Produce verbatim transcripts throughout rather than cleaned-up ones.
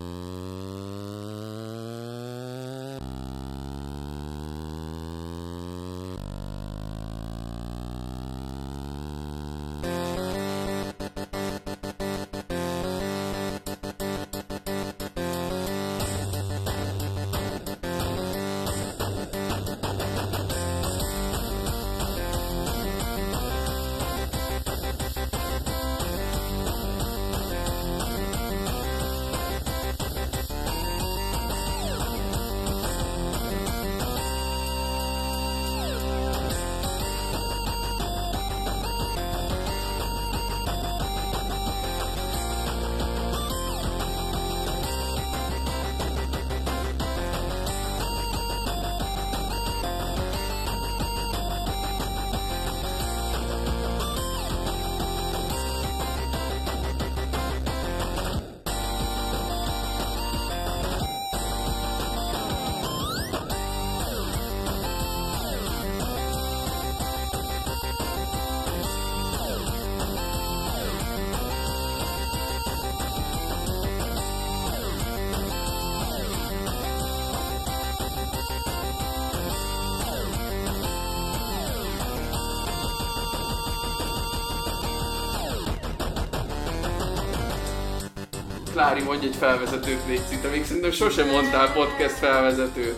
Klári, mondj egy felvezetőt, légy te még szerintem sosem mondtál podcast felvezetőt.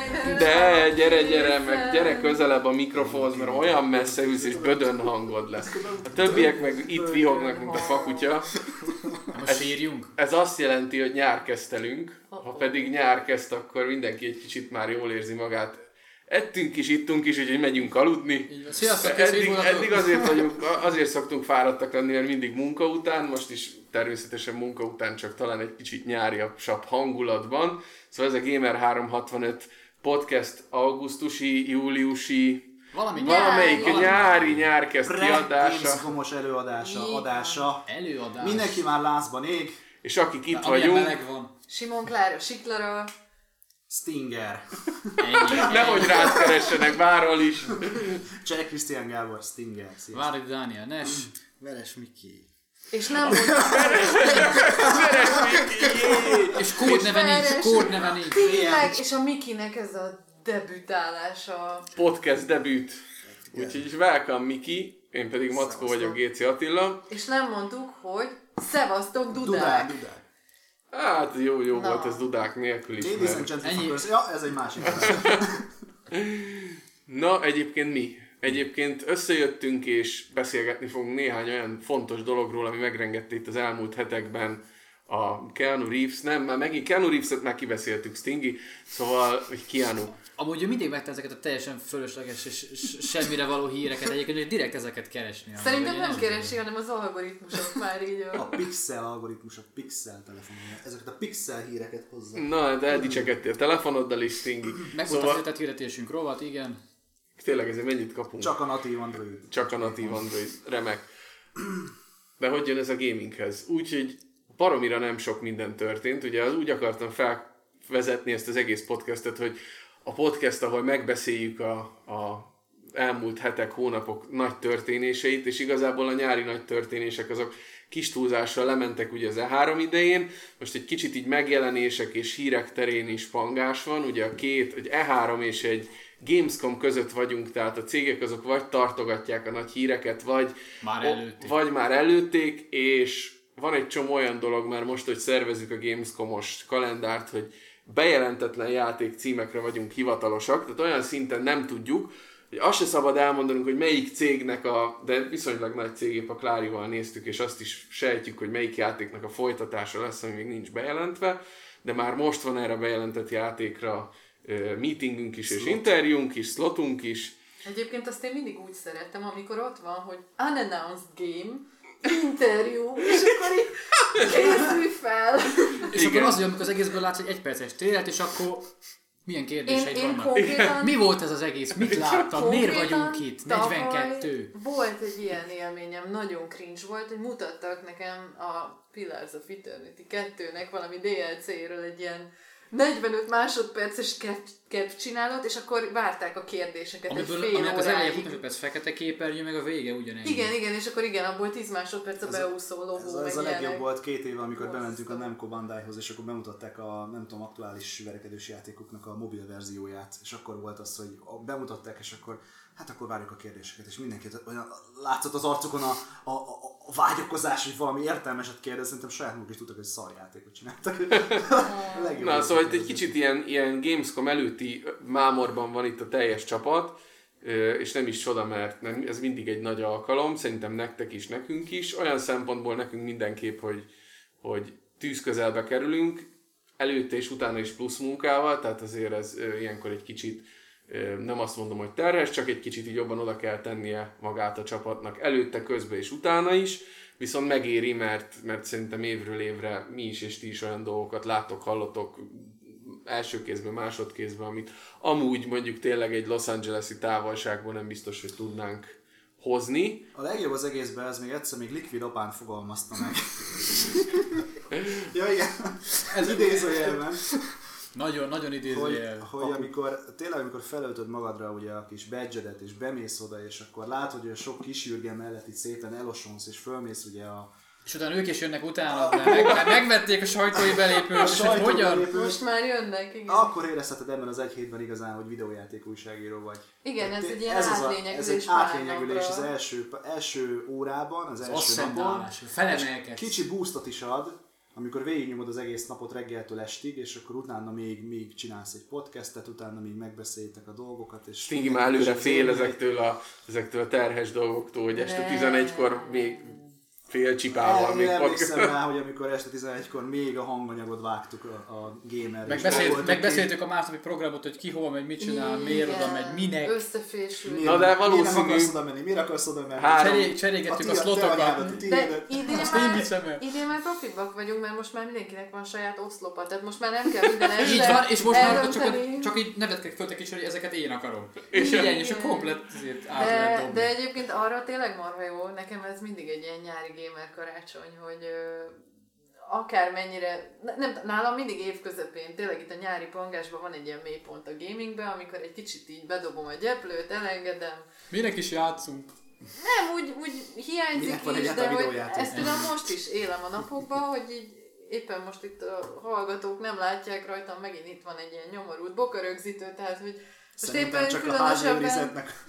De, gyere, gyere, meg gyere közelebb a mikrofonhoz, mert olyan messze ülsz és bödön hangod lesz. A többiek meg itt vihognak, mint a fakutya. Most sírjunk? Ez azt jelenti, hogy nyárkeztelünk. Ha pedig nyárkezt, akkor mindenki egy kicsit már jól érzi magát. Ettünk is, ittunk is, úgyhogy megyünk aludni. Sziasztok, eddig, eddig azért, vagyunk, azért szoktunk fáradtak lenni, mert mindig munka után, most is természetesen munka után, csak talán egy kicsit nyáriasabb hangulatban. Szóval ez a Gamer háromszázhatvanöt podcast augusztusi, júliusi, Valami valamelyik nyári, nyári nyárkezd kiadása. Gamescom-os előadása, adása. Előadás. Mindenki már lázban ég. És akik itt de vagyunk... meleg van. Simon Klára Siklara. Stinger. Ennyi. Nehogy rád keressenek, bárhol is. Cseh Krisztián Gábor, Stinger. Várj, Dániel, Nes. Veres Miki. És nem mondtam. És kódneve nincs, kódneve nincs. Tényleg, és a Mikinek ez a debütálása. Podcast debüt. Úgyhogy welcome Miki, én pedig Mackó vagyok, gé cé Attila. És nem mondtuk, hogy szevasztok dudák. Dudák, dudák. Hát jó, jó Na. volt ez dudák nélkül is. Ladies and Mert... gentlemen, ja, ez egy másik. Na, egyébként mi? Egyébként összejöttünk és beszélgetni fogunk néhány olyan fontos dologról, ami megrengett itt az elmúlt hetekben a Keanu Reeves, nem, már megint Keanu Reeves-et már kibeszéltük, Stingy, szóval, hogy Keanu. Amúgy ő mindig megte ezeket a teljesen fölösleges és semmire való híreket, egyébként hogy direkt ezeket keresni. Szerintem nem keresi, hanem az algoritmusok már így. A pixel algoritmus, a pixel telefonon. Ezeket a pixel híreket hozzá. Na, de eldicsekedtél a telefonoddal is, Stingy. Meg volt szóval... a hirdetésünk rovat, igen. Tényleg ezért mennyit kapunk? Csak a natív Android. Csak a natív Android. Remek. De hogy jön ez a gaminghez? Úgyhogy baromira nem sok minden történt. Ugye az úgy akartam felvezetni ezt az egész podcastet, hogy a podcast, ahol megbeszéljük a, a elmúlt hetek, hónapok nagy történéseit, és igazából a nyári nagy történések azok kis túlzással lementek ugye az E három idején, most egy kicsit így megjelenések és hírek terén is pangás van, ugye a két, egy E három és egy Gamescom között vagyunk, tehát a cégek azok vagy tartogatják a nagy híreket, vagy már előtték, vagy már előtték, és van egy csomó olyan dolog már most, hogy szervezzük a Gamescom-os kalendárt, hogy bejelentetlen játék címekre vagyunk hivatalosak, tehát olyan szinten nem tudjuk, hogy azt se szabad elmondanunk, hogy melyik cégnek a, de viszonylag nagy cégép a Klárival néztük, és azt is sejtjük, hogy melyik játéknak a folytatása lesz, ami még nincs bejelentve, de már most van erre bejelentett játékra uh, meetingünk is, és interjúnk is, slotunk is. Egyébként azt én mindig úgy szerettem, amikor ott van, hogy unannounced game, interjú, és akkor így készülj fel. És igen. Akkor az, hogy amikor az egészből látsz egy egyperces trélet, és akkor milyen kérdéseid én, én vannak? konkrétan, Mi volt ez az egész? Mit láttad? Miért vagyunk itt? negyvenkettő. Volt egy ilyen élményem, nagyon cringe volt, hogy mutattak nekem a Pillars of Eternity kettőnek valami dé el cé-ről egy ilyen negyvenöt másodperces kép csinálod, és akkor várták a kérdéseket Amiből, egy fél aminek az eleje óráig. húsz perc fekete képernyő, meg a vége ugyanez. Igen, igen, és akkor igen, abból tíz másodperc a beúszó logó. Ez, a, ez a legjobb volt két éve, amikor bementünk a Namco Bandaihoz, és akkor bemutatták a nem tudom, aktuális verekedős játékoknak a mobil verzióját, és akkor volt az, hogy bemutatták, és akkor hát akkor várjuk a kérdéseket, és mindenki olyan látszott az arcokon a, a, a, a vágyakozás, hogy valami értelmeset kérdez, szerintem saját maguk is tudtak, hogy szarjátékot csináltak. Na, szóval itt egy kicsit ilyen, ilyen Gamescom előtti mámorban van itt a teljes csapat, és nem is csoda, mert ez mindig egy nagy alkalom, szerintem nektek is, nekünk is, olyan szempontból nekünk mindenképp, hogy, hogy tűz közelbe kerülünk, előtte és utána is plusz munkával, tehát azért ez ilyenkor egy kicsit, nem azt mondom, hogy terhes, csak egy kicsit így jobban oda kell tennie magát a csapatnak előtte, közben és utána is, viszont megéri, mert, mert szerintem évről évre mi is és ti is olyan dolgokat láttok, hallotok első kézben, másodkézben, amit amúgy mondjuk tényleg egy Los Angeles-i távolságból nem biztos, hogy tudnánk hozni. A legjobb az egészben, ez még egyszer még Liquid apán fogalmazta meg. Ja igen, ez idézőjelben. Nagyon, nagyon idézőjel. Hogy, hogy amikor, tényleg amikor felöltöd magadra ugye a kis badge-edet, és bemész oda, és akkor látod, hogy a sok kisürge mellett itt szépen elosonsz, és fölmész ugye a... És utána ők is jönnek utána, meg, meg, megvették a sajtói belépőt, és hogy hogyan? Belépős. Most már jönnek, igen. Akkor érezheted ebben az egy hétben igazán, hogy videójáték újságíró vagy. Igen, ez Te, egy ilyen ez átlényegülés. Ez egy átlényegülés az első, első órában, az, az első napon. Kicsi boostot is ad, amikor végignyomod az egész napot reggeltől estig, és akkor utána még, még csinálsz egy podcastet, utána még megbeszéltek a dolgokat. És Stingy már előre fél ezektől a, ezektől a terhes dolgoktól, hogy este tizenegykor még fél csipával. Én emlékszem rá, hogy amikor este tizenegykor még a hanganyagot vágtuk a, a gamer. Megbeszélt, megbeszéltük a másnapi programot, hogy ki hova megy, mit csinál, miért oda megy, minek. Összefésül. Na de valószínű... Miért akarsz oda menni? Miért akarsz oda menni? Három... Cseré, cserégettük a, a szlotokat. De idén Azt már, én viszem el. idén már profibak vagyunk, mert most már mindenkinek van saját oszlopa, tehát most már nem kell minden este Így van, és most már csak, elönteni. csak így nevettek föltek is, hogy ezeket én akarom. És igen, és a komplet át de, lehet dobni. de egyébként arra tényleg marha jó, nekem ez mindig egy ilyen nyári gamer karácsony, hogy ö, akármennyire, nem, nálam mindig év közepén, tényleg itt a nyári pangásban van egy ilyen mélypont a gamingben, amikor egy kicsit így bedobom a gyeplőt, elengedem. Minek is játszunk? Nem, úgy, úgy hiányzik is, de hogy ezt tudom most is élem a napokban, hogy így éppen most itt a hallgatók nem látják rajtam, megint itt van egy ilyen nyomorult bokarögzítő, tehát hogy most Szerintem éppen csak a különösebben... háziőrizetnek.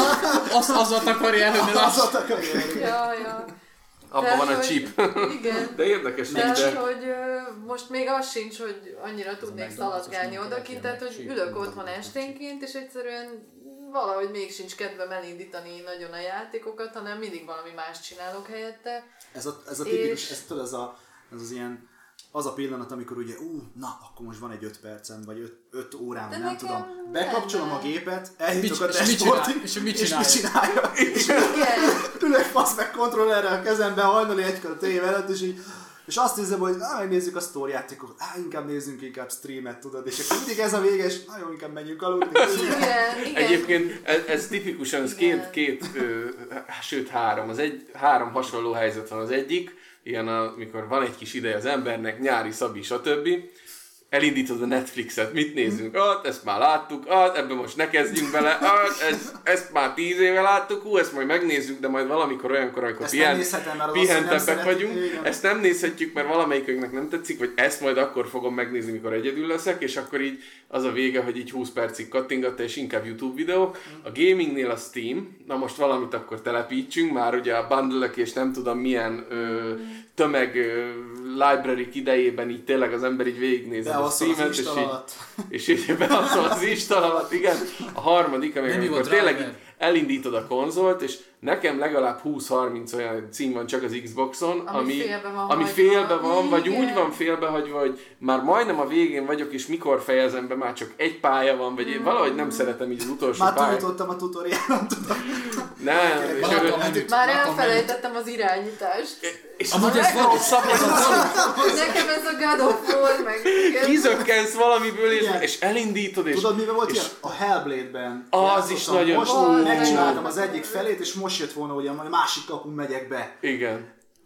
Azt azzal takarja elő, de Azzal takarja elő. Ja, ja. Abban Tehát, van a hogy- chip. Igen. De érdekes, Tehát, de... hogy ö, most még az sincs, hogy annyira tudnék McDonald's-os szaladgálni nem odakint, kell tehát hogy chip. ülök otthon esténként, és egyszerűen valahogy még sincs kedvem elindítani nagyon a játékokat, hanem mindig valami más csinálok helyette. Ez a, ez a tipikus, És- ez, tudod, ez, a, ez az ilyen, az a pillanat, amikor ugye, ú, na, akkor most van egy öt percem, vagy öt, öt órám, De nem nekem tudom. Bekapcsolom a lenne. gépet, eljutok a Mit- és mit dashboardig, csinál- és mit és csinálja? mit csinálja? És Igen. ülök fasz meg kontrollerrel a kezemben, hajnali egykor a tévé előtt, és így, és azt hiszem, hogy na, megnézzük a sztori játékot, á, inkább nézzünk inkább streamet, tudod, és akkor mindig ez a vége, és nagyon inkább menjünk aludni. Igen, igen. Egyébként ez, ez tipikusan, ez két, Igen. két ö, sőt három, az egy, három hasonló helyzet van. Az egyik, ilyen amikor van egy kis ideje az embernek, nyári szabi, stb. Elindítod a Netflixet, mit nézzünk? Ah, ezt már láttuk, ah, ebbe most ne kezdjünk bele, ah, ezt, ezt már tíz éve láttuk, hú, ezt majd megnézzük, de majd valamikor olyankor, amikor Ezt pihen, nem nézhetem, mert az azt, hogy nem pihentebbek szeretik, vagyunk, igen. ezt nem nézhetjük, mert valamelyikünknek nem tetszik, vagy ezt majd akkor fogom megnézni, mikor egyedül leszek, és akkor így az a vége, hogy így húsz percig kattingatta, és inkább YouTube videók. A gamingnél a Steam, na most valamit akkor telepítsünk, már ugye a bundle-ök és nem tudom milyen ö, tömeg ö, library idejében így tényleg az ember így végignézi a Beasszol az Steam-et, és install így, alatt. és így beasszol az install alatt, igen. A harmadik, Nem amikor jó a tényleg driver. így elindítod a konzolt, és nekem legalább húsz-harminc olyan cím van csak az Xboxon, Ami ami, félbe van ami hagyva. félbe van, vagy Igen. úgy van félbehagyva, hogy már majdnem a végén vagyok, és mikor fejezem be, már csak egy pálya van, vagy én valahogy nem szeretem így az utolsó Már pályát. túljutottam a tutoriálon, tudom. Nem, és, Látom, ő- menüt, Már látom, elfelejtettem az irányítást. és Amúgy ez legrosszabb az az, hogy Nekem ez a God of War, meg... kizökkensz valamiből, és, Igen. és elindítod, és... Tudod, mivel volt és ilyen? A Hellblade-ben. Az játszottam. is nagyon- Most Ó, megcsináltam nagyon. az egyik felét, és most jött volna, hogy a másik kapun megyek be. Igen.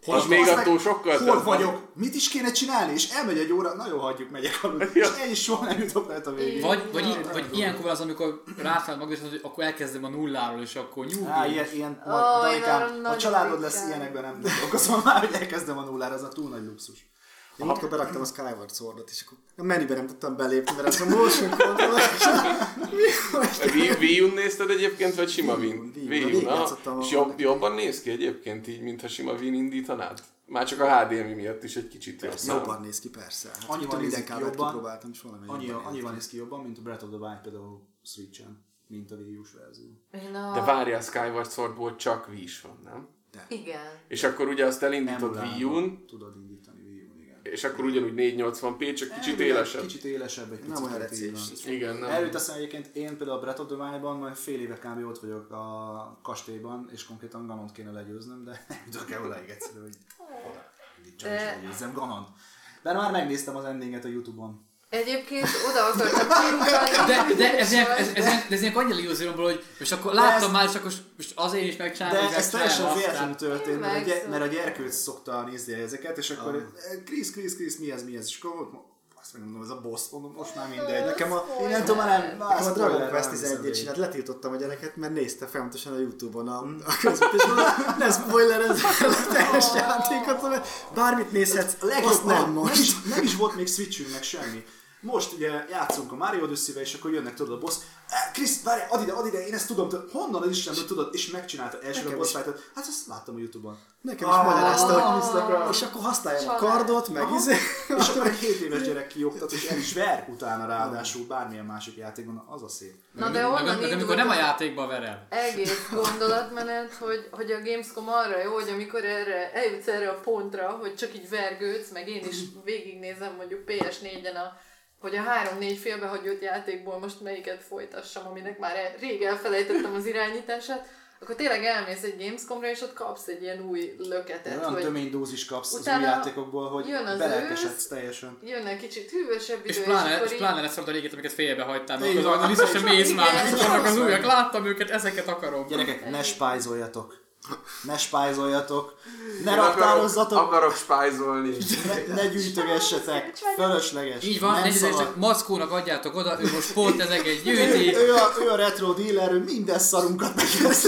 Hol az még attól sokkal Hol vagyok? Mit is kéne csinálni? És elmegy egy óra, nagyon hagyjuk, megyek aludni. És én soha nem jutok rá a végén. Vagy, vagy, így, vagy ilyenkor az, amikor rászáll magad, hogy akkor elkezdem a nulláról, és akkor nyugi. Á, ilyen, ilyen Ó, Danikám, én a családod lesz ilyenekben, nem dolgozom már, hogy elkezdem a nullára, az a túl nagy luxus. Én akkor beraktam a Skyward Swordot, és akkor a menüben nem tudtam belépni, mert ez a motion control. Wii U-n nézted egyébként, vagy sima Wii-n? Wii U-n, És jobb, jobban néz ki egyébként így, mintha sima Wii-n indítanád? Már csak a há dé em i miatt is egy kicsit jobb. Jobban néz ki, persze. Hát Annyival néz ki jobban, kipróbáltam, és valami annyi, annyival néz ki jobban, mint a Breath of the Wild például Switch-en, mint a Wii U-s verzió. De várjál, Skyward Swordból csak Wii is van, nem? De. Igen. És akkor ugye azt elindítod Wii U-n, tudod indítani Wii U-n, igen. és akkor ugyanúgy négyszáznyolcvan pé, csak kicsit élesebb. Kicsit élesebb, egy picit. Nem olyan recés. Igen, nem. Erről teszem egyébként, én például a Breath of the Wild-ban majd fél éve kb. Ott vagyok a kastélyban, és konkrétan Ganont kéne legyőznöm, de nem jutok el odáig egyszerű, hogy oda indítsam és legyőzzem Ganont. De már megnéztem az endinget a Youtube-on. Egyébként oda akartam kiugrani. De, de ez ilyen, ez, ez, ez ilyen annyira illúziómból, hogy most akkor láttam már, és akkor most azért is megcsinálom. De ez teljesen véletlenül történt, mert a, Meg gy- mert a gyerkőc szokta nézni ezeket, és akkor Ah. Krisz, Krisz, Krisz, mi ez, mi ez, és akkor azt megmondom, ez a boss, mondom, most már mindegy. Nekem a, én nem tudom, már nem, Nekem a Dragon Quest tizenegyet csinált, letiltottam a gyereket, mert nézte folyamatosan a Youtube-on a, a közvetés, ne spoilerezz a teljes játékot, mert bármit nézhetsz, azt nem most. Nem is, nem is volt még Switchünk, meg semmi. Most ugye játszunk a Mario Odyssey-vel, és akkor jönnek, tudod, a boss. Krisz, várj, add ide, add ide, én ezt tudom, tudod, honnan az Istenből tudod, és megcsinálta elsőre a boss fight-ot. Hát azt láttam a Youtube-on. Nekem is magyarázta, hogy és akkor használjam a kardot, meg izé. És akkor egy hét éves gyerek kioktat, és el is ver utána ráadásul bármilyen másik játékban, az a szép. Na de onnan Meg amikor nem a játékba ver el. Egész gondolatmenet, hogy, hogy a Gamescom arra jó, hogy amikor erre, eljutsz erre a pontra, hogy csak így vergődsz, meg én is végignézem mondjuk pé es négyen a hogy a három-négy félbehagyott játékból most melyiket folytassam, aminek már rég elfelejtettem az irányítását, akkor tényleg elmész egy Gamescomra, és ott kapsz egy ilyen új löketet. Olyan hogy tömény dózis kapsz az új utána játékokból, hogy jön az belelkesedsz ősz, teljesen. jönne kicsit hűvösebb idő, És és, pláne, akkor és így... pláne lesz a réget, amiket félbe hagytál, mert Így azon van. vissza sem mész Igen, már, és igen. vannak az újak, láttam őket, ezeket akarom. Gyerekek, ne spájzoljatok. Ne spájzoljatok. Ne Én akarok, raktározzatok. akarok spájzolni. Ne, ne gyűjtögessetek. Fölösleges. Így van, Nem egyszerűen szabad. csak Mackónak adjátok oda, ő most pont ezeket gyűjti. Ő a, ő a retro dealer, ő minden szarunkat megvesz.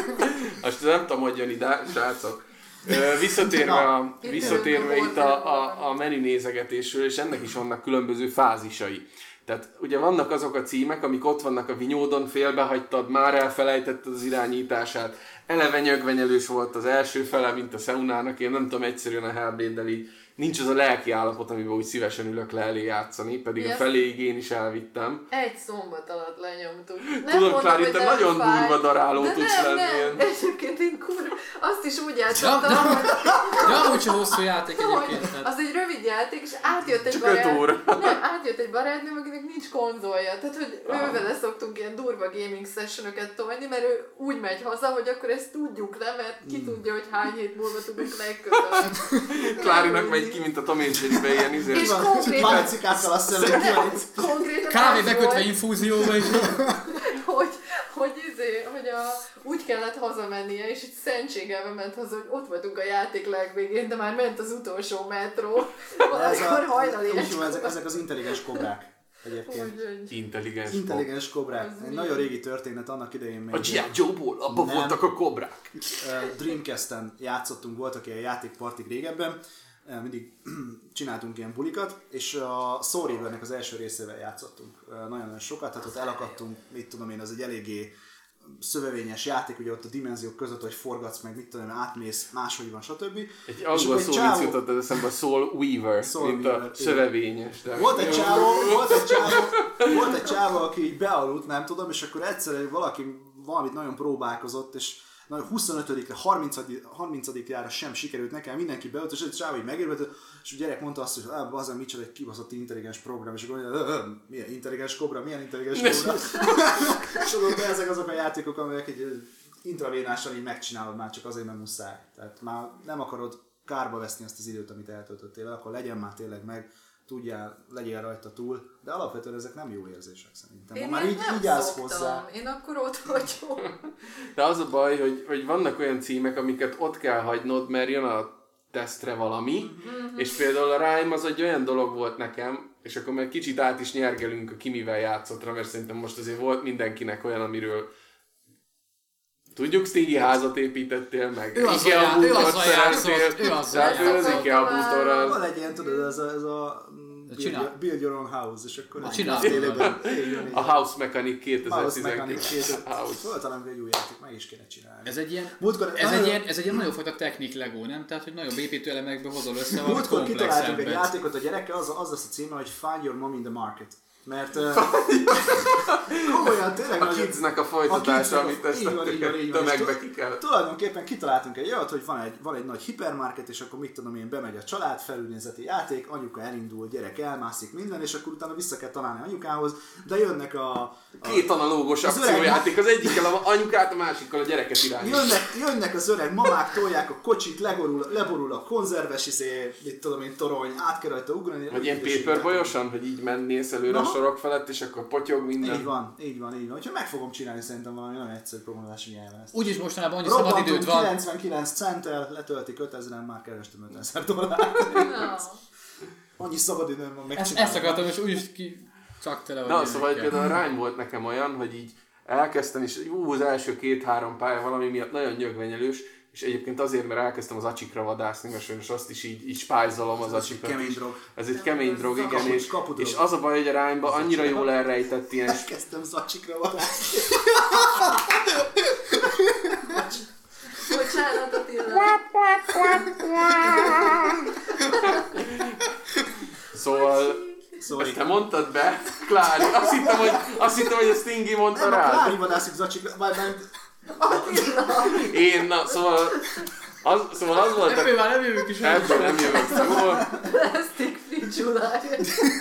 Azt nem tudom, hogy jön ide, srácok. Ö, Visszatérve, a, Itt visszatérve ülünk a itt a, a, a menü nézegetésről, és ennek is vannak különböző fázisai. Tehát ugye vannak azok a címek, amik ott vannak a vinyódon, félbehagytad, már elfelejtetted az irányítását, eleve nyögvenyelős volt az első fele, mint a Seunának, én nem tudom, egyszerűen a Hellblade-del így nincs az a lelki állapot, amiben úgy szívesen ülök le elé játszani, pedig Mi a az? feléig én is elvittem. Egy szombat alatt lenyomtuk. Nem Tudom, mondom, Klári, hogy te nem nagyon fáj, durva daráló de tudsz nem, lenni. nem. Egyébként én kurva, azt is úgy De, játszottam, de, hogy... de amúgy sem hosszú játék Hogy egyébként. tehát- az egy rövid játék, és átjött egy Csak barát... öt óra. Nem, átjött egy barátnőm, akinek nincs konzolja. Tehát, hogy ővele szoktunk ilyen durva gaming sessionokat tolni, mert ő úgy megy haza, hogy akkor ezt tudjuk le, mert ki tudja, hogy hány hét múlva tudunk legközelebb. Klárinak megy ki, mint a Tom és Jerrybe ilyen izé. És konkrétan... Pálcikákkal azt hiszem, hogy Konkrétan Kávé az bekötve volt, infúzióba, és hogy, hogy, izé, hogy a, úgy kellett hazamennie, és így szentségelve ment haza, hogy ott vagyunk a játék legvégén, de már ment az utolsó metró, amikor hajnali úgy jó, ezek, ezek az intelligens kobrák egyébként. Intelligens. Intelligens kobrák. Egy nagyon régi történet, annak idején még... A G I. Joe-ból abban Nem. voltak a kobrák. Uh, Dreamcast-en játszottunk, voltak ilyen játékpartik régebben, uh, mindig csináltunk ilyen bulikat, és a Soul Rivernek az első részével játszottunk uh, nagyon-nagyon sokat, tehát ott elakadtunk, mit tudom én, az egy eléggé szövevényes játék, ugye ott a dimenziók között, hogy forgatsz meg, mit tudom én, átmész, máshogy van, stb. Egy angol szó csávó... jutott az eszembe, a Soul Weaver, Soul mint Weaver, a szövevényes. De... Volt egy csávó, volt egy csávó, volt egy csávó, aki így bealudt, nem tudom, és akkor egyszerűen valaki valamit nagyon próbálkozott, és na, huszonötödikre, harmincadikjára sem sikerült nekem, mindenki beült, és egy csávó így megérült, és a gyerek mondta azt, hogy ah, bazen, micsoda egy kibaszott intelligens program, és akkor mondja, milyen intelligens kobra, milyen intelligens kobra. És tudod, de ezek azok a játékok, amelyek egy intravénással így megcsinálod már csak azért, mert muszáj. Tehát már nem akarod kárba veszni azt az időt, amit eltöltöttél, akkor legyen már tényleg meg, tudjál, legyél rajta túl, de alapvetően ezek nem jó érzések szerintem. Én Már így így, nem így állsz szoktam. hozzá. Én akkor ott vagyok. De az a baj, hogy, hogy vannak olyan címek, amiket ott kell hagynod, mert jön a tesztre valami, mm-hmm. és például a Rime az egy olyan dolog volt nekem, és akkor meg kicsit át is nyergelünk a ki mivel játszottra, mert szerintem most azért volt mindenkinek olyan, amiről tudjuk, Stingy házat építettél, meg ő IKEA bútort szereltél, ő az IKEA bútorral. Van egy ilyen, tudod, ez a, ez a build, build your own house, és akkor a csináltál. A House Mechanic kétezer-tizenkettő. Szóval talán egy új játék, meg is kéne csinálni. Ez egy ilyen, Múltkor, ez egy ilyen, ez egy ilyen nagyon fajta technik Lego, nem? Tehát, hogy nagyon építőelemekből hozol össze valami Múltkor kitaláltunk egy szenvet. játékot a gyerekkel, az, az lesz a címe, hogy Find Your Mom in the Market. Mert uh, komolyan tényleg... A Kidsnek a folytatása, amit ezt a tömegbe ki kell. Tulajdonképpen kitaláltunk egy olyat, hogy van egy, van egy nagy hipermarket, és akkor mit tudom én, bemegy a család, felülnézeti játék, anyuka elindul, gyerek elmászik minden, és akkor utána vissza kell találni anyukához, de jönnek a... a Két analógos akciójáték, az egyikkel a anyukát, a másikkal a gyereket irányítják. Jönnek, jönnek az öreg mamák, tolják a kocsit, legorul, leborul a konzerves, izé, mit tudom én, torony, át kell rajta ugrani. Vagy ilyen paperbolyosan, hogy így mennész előre a sorok felett, és akkor potyog minden. Így van, így van, így van. Úgyhogy meg fogom csinálni szerintem valami nagyon egyszerű programozási nyelven ezt. Úgyis mostanában annyi szabad időd van. kilencvenkilenc centtel, letöltik ötezren, már kerestem ötezer dollárt. No. Annyi szabad időm van Ezt, megcsinálni. ezt akartam, és úgyis ki csak tele vagy. Na, szóval például a Rime volt nekem olyan, hogy így elkezdtem, és ú, az első két-három pálya valami miatt nagyon nyögvenyelős, és egyébként azért, mert elkezdtem az acsikra vadászni, mert sajnos azt is így, így spájzolom az acsikat. Kemény drog. Ez egy kemény drog, igen, Kaput, és, kapudrog. és az a baj, hogy a Rime-ba annyira jól elrejtett ilyen... Elkezdtem az acsikra vadászni. Bocsánat, Attila. Szóval... Sorry. Ezt te mondtad be, Klári. Azt hittem, hogy, azt hittem, hogy a Stingy mondta Nem, a rád. Klári vadászik az acsikra, vagy nem... Én, na, szóval... Az, szóval az volt... Ebből már nem jövünk is. Ebből nem jövök. Szóval... Plastic free July.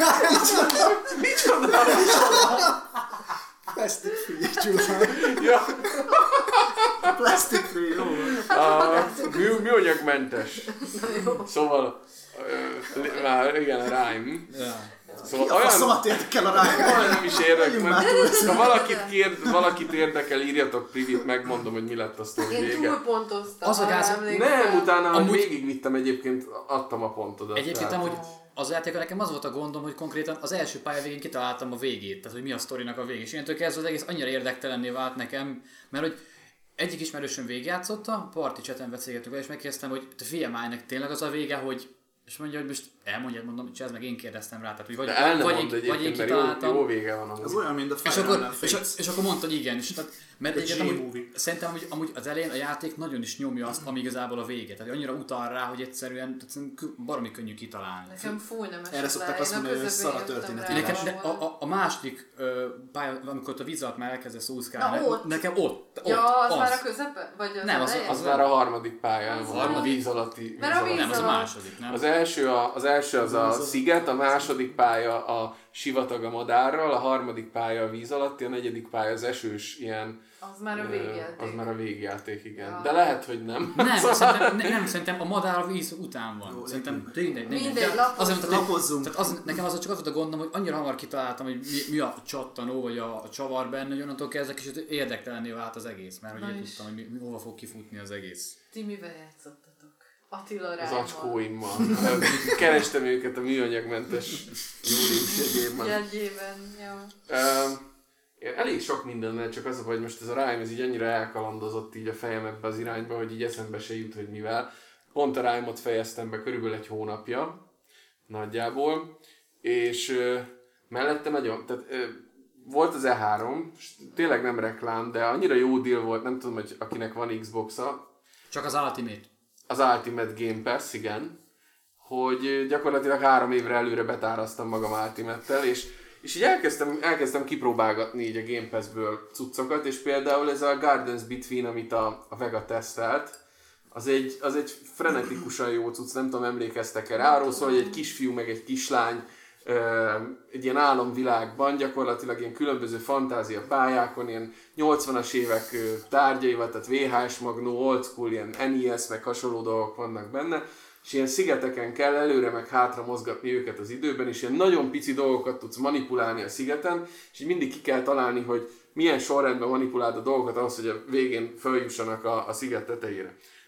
Micsoda? Plastic free, July. Ja, Plastic free, jó. a mű, műanyagmentes. Szóval... Ö, már igen, a Rime. Szóval Ki a faszomat érdekel a ráját? olyan nem is érdekel. Ha valakit, kérd, valakit érdekel, írjatok privit, megmondom, hogy mi lett a sztori Én vége. túlpontoztam, Az a gáz- arra emlékszem. Nem, utána, hogy Amúgy- végigvittem egyébként, adtam a pontodat. Egyébként tehát- amúgy az játéka nekem az volt a gondom, hogy konkrétan az első pálya végén kitaláltam a végét, tehát hogy mi a sztorinak a vége. És innentől kezdve az egész annyira érdektelenné vált nekem, mert hogy egyik ismerősöm végigjátszotta, party chaten beszélgettünk vele, és megkérdeztem, hogy te figyelj, ennek tényleg az a vége, hogy és mondja, hogy most elmondjad, mondom, hogy ez meg én kérdeztem rá, tehát hogy vagy, De el nem vagy, mondd én, vagy én egyébként, mert jó, kitaláltam. jó vége van amúgy. Az olyan, mint a És Fire akkor, Emblem és, Fates. és akkor mondta, hogy igen, és tehát, mert A egyébként amúgy, G-movie. szerintem amúgy, amúgy az elején a játék nagyon is nyomja azt, ami igazából a vége. Tehát annyira utal rá, hogy egyszerűen baromi könnyű kitalálni. Nekem fúj nem esett Erre szokták le, azt én a mondani, hogy közepén szar a jöttem történet. rá Nekem, de valahol. a, a, a második ö, pálya, amikor ott a víz alatt már elkezdesz úszkálni, Na, ne- ott. nekem ott, ott, Ja, az, az. már a közepe? Vagy az Nem, az- elején? Az már a harmadik pályán Az van, a harmadik? víz alatti víz Mert a alatt. víz Nem, az a alatt. második, nem? Az első, a, az első az a sziget, a második pálya a sivatag a madárral, a harmadik pálya a víz alatti, a negyedik pálya az esős ilyen... Az már a ö, végjáték. Az már a végjáték, igen. Ja. De lehet, hogy nem. Nem, szerintem, ne, nem, szerintem a madár a víz után van. Jó, Szerintem tényleg, nem. Mindegy, De lapozzunk. azért, tehát, Lapozzunk. tehát az, nekem az csak az volt a gondom, hogy annyira hamar kitaláltam, hogy mi, mi a csattanó, vagy a, a csavar benne, hogy onnantól kezdve kicsit érdektelenné vált az egész, mert Na hogy én is. tudtam, hogy mi, mi, hova fog kifutni az egész. Ti mivel játszottatok? Attila Az Rájmal. acskóimmal. Kerestem őket a műanyagmentes július jegyében. Jegyében, jó. Um, elég sok mindennel, csak az a baj, hogy most ez a Rime, ez így annyira elkalandozott így a fejem ebbe az irányba, hogy így eszembe se jut, hogy mivel. Pont a Rime-ot fejeztem be körülbelül egy hónapja, nagyjából, és uh, mellette nagyon, tehát uh, volt az E három, tényleg nem reklám, de annyira jó deal volt, nem tudom, hogy akinek van Xbox-a, Csak az Ultimate. az Ultimate Game Pass, igen, hogy gyakorlatilag három évre előre betáraztam magam Ultimate-tel, és, és így elkezdtem, elkezdtem kipróbálgatni így a Game Pass-ből cuccokat, és például ez a Gardens Between, amit a, a Vega tesztelt, az egy, az egy frenetikusan jó cucc, nem tudom, emlékeztek erre. Arról szól, hogy egy kisfiú meg egy kislány egy ilyen álomvilágban, gyakorlatilag ilyen különböző fantázia pályákon, ilyen nyolcvanas évek tárgyaival, tehát vé há es magnó, old school, ilyen en i es, meg hasonló dolgok vannak benne, és ilyen szigeteken kell előre meg hátra mozgatni őket az időben, és ilyen nagyon pici dolgokat tudsz manipulálni a szigeten, és így mindig ki kell találni, hogy milyen sorrendben manipuláld a dolgokat ahhoz, hogy a végén följussanak a, a sziget tetejére.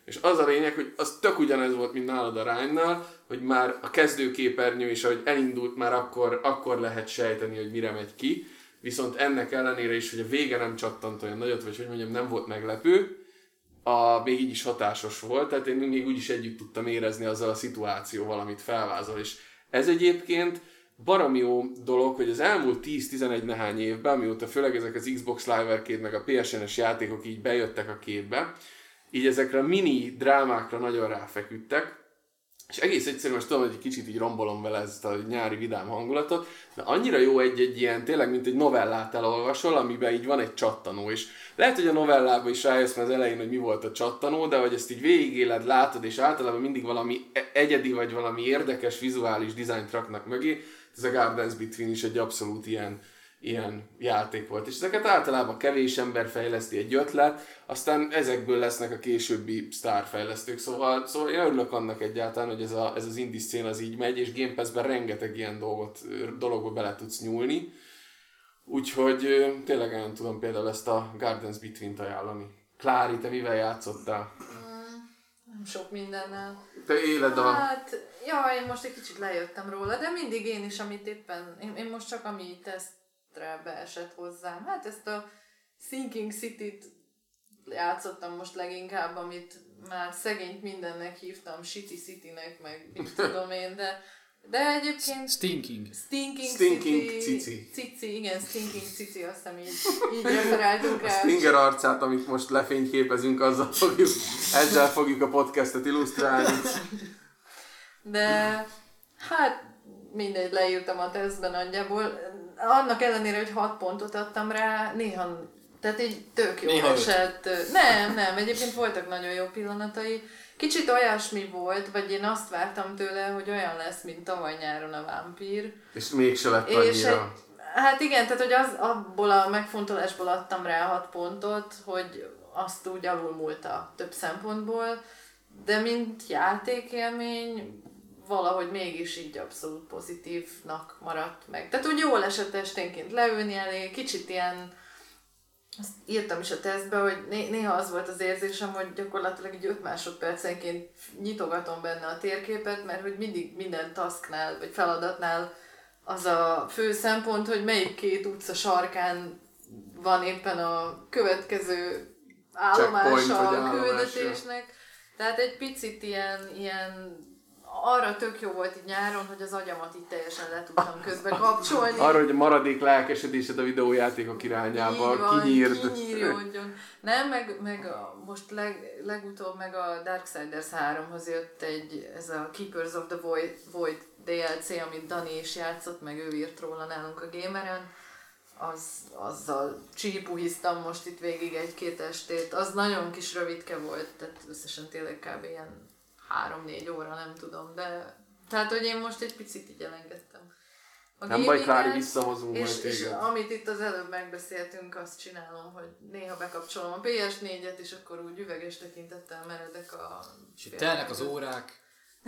És az a lényeg, hogy az tök ugyanez volt, mint nálad a Rime-nál, hogy már a kezdőképernyő is, ahogy elindult, már akkor, akkor lehet sejteni, hogy mire megy ki. Viszont ennek ellenére is, hogy a vége nem csattant olyan nagyot, vagy hogy mondjam, nem volt meglepő, a, még így is hatásos volt, tehát én még úgy is együtt tudtam érezni azzal a szituációval, amit felvázol. És ez egyébként baromi jó dolog, hogy az elmúlt tíz-tizenegy nehány évben, mióta főleg ezek az Xbox Live Arcade meg a pé es en-es játékok így bejöttek a képbe, így ezekre a mini drámákra nagyon ráfeküdtek, és egész egyszerűen most tudom, hogy egy kicsit így rombolom vele ezt a nyári vidám hangulatot, de annyira jó egy-egy ilyen, tényleg mint egy novellát elolvasol, amiben így van egy csattanó, és lehet, hogy a novellában is rájössz már az elején, hogy mi volt a csattanó, de hogy ezt így végigéled, látod, és általában mindig valami egyedi, vagy valami érdekes vizuális dizájnt raknak mögé. Ez a Gardens Between is egy abszolút ilyen, ilyen játék volt. És ezeket általában kevés ember fejleszti egy ötlet, aztán ezekből lesznek a későbbi sztárfejlesztők. Szóval, szóval én örülök annak egyáltalán, hogy ez, a, ez az indie szén az így megy, és Game Pass-ben rengeteg ilyen dolgot, dologba bele tudsz nyúlni. Úgyhogy tényleg nem tudom például ezt a Gardens Between-t ajánlani. Klári, te mivel játszottál? Nem sok mindennel. Te éled a... Hát, jaj, én most egy kicsit lejöttem róla, de mindig én is, amit éppen, én, én most csak ami tesztre beesett hozzám. Hát ezt a Sinking City-t játszottam most leginkább, amit már szegényt mindennek hívtam, Shitty City-nek, meg mit tudom én, de de egyébként... Stinking. Stinking, Stinking City. cici. Cici, igen, Stinking Cici, azt hiszem így, így referáltunk rá. A Stinger arcát, amit most lefényképezünk, azzal fogjuk, ezzel fogjuk a podcastet illusztrálni. De hát mindegy, leírtam a tesztben nagyjából. Annak ellenére, hogy hat pontot adtam rá, néha, tehát így tök jó Néha esett. Öt. Nem, nem, egyébként voltak nagyon jó pillanatai. Kicsit olyasmi volt, vagy én azt vártam tőle, hogy olyan lesz, mint tavaly nyáron a Vampír. És mégse lett És annyira. egy, hát igen, tehát hogy az, abból a megfontolásból adtam rá hat pontot, hogy azt úgy alulmúlta több szempontból, de mint játékélmény valahogy mégis így abszolút pozitívnak maradt meg. Tehát úgy jól esett esténként leülni elé, kicsit ilyen, azt írtam is a tesztbe, hogy né- néha az volt az érzésem, hogy gyakorlatilag így öt másodpercenként nyitogatom benne a térképet, mert hogy mindig minden tasknál vagy feladatnál az a fő szempont, hogy melyik két utca sarkán van éppen a következő állomása a küldetésnek. Tehát egy picit ilyen, ilyen arra tök jó volt így nyáron, hogy az agyamat így teljesen le tudtam közben kapcsolni. Arra, hogy a maradék lelkesedésed a videójátékok irányába kinyírd. kinyírjódjon. Nem, meg, meg a, most leg, legutóbb meg a Darksiders háromhoz jött egy, ez a Keepers of the Void, Void dé el cé, amit Dani is játszott, meg ő írt róla nálunk a Gameren. Az, azzal csípuhiztam most itt végig egy-két estét. Az nagyon kis rövidke volt, tehát összesen tényleg kb. Ilyen három-négy óra, nem tudom, de tehát, hogy én most egy picit így elengedtem. A nem baj, Klári, visszahozunk és, majd és téged. amit itt az előbb megbeszéltünk, azt csinálom, hogy néha bekapcsolom a pé es négyet, és akkor úgy üveges tekintettel meredek a... És telnek az órák.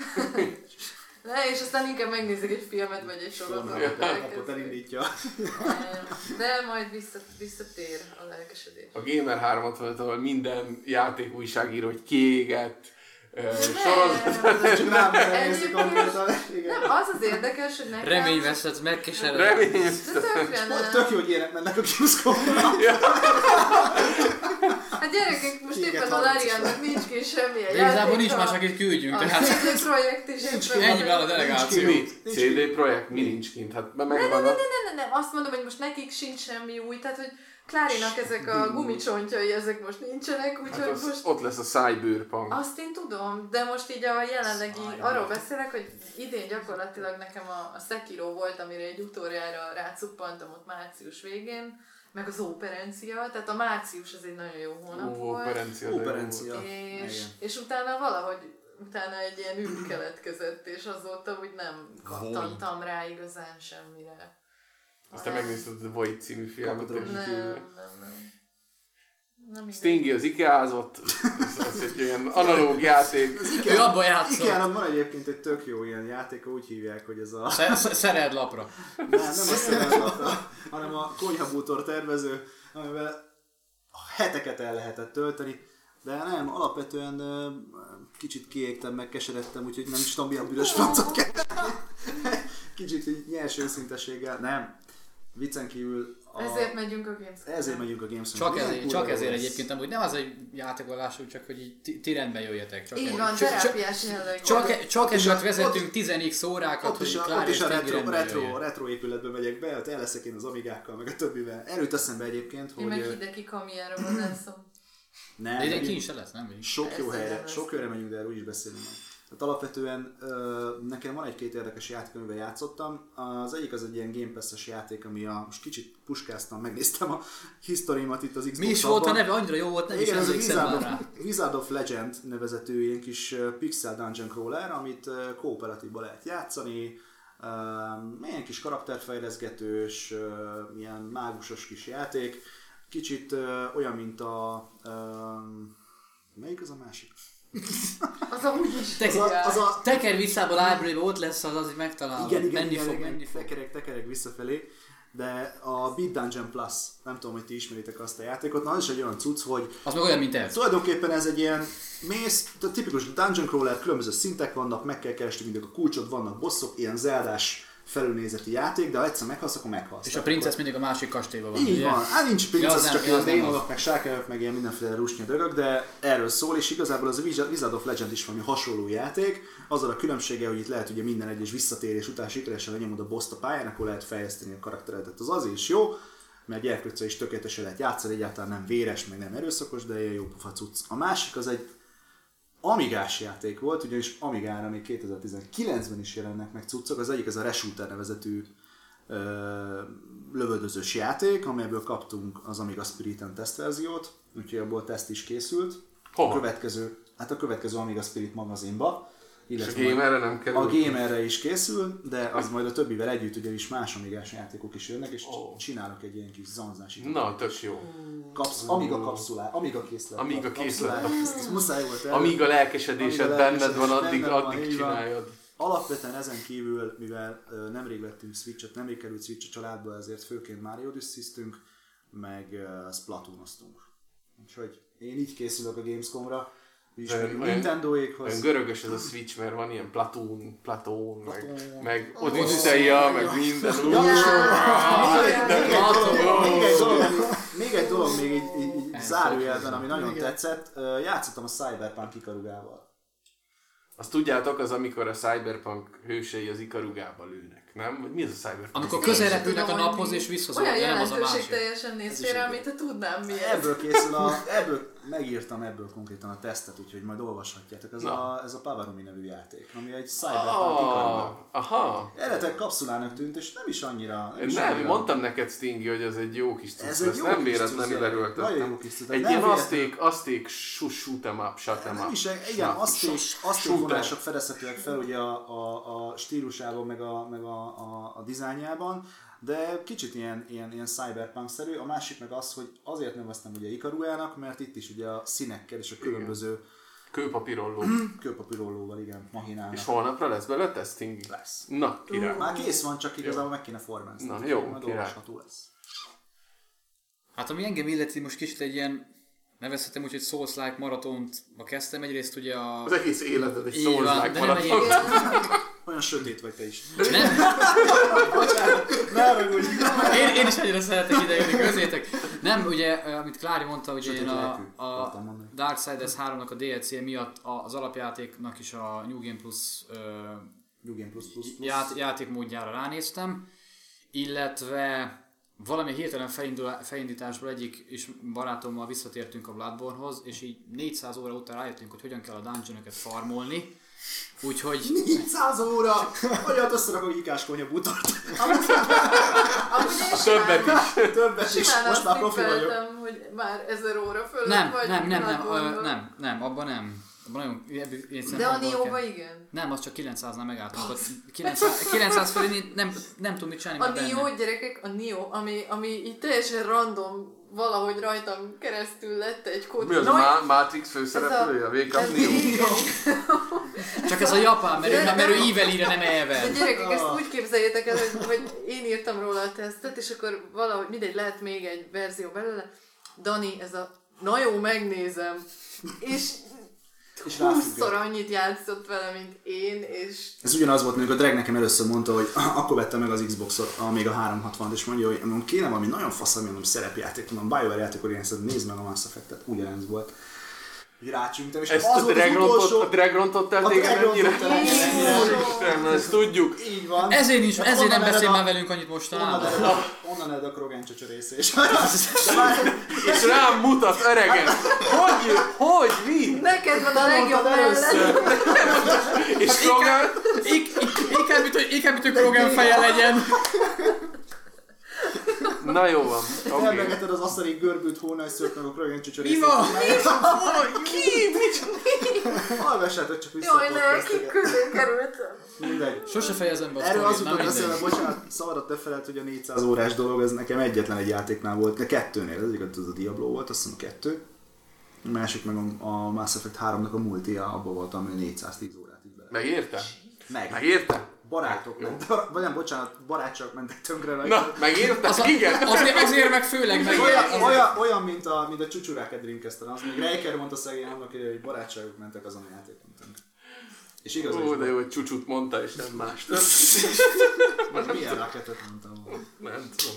Ne, és aztán inkább megnézzük egy filmet, vagy egy sorozatot. Akkor elindítja. De majd vissza, visszatér a lelkesedés. A Gamer hármat volt, ahol minden játék újságíró, hogy kiégett, sorozat. Csak rám elnézni konkrétan. Nem, az az érdekes, hogy nekem... Reményveszett, megkeseredett. Reményveszett. Tökre nem. Tök jó, hogy ilyenek mennek a Gamescom-ra. Hát gyerekek, most Kiéget éppen a harminc. Lariannak nincs ki semmilyen De igazából nincs játéka. más, akit küldjünk, A tehát cé dé Projekt is éppen ennyivel a van. delegáció. Mi? cé dé Projekt? Mi nincs kint? Hát Ne, ne, megvan ne, a... ne, ne, ne, azt mondom, hogy most nekik sincs semmi új, tehát hogy Klárinak ezek a gumicsontjai, ezek most nincsenek, úgyhogy Hát az, most... ott lesz a Cyberpunk. Azt én tudom, de most így a jelenlegi, arról beszélek, hogy idén gyakorlatilag nekem a, a Sekiro volt, amire egy utoljára rácuppantam ott március végén, meg az Operencia, tehát a március az egy nagyon jó hónap Ó, volt. Operencia. Operencia. És, Igen. és utána valahogy utána egy ilyen űr keletkezett, és azóta úgy nem kattantam rá igazán semmire. Aztán megnézted a Void című filmet. Kapod és- Nem, nem, nem. Nem igen. Stingy az ikeázott, ez, ez egy ilyen analóg játék. Ő abban játszott. Igen, van egyébként egy tök jó ilyen játék, úgy hívják, hogy ez a... Sze- sze- Szereld lapra. Nem, nem a szerelata, hanem a konyhabútor tervező, amivel heteket el lehetett tölteni. De nem, alapvetően ö, kicsit kiégtem, meg keseredtem, úgyhogy nem is tudom, milyen büdös francot kell. Kicsit így nyers őszintességgel, nem. Viccen kívül... A... Ezért megyünk a Gamescom. Ezért megyünk a Gamescom. Csak ezért, csak ezért egyébként, amúgy nem az egy játékolású, csak hogy így ti, ti rendben jöjjetek. Csak így van, terápiás jelleg. Csak, csak ezért vezetünk tíz x órákat, hogy Klári és Stingy rendben retro, retro épületbe megyek be, ott el leszek én az Amigákkal, meg a többivel. Erőt eszembe egyébként, hogy... Én meg Hideki Kamiára vadászom. Nem, de ki is lesz, nem? Sok jó helyre, sok helyre megyünk, de erről is beszélünk majd. Tehát alapvetően ö, nekem van egy-két érdekes játék, amivel játszottam. Az egyik az egy ilyen Game Pass-es játék, ami a, most kicsit puskáztam, megnéztem a historimat itt az Xbox-ban. Mi is volt a neve? Annyira jó volt, nem igen, is emlékszem már rá. Wizard of Legend nevezetű ilyen kis pixel dungeon crawler, amit kooperatívban lehet játszani. Uh, ilyen kis karakterfejleszgetős, uh, ilyen mágusos kis játék. Kicsit uh, olyan, mint a... Uh, melyik az a másik? Az a úgyis. Teker, az a... Teker visszába a library-ba, ott lesz az, az így megtalálva. Igen, igen, menni igen, fog, igen, menni fog. Tekerek, tekerek visszafelé. De a Beat Dungeon Plus, nem tudom, hogy ti ismeritek azt a játékot, na az is egy olyan cucc, hogy... Az meg olyan, mint ez. Tulajdonképpen ez egy ilyen mész, tipikus dungeon crawler, különböző szintek vannak, meg kell keresni mindig a kulcsot, vannak bosszok, ilyen zeldás felülnézeti játék, de ha egyszer meghalsz, akkor meghalsz. És a princesz mindig a másik kastélyban van. Így ugye? van, hát nincs princesz, ja, csak nem, ilyen démonok, meg sárkányok, meg ilyen mindenféle rusnya dögök, de erről szól, és igazából az a Wizard of Legend is valami hasonló játék, azzal a különbsége, hogy itt lehet ugye minden egyes visszatérés után sikeresen lenyomod a boss-t a pályán, akkor lehet fejleszteni a karakteredet. Az azért is jó, mert gyerkőccel is tökéletesen lehet játszani, egyáltalán nem véres, meg nem erőszakos, de ilyen jó pufa cucc. A másik az egy Amigás játék volt, ugyanis Amigára még kétezer-tizenkilencben is jelennek meg cuccok, az egyik az a Re-Shooter nevezetű ö, lövöldözős játék, amelyből kaptunk az Amiga Spirit-en tesztverziót, úgyhogy abból teszt is készült. Hova? A következő, hát a következő Amiga Spirit magazinba. És a Gamerre nem kerül? A Gamerre is készül, de az majd a többivel együtt ugyanis más Amigás játékok is jönnek, és oh. csinálok egy ilyen kis zanzás. Na, tök jó. Kapsz, Amiga kapszulá, Amiga készlet. Amiga készlet. Muszáj volt el. Amíg a lelkesedésed benned van, addig, benned van, addig így van. csináljad. Alapvetően ezen kívül, mivel uh, nemrég vettünk Switch-et, nemrég került Switch a családba, ezért főként Mario Odyssey-ztünk, meg uh, Splatoon-oztunk. Úgyhogy én így készülök a Gamescomra. Nintendo-ékhoz. Olyan görögös ez a Switch, mert van ilyen Platoon, Platón, meg, meg Odysseia, meg minden. Még egy dolog még így, így, így zárójelben, ami nagyon tetszett. Játszottam a Cyberpunk Ikarugával. Azt tudjátok, az amikor a Cyberpunk hősei az Ikarugába lőnek, nem? Vagy mi ez a Cyberpunk? Amikor közel repülnek a naphoz és visszaszólnak, olyan nem az a másik. jelentőség teljesen néz félre, amit ha tudnám mi ez. Ebből készül a, ebből megírtam ebből konkrétan a tesztet, úgyhogy majd olvashatjátok. Ez, a, ez a Pavarumi nevű játék, ami egy Cyberpunk Ikaruga. Aha. Eredetileg kapszulának tűnt, és nem is annyira... Nem, is nem annyira... mondtam neked, Stingy, hogy ez egy jó kis cucc, Ez egy ezt jó nem kis véletlenül cucc, erőltettem. nagyon jó kis cucc. Egy Nem ilyen véletlenül- azték, azték shoot'em up, shoot'em Nem up. is, igen, azték, azték shooter. vonások fedezhetőek fel ugye a, a, a stílusában, meg a, meg a, a, a dizájnjában, de kicsit ilyen, ilyen, ilyen cyberpunk-szerű. A másik meg az, hogy azért neveztem ugye Ikarugának, mert itt is ugye a színekkel és a különböző Kőpapírolló. kőpapírollóval, igen, mahinálnak. És holnapra lesz belőle testing? Lesz. Na, király. Már kész van, csak igazából meg kéne formázni. Na, jó, majd király. olvasható lesz. Hát ami engem illeti, most kicsit egy ilyen, nevezhetem úgy, hogy Souls-like maratont ma kezdtem. Egyrészt ugye a... Az egész életed egy Így van, Souls-like de nem maraton. Olyan sötét vagy te is. Nem, Ne haragudj! én, én is annyira szeretek ide jönni közétek. Nem, ugye, amit Klári mondta, hogy Sötét én a, lelkű, a akartam mondani. Darksiders háromnak a dé el cé miatt az alapjátéknak is a New Game Plus ö, New Game Plus Plus Plus. ját, játékmódjára ránéztem, illetve valami hirtelen felindul- felindításból egyik is barátommal visszatértünk a Bloodborne-hoz, és így négyszáz óra után rájöttünk, hogy hogyan kell a dungeonokat farmolni. Úgyhogy... négyszáz óra! Olyat összerakok ikás konyhabútort. Amúgy én Többet is. Többet is. simán Most azt már profi vagyok. tippeltem, hogy már ezer óra fölött Nem, vagy. nem, nem, nem, ö, Bloodborne-ban. nem, nem, abban nem. Abban nagyon... ilyen De a szempontból Nioba kell. igen. Nem, az csak kilencszáznál megálltunk. Ott kilencszáz, kilencszáz felé nem, nem tudom mit csinálni A már Nio, benne. gyerekek, a Nio, ami, ami így teljesen random valahogy rajtam keresztül lett egy kód. Mi az a Ma- Matrix főszereplője? A Wake Up Neo? Csak ez a japán, mert, ő, De- mert ő de- ívelire nem De elvel. gyerekek, ezt úgy képzeljétek el, hogy, hogy én írtam róla a tesztet, és akkor valahogy mindegy, lehet még egy verzió belőle. Dani, ez a na jó, megnézem. És húszszor annyit játszott vele, mint én, és... Ez ugyanaz volt, amikor a Drag nekem először mondta, hogy akkor vette meg az Xboxot, a, még a háromszázhatvanat, és mondja, hogy mondom, kéne valami nagyon fasz, ami mondom, szerepjáték, mondom, BioWare játékor ilyen szed, nézd meg a Mass Effect-et, ugyanez volt. Így rácsüntem, és ezt az a Drag utolsó... a Drag rontottál téged ennyire? Nem, ezt tudjuk. Így van. Ezért, nincs, Tehát ezért nem onnan beszél ered már a- velünk annyit Onnan mostanában. ered a, onnan ered a Krogan csöcsö részés. És rám mutat öregen. Hogy? Hogy? Mi? Neked van a legjobb először. mellett. És Krogan? Ik- ik- Inkább, mint hogy- inkább, mint hogy Krogan feje legyen. Na jó van. Oké. Elmegeted az asztali görbült hónajszőt meg a Krogan csöcsö Mi részét. van? Ki? Mit? Hallgassátok csak vissza a Jaj, ne, kik podcasteket. közé kerültem. Mindegy. Sose fejezem be a Erről sztorit, az na utóbb mindegy. beszélve, bocsánat, szabadott te felett, hogy a négyszáz órás dolog, ez nekem egyetlen egy játéknál volt, de kettőnél, ez igaz, az a Diablo volt, azt hiszem a kettő. A másik meg a, a Mass Effect háromnak a multia, abban voltam, hogy négyszáztíz órát így bele. Megérte? Meg. Megérte? Barátok mentek, vagy nem, bocsánat, barátság mentek tönkre rajta. Na, megérte? Az a, Igen. azért, azért meg főleg meg. Olyan, olyan, olyan, mint a, mint a csúcsurák a Dreamcast-en, az még Reiker mondta szegény annak, hogy barátságok mentek azon a játékon tönkre. És igaz, Ó, is de volt. jó, hogy csúcsút mondta, és nem mást. Most milyen raketet mondtam volna. Nem tudom.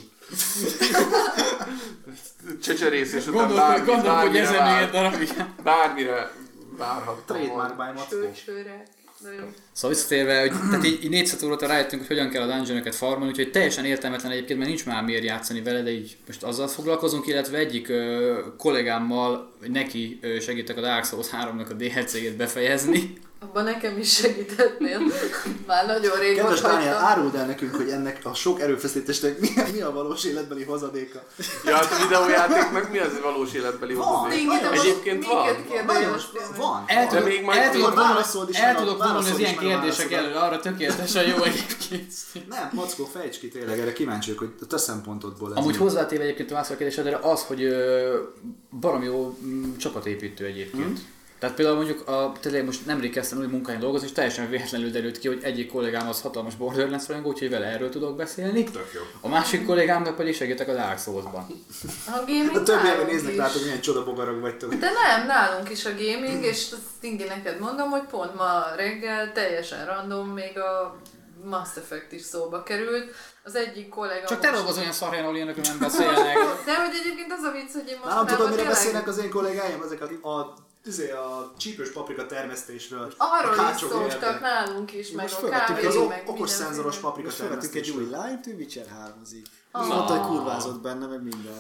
Csecserész, és után Gondolkodj, bármi, gondolkodj bármire, ezen még egy vár, darabig. bármire várhattam Trademark volna. by Mackó. Csőcsőre. Na jó. Szóval visszatérve, hogy tehát így, így négyszáz órára rájöttünk, hogy hogyan kell a dungeonokat farmolni, úgyhogy teljesen értelmetlen egyébként, mert nincs már miért játszani vele, de így most azzal foglalkozunk, illetve egyik ö, kollégámmal, vagy neki ö, segítek a Dark Souls háromnak a dé el cé-jét befejezni. Abban nekem is segítetnél. Már nagyon rég Kedves ott Dániel, hagytam. áruld el nekünk, hogy ennek a sok erőfeszítésnek mi, mi a valós életbeli hozadéka. Ja, hát a videójátéknak mi az valós életbeli hozadék? Tényleg, de most Egyébként van. minket kérdeztél meg. Van. El De tudok, még majd el tudod, tudok vonulni, válaszolni is el meg a- tudok vonulni az válaszolni ilyen is meg a kérdések válaszodat. elől, arra tökéletesen jó egyébként. Nem, Mackó, fejtsd ki tényleg, erre kíváncsi vagyok, hogy a te szempontodból ez. Amúgy mi. hozzátéve egyébként a másik kérdésedre az, hogy ö, baromi jó mm, csapatépítő egyébként. Hmm. Tehát például mondjuk a, tényleg most nemrég kezdtem új munkáin dolgozni, és teljesen véletlenül derült ki, hogy egyik kollégám az hatalmas Borderlands rajongó, úgyhogy vele erről tudok beszélni. Tök jó. A másik kollégámnak pedig segítek a Dark Souls-ban. A gaming A többiek nálunk néznek, is. látok, milyen csodabogarak vagytok. De nem, nálunk is a gaming, és azt Stingy neked mondom, hogy pont ma reggel teljesen random még a Mass Effect is szóba került. Az egyik kollega Csak te most- dolgozol olyan szarhelyen, ahol ilyenekről nem beszélnek. De hogy egyébként az a vicc, hogy én most Nálam tudod, mire tényleg beszélnek az én kollégáim? Ezek a, a, izé, a csípős paprika termesztésről. arról a is kácsok szóltak érnek. nálunk is, meg Most a felvettük kávé, Az meg o- mindenféle. okos szenzoros paprika Most felvettük egy új termesztésről. line-t, ő Witcher hármazik. Ah. Mondta, hogy kurvázott benne, meg minden.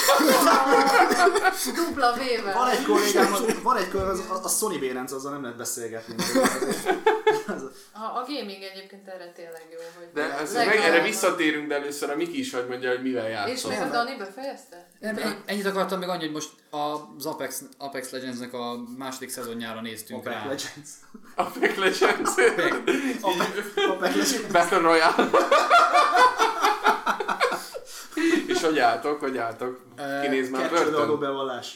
Dupla V-vel. Van egy kollégám, az- van egy kollégám, az, a Sony Bérenc, azzal nem lehet beszélgetni. A, a gaming egyébként erre tényleg jó, hogy De ezt legalább- meg erre visszatérünk, de először a Miki is hagy mondja, hogy mivel És játszol. még a Dani befejezte? Nem, en- ennyit akartam még annyi, hogy most az Apex, Apex Legends-nek a második szezonjára néztünk Apex rá. Legends. Apex Legends. Apex Legends. Battle Royale. És hogy álltok, hogy álltok? Kinéz már Kettő adó börtön? bevallás.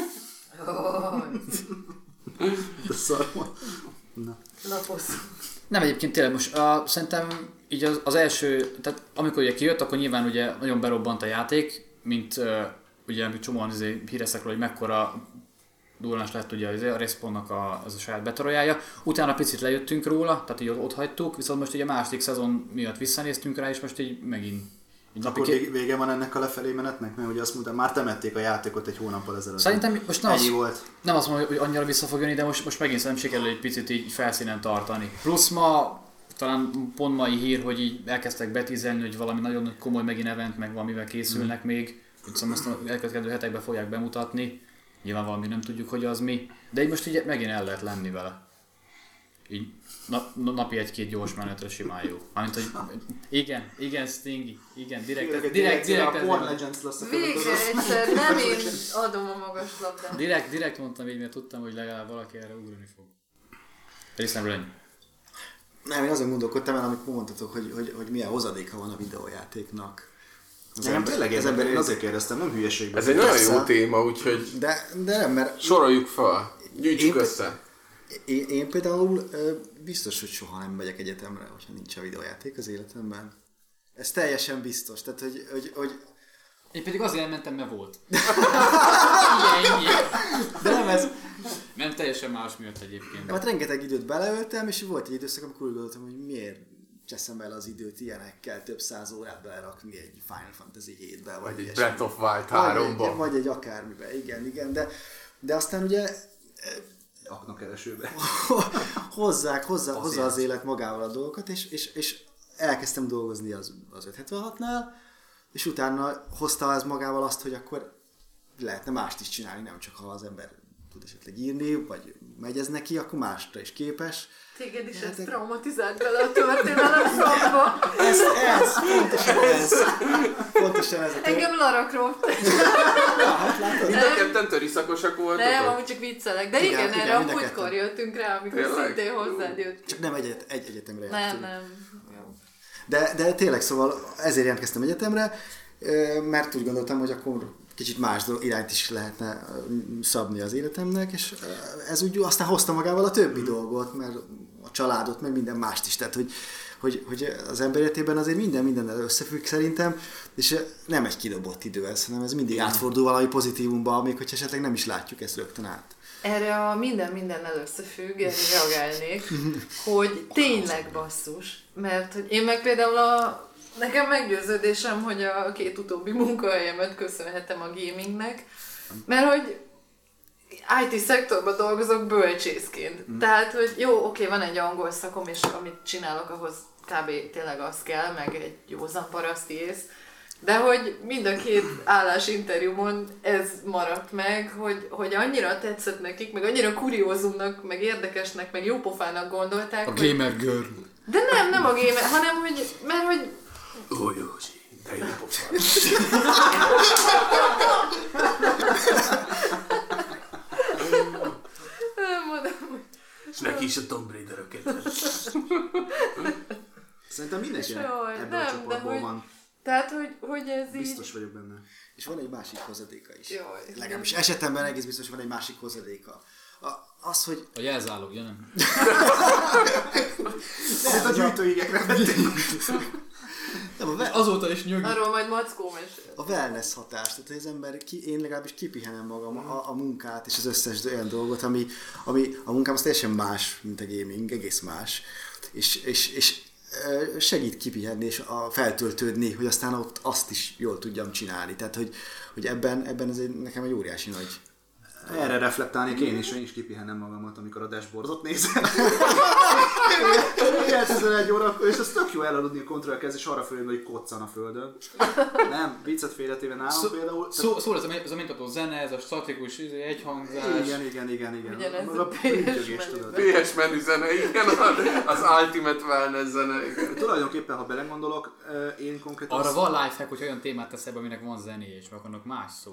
De szar van. Na. Laposz. Nem, egyébként tényleg most uh, szerintem így az, az első, tehát amikor ugye kijött, akkor nyilván ugye nagyon berobbant a játék, mint uh, ugye amit csomóan izé híreztek róla, hogy mekkora durrás lett ugye az a Respawnnak a, az a saját betarojája. Utána picit lejöttünk róla, tehát így ott hagytuk, viszont most ugye a második szezon miatt visszanéztünk rá, és most így megint így napi Akkor ké- vég- vége van ennek a lefelé menetnek, mert ugye azt mondtam, már temették a játékot egy hónappal ezelőtt. Szerintem most nem Ennyi az, volt. nem azt mondom, hogy annyira vissza fog jönni, de most, most megint szerintem sikerül egy picit így felszínen tartani. Plusz ma, talán pont mai hír, hogy így elkezdtek betízelni, hogy valami nagyon komoly megint event, meg valamivel készülnek mm. még. Szóval azt a elkövetkező hetekben fogják bemutatni. Nyilván valami nem tudjuk, hogy az mi. De így most így megint el lehet lenni vele. Így na, napi egy-két gyors menetre simán jó. Mármint, hogy igen, igen, Stingy, igen, direkt, direkt, direkt, direkt, a Porn direkt, Legends lesz a Végre következő. egyszer, nem én adom a magas labdát. direkt, direkt mondtam így, mert tudtam, hogy legalább valaki erre ugrani fog. Részemről ennyi. Nem, én azon gondolkodtam el, amit mondtatok, hogy, hogy, hogy milyen hozadéka van a videójátéknak. Az Nem, ember- tényleg az érdekel, ember én azért kérdeztem, nem hülyeségben. Ez egy nagyon Persze. jó téma, úgyhogy De, de nem, mert soroljuk fel. Gyűjtsük Én- össze. én, én például ö, biztos, hogy soha nem megyek egyetemre, hogyha nincs a videójáték az életemben. Ez teljesen biztos. Tehát, hogy, hogy, hogy Én pedig azért mentem, mert volt. Igen, ennyi. De nem ez. Nem teljesen más miatt egyébként. Hát rengeteg időt beleöltem, és volt egy időszak, amikor úgy gondoltam, hogy miért cseszem el az időt ilyenekkel, több száz órát belerakni egy Final Fantasy hétbe, vagy, vagy egy ilyesmi. Breath of Wild háromba. Vagy, vagy egy akármibe, igen, igen, de, de aztán ugye aknakeresőbe. hozzák, hozzá, hozzá az élet magával a dolgokat, és, és, és elkezdtem dolgozni az, az ötszázhetvenhatnál, és utána hozta ez magával azt, hogy akkor lehetne mást is csinálni, nem csak ha az ember tud esetleg írni, vagy megy ez neki, akkor másra is képes. Téged is ez traumatizált bele a történelem szakba. Ez, ez, pontosan ez. Pontosan ez a történet. Engem Lara Croft. Mind a ketten töriszakosak voltak? Nem, amúgy csak viccelek. De igen, Igen, erre igen, a mind a múltkor ketten. jöttünk rá, amikor Tényleg? szintén hozzád jöttünk. Csak nem egy, egy egyetemre Nem, jártunk. nem. De, de tényleg, szóval ezért jelentkeztem egyetemre, mert úgy gondoltam, hogy akkor kicsit más irányt is lehetne szabni az életemnek, és ez úgy aztán hozta magával a többi dolgot, mert a családot, meg minden mást is. Tehát, hogy, hogy, hogy az ember életében azért minden mindennel összefügg szerintem, és nem egy kidobott idő ez, hanem ez mindig átfordul valami pozitívumba, még hogy esetleg nem is látjuk ezt rögtön át. Erre a minden mindennel összefügg, erre reagálnék, hogy tényleg basszus, mert hogy én meg például a nekem meggyőződésem, hogy a két utóbbi munkahelyemet köszönhetem a gamingnek, mert hogy í té szektorban dolgozok bölcsészként. Mm. Tehát, hogy jó, oké, van egy angol szakom, és amit csinálok, ahhoz kb. Tényleg az kell, meg egy józan paraszti ész. De hogy mind a két állásinterjúmon ez maradt meg, hogy, hogy annyira tetszett nekik, meg annyira kuriózumnak, meg érdekesnek, meg jópofának gondolták. A hogy... gamer girl. De nem, nem a gamer, hanem hogy, mert hogy Ó, Józsi, de jó pofán. nem mondom. És neki is a Tomb Raider-öket. Szerintem mindenkinek Jaj, ebből a nem, csoportból hogy- van. Tehát, hogy, hogy ez így... Biztos vagyok benne. És van egy másik hozadéka is. Jaj, Legalábbis esetemben egész biztos van egy másik hozadéka. A, az, hogy A jelzálogja, nem? Ezt a gyűjtőigekre vettünk. nem, a, we- Azóta is nyög. Arról majd Mackó mesél. a wellness hatás, tehát hogy az ember, ki, én legalábbis kipihenem magam a, a munkát és az összes olyan dolgot, ami, ami a munkám az teljesen más, mint a gaming, egész más. És, és, és ö, segít kipihenni és a, feltöltődni, hogy aztán ott azt is jól tudjam csinálni. Tehát, hogy, hogy ebben, ebben ez egy, nekem egy óriási nagy. Erre reflektálnék én is, én is kipihenem magamat, amikor a dashboardot nézem. tizenegy órakor, és az tök jó elaludni a kontrollkezz, és arra följön, hogy koccan a földön. Nem, viccet félretéve nálam Szó, például. szó, szól ez a, ez a mintható zene, ez a statikus izé, egyhangzás. Igen, igen, igen, igen. Ugyanez Meg a prüntjögés, pé es tudod. pé es menü zene, igen, az Ultimate Wellness zene, igen. Tulajdonképpen, ha belegondolok, én konkrétan... Arra van lifehack, hogy olyan témát tesz ebbe, aminek van zené, és annak más szó.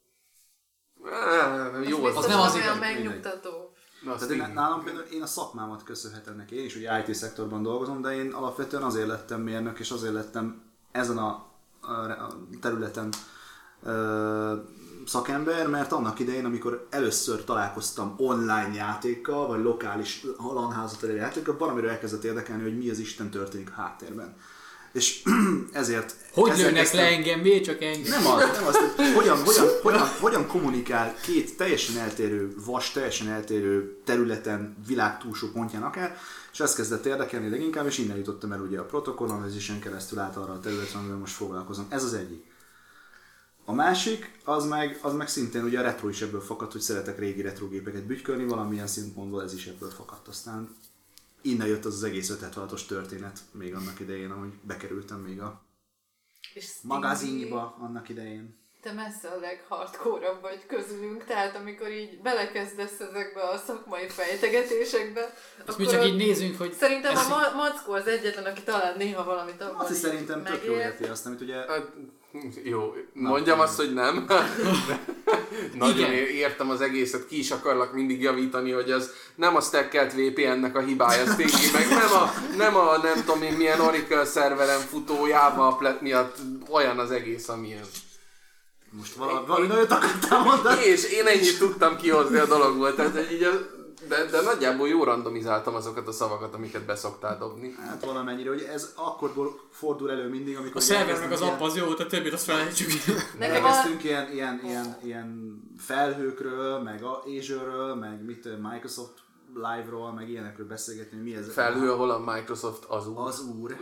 Ah, jó, Az, az az nem nem az az olyan igaz, megnyugtató. Na, Tehát én, nálam például én a szakmámat köszönhetem neki, én is ugye í té szektorban dolgozom, de én alapvetően azért lettem mérnök, és azért lettem ezen a, a területen ö, szakember, mert annak idején, amikor először találkoztam online játékkal, vagy lokális lanházat játékkal, valamiről elkezdett érdekelni, hogy mi az Isten történik a háttérben. És ezért... Hogy ezért lőnek kezdtem- le engem, miért csak engem? Nem az, nem az, hogy hogyan, hogyan, hogyan, hogyan kommunikál két teljesen eltérő vas, teljesen eltérő területen, világ túlsó pontján akár, és ez kezdett érdekelni leginkább, és innen jutottam el ugye a Protocol Analysis-en keresztül át arra a területre, amivel most foglalkozom. Ez az egyik. A másik, az meg, az meg szintén ugye a retro is ebből fakadt, hogy szeretek régi retrogépeket bütykölni, valamilyen szempontból ez is ebből fakadt. Aztán innen jött az az egész ötvenhatos történet még annak idején, ahogy bekerültem még a És Stingy, magazinba annak idején. te messze a leghardcore-abb vagy közülünk, tehát amikor így belekezdesz ezekbe a szakmai fejtegetésekbe, Azt mi csak így nézünk, hogy... Szerintem ez a Ma- Mackó az egyetlen, aki talán néha valamit abban Azt is így szerintem tök jól megért. érti azt, amit ugye... Hát, jó, mondjam azt, hogy nem. Nagyon Igen. értem az egészet, ki is akarlak mindig javítani, hogy az nem a stackelt vé pé en-nek a hibája, az tényleg meg nem a, nem a nem tudom én milyen Oracle szerveren futó Java applet miatt olyan az egész, amilyen. Most valami, valami nagyot akartál mondani? És én ennyit tudtam kihozni a dologból, tehát hogy így a De, de nagyjából jó randomizáltam azokat a szavakat, amiket beszoktál dobni. Hát valamennyire, hogy ez akkorból fordul elő mindig, amikor... A szerver meg az app az jó, a többit azt felejtsük. Elkezdtünk ilyen, ilyen, ilyen, ilyen felhőkről, meg Azure-ről, meg mit, Microsoft Live-ról, meg ilyenekről beszélgetni, mi ez? Felhő, ahol a Microsoft az úr. Az úr.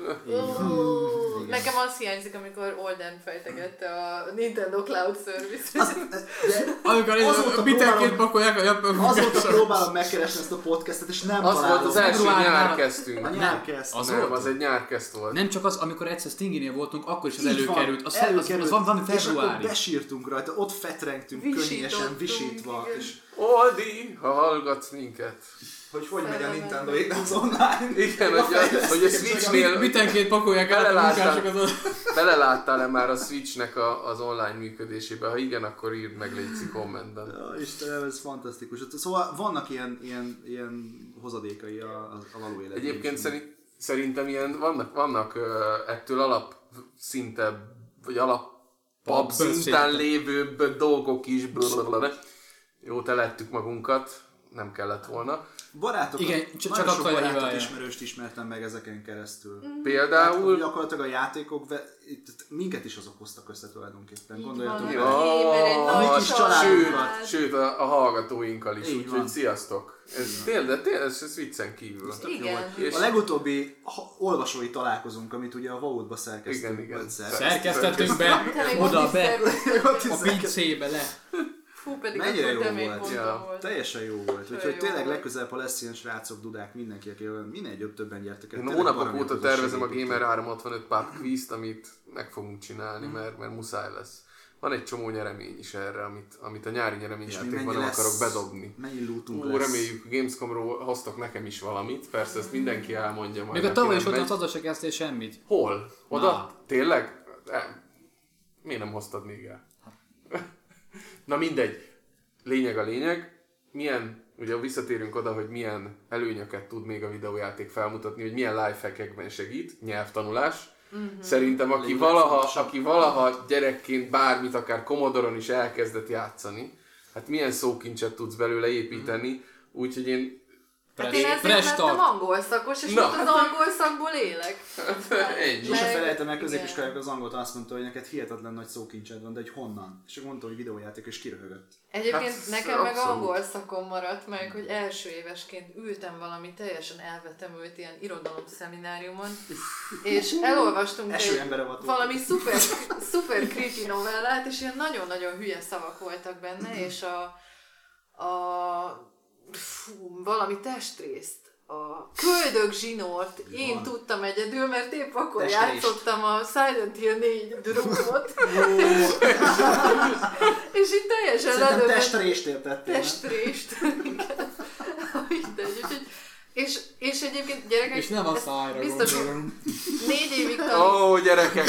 Uh, nekem az hiányzik, amikor Olden fejtegette a Nintendo Cloud Service. Az, de amikor mindenként pakolják a japán azóta próbálom megkeresni ezt a podcastet, és nem Az találom. volt az első nyárkezdtünk. A nyárkeszt. Az Nem, volt? az egy nyárkeszt volt. Nem csak az, amikor egyszer Stinginél voltunk, akkor is az Így van, előkerült. Az, előkerült, az, az van valami és akkor februári. besírtunk rajta, ott fetrengtünk könnyesen, visítva, igen. és Oldi, ha hallgatsz minket. hogy hogy megy a Nintendo éppen az online. Igen, hogy a, hogy a Switchnél Mindenként pakolják át a Beleláttál. munkásokat. beleláttál-e már a Switchnek a, az online működésébe? Ha igen, akkor írd meg, légy kommentben. Ja, Istenem, ez fantasztikus. Szóval vannak ilyen, ilyen, ilyen hozadékai a, a, a való életben. Egyébként szerint, szerintem ilyen vannak, vannak uh, ettől alap szinte, vagy alapabb szinten lévőbb dolgok is. Blablabla. Jó, telettük magunkat, nem kellett volna. Barátokat, Igen, csak nagyon a sok kaja barátot hibája. ismerőst ismertem meg ezeken keresztül. Például... Hát, gyakorlatilag a játékok, ve, itt, minket is azok hoztak össze tulajdonképpen. Gondoljatok Így bele. van. Gamer, egy a mi nagy kis család. családunkat. Sőt, sőt a, a hallgatóinkkal is, Így úgyhogy van. sziasztok! Ez tényleg, tényleg, ez viccen kívül. Igen. És A legutóbbi ha- olvasói találkozunk, amit ugye a Vault-ba szerkeztünk. Igen, igen. egyszer. Szerkesztettünk be, Tényleg oda ott is be, szerveztek. a pincébe le. Fú, pedig Mennyire akkor jó kemény volt. ponton Ja. volt. Teljesen jó volt. Úgyhogy jó tényleg volt. legközelebb, ha lesz ilyen srácok, dudák, mindenki, aki olyan, minél jobb többen gyertek el. Én Tényleg hónapok baromi óta jó közösség tervezem a építünk. Gamer háromszázhatvanöt pub quizt, amit meg fogunk csinálni, mert, mert muszáj lesz. Van egy csomó nyeremény is erre, amit, amit a nyári És mi nyereményjátékban mennyi nem lesz? akarok bedobni. Mennyi lootunk Ú, lesz? reméljük, Gamescomról hoztak nekem is valamit, persze ezt mindenki elmondja majd. Még a aki tavaly is nem ott megy. az oda se kezdtél semmit. Hol? Oda? Na. Tényleg? Nem. Miért nem hoztad még el? Na mindegy. Lényeg a lényeg. Milyen, ugye visszatérünk oda, hogy milyen előnyöket tud még a videójáték felmutatni, hogy milyen lifehackekben segít, nyelvtanulás. Mm-hmm. Szerintem aki Lényeg valaha, fontosabb. aki valaha gyerekként bármit, akár Commodore-on is elkezdett játszani, hát milyen szókincset tudsz belőle építeni, úgyhogy én Hát én ezért Fresh lettem start. angol szakos, és Na. most az angol szakból élek. ennyi. Sose Meg- felejtem el igen. középiskolában az angolt azt mondta, hogy neked hihetetlen nagy szókincsed van, de hogy honnan? És akkor mondtam, hogy videójáték, és kiröhögött. Egyébként Hát, nekem meg abszolút. angol szakom maradt meg, hogy első évesként ültem valami teljesen elvetemült ilyen irodalom szemináriumon, és elolvastunk Eső egy embere volt. valami szuper, szuper creepy novellát, és ilyen nagyon-nagyon hülye szavak voltak benne, és a, a fú, valami testrészt, a köldök zsinort én Van. tudtam egyedül, mert épp akkor Testrést. játszottam a Silent Hill négy drukkot, és így teljesen Szerintem ledöbbent- testrést értettél. nem? testrést. Igen. Mindegy, úgyhogy és, és egyébként gyerekek, És nem a ezt szájra biztos gondolom. négy évig Ó, tanultam. oh, gyerekek!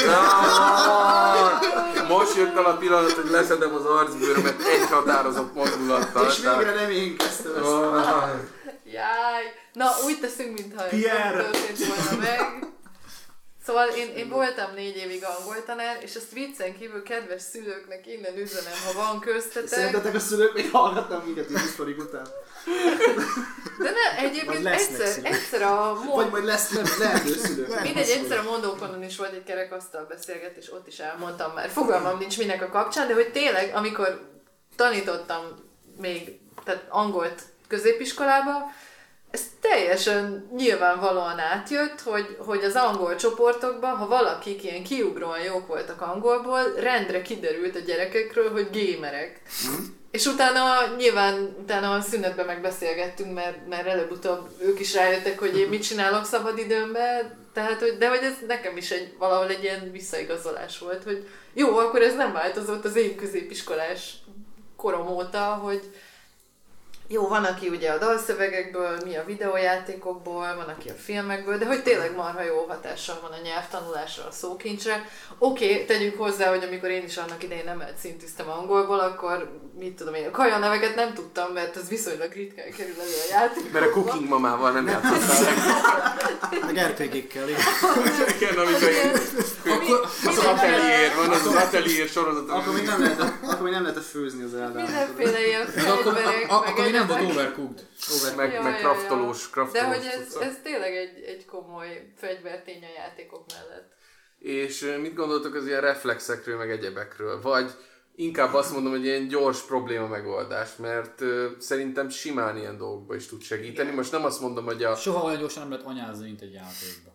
Ah! Most jött el a pillanat, hogy leszedem az arcbőrömet egy határozott mozdulattal. És végre nem én kezdtem ezt. Ah. Jaj! Na, úgy teszünk, mintha ez Pierre! nem történt volna meg. Szóval én, én voltam négy évig angoltanár, és ezt viccen kívül kedves szülőknek innen üzenem, ha van köztetek. Szerintetek a szülők még hallgatnak minket így sztorik után? De ne, egyébként Vagy lesznek egyszer, szülők. egyszer a Vagy mond... majd lesz lehető szülők. Mindegy, egyszer a mondókonon is volt egy kerekasztal beszélgetés, ott is elmondtam már. Fogalmam nincs minek a kapcsán, de hogy tényleg, amikor tanítottam még, tehát angolt középiskolába, ez teljesen nyilvánvalóan átjött, hogy, hogy az angol csoportokban, ha valakik ilyen kiugróan jók voltak angolból, rendre kiderült a gyerekekről, hogy gémerek. Mm. És utána nyilván utána a szünetben megbeszélgettünk, mert, mert előbb-utóbb ők is rájöttek, hogy én mit csinálok szabadidőmben, tehát, hogy, de hogy ez nekem is egy, valahol egy ilyen visszaigazolás volt, hogy jó, akkor ez nem változott az én középiskolás korom óta, hogy jó, van, aki ugye a dalszövegekből, mi a videójátékokból, van, aki a filmekből, de hogy tényleg marha jó hatással van a nyelvtanulásra, a szókincsre. Oké, okay, tegyük hozzá, hogy amikor én is annak idején emelt szintűztem angolból, akkor mit tudom én, a kaja neveket nem tudtam, mert az viszonylag ritkán kerül elő a játékokba. Mert a cooking mamával nem játszottál. Meg er pé gé-kkel, igen. Igen, amikor Ilyen- az ateliér van, az Atelier sorozatot. Akkor még nem lehetett, akkor még nem lehetett főzni az Eldát. Mindenféle ilyen Akkor, fegyverek, akkor meg még nem volt egyebek. overcooked. Meg, Ja, meg ja, kraftolós, ja. kraftolós. De hogy ez, cucca. ez tényleg egy, egy komoly fegyvertény a játékok mellett. És ö, mit gondoltok az ilyen reflexekről, meg egyebekről? Vagy inkább azt mondom, hogy ilyen gyors probléma megoldás, mert ö, szerintem simán ilyen dolgokba is tud segíteni. Most nem azt mondom, hogy a... Soha olyan gyorsan nem lehet anyázni, mint egy játékban.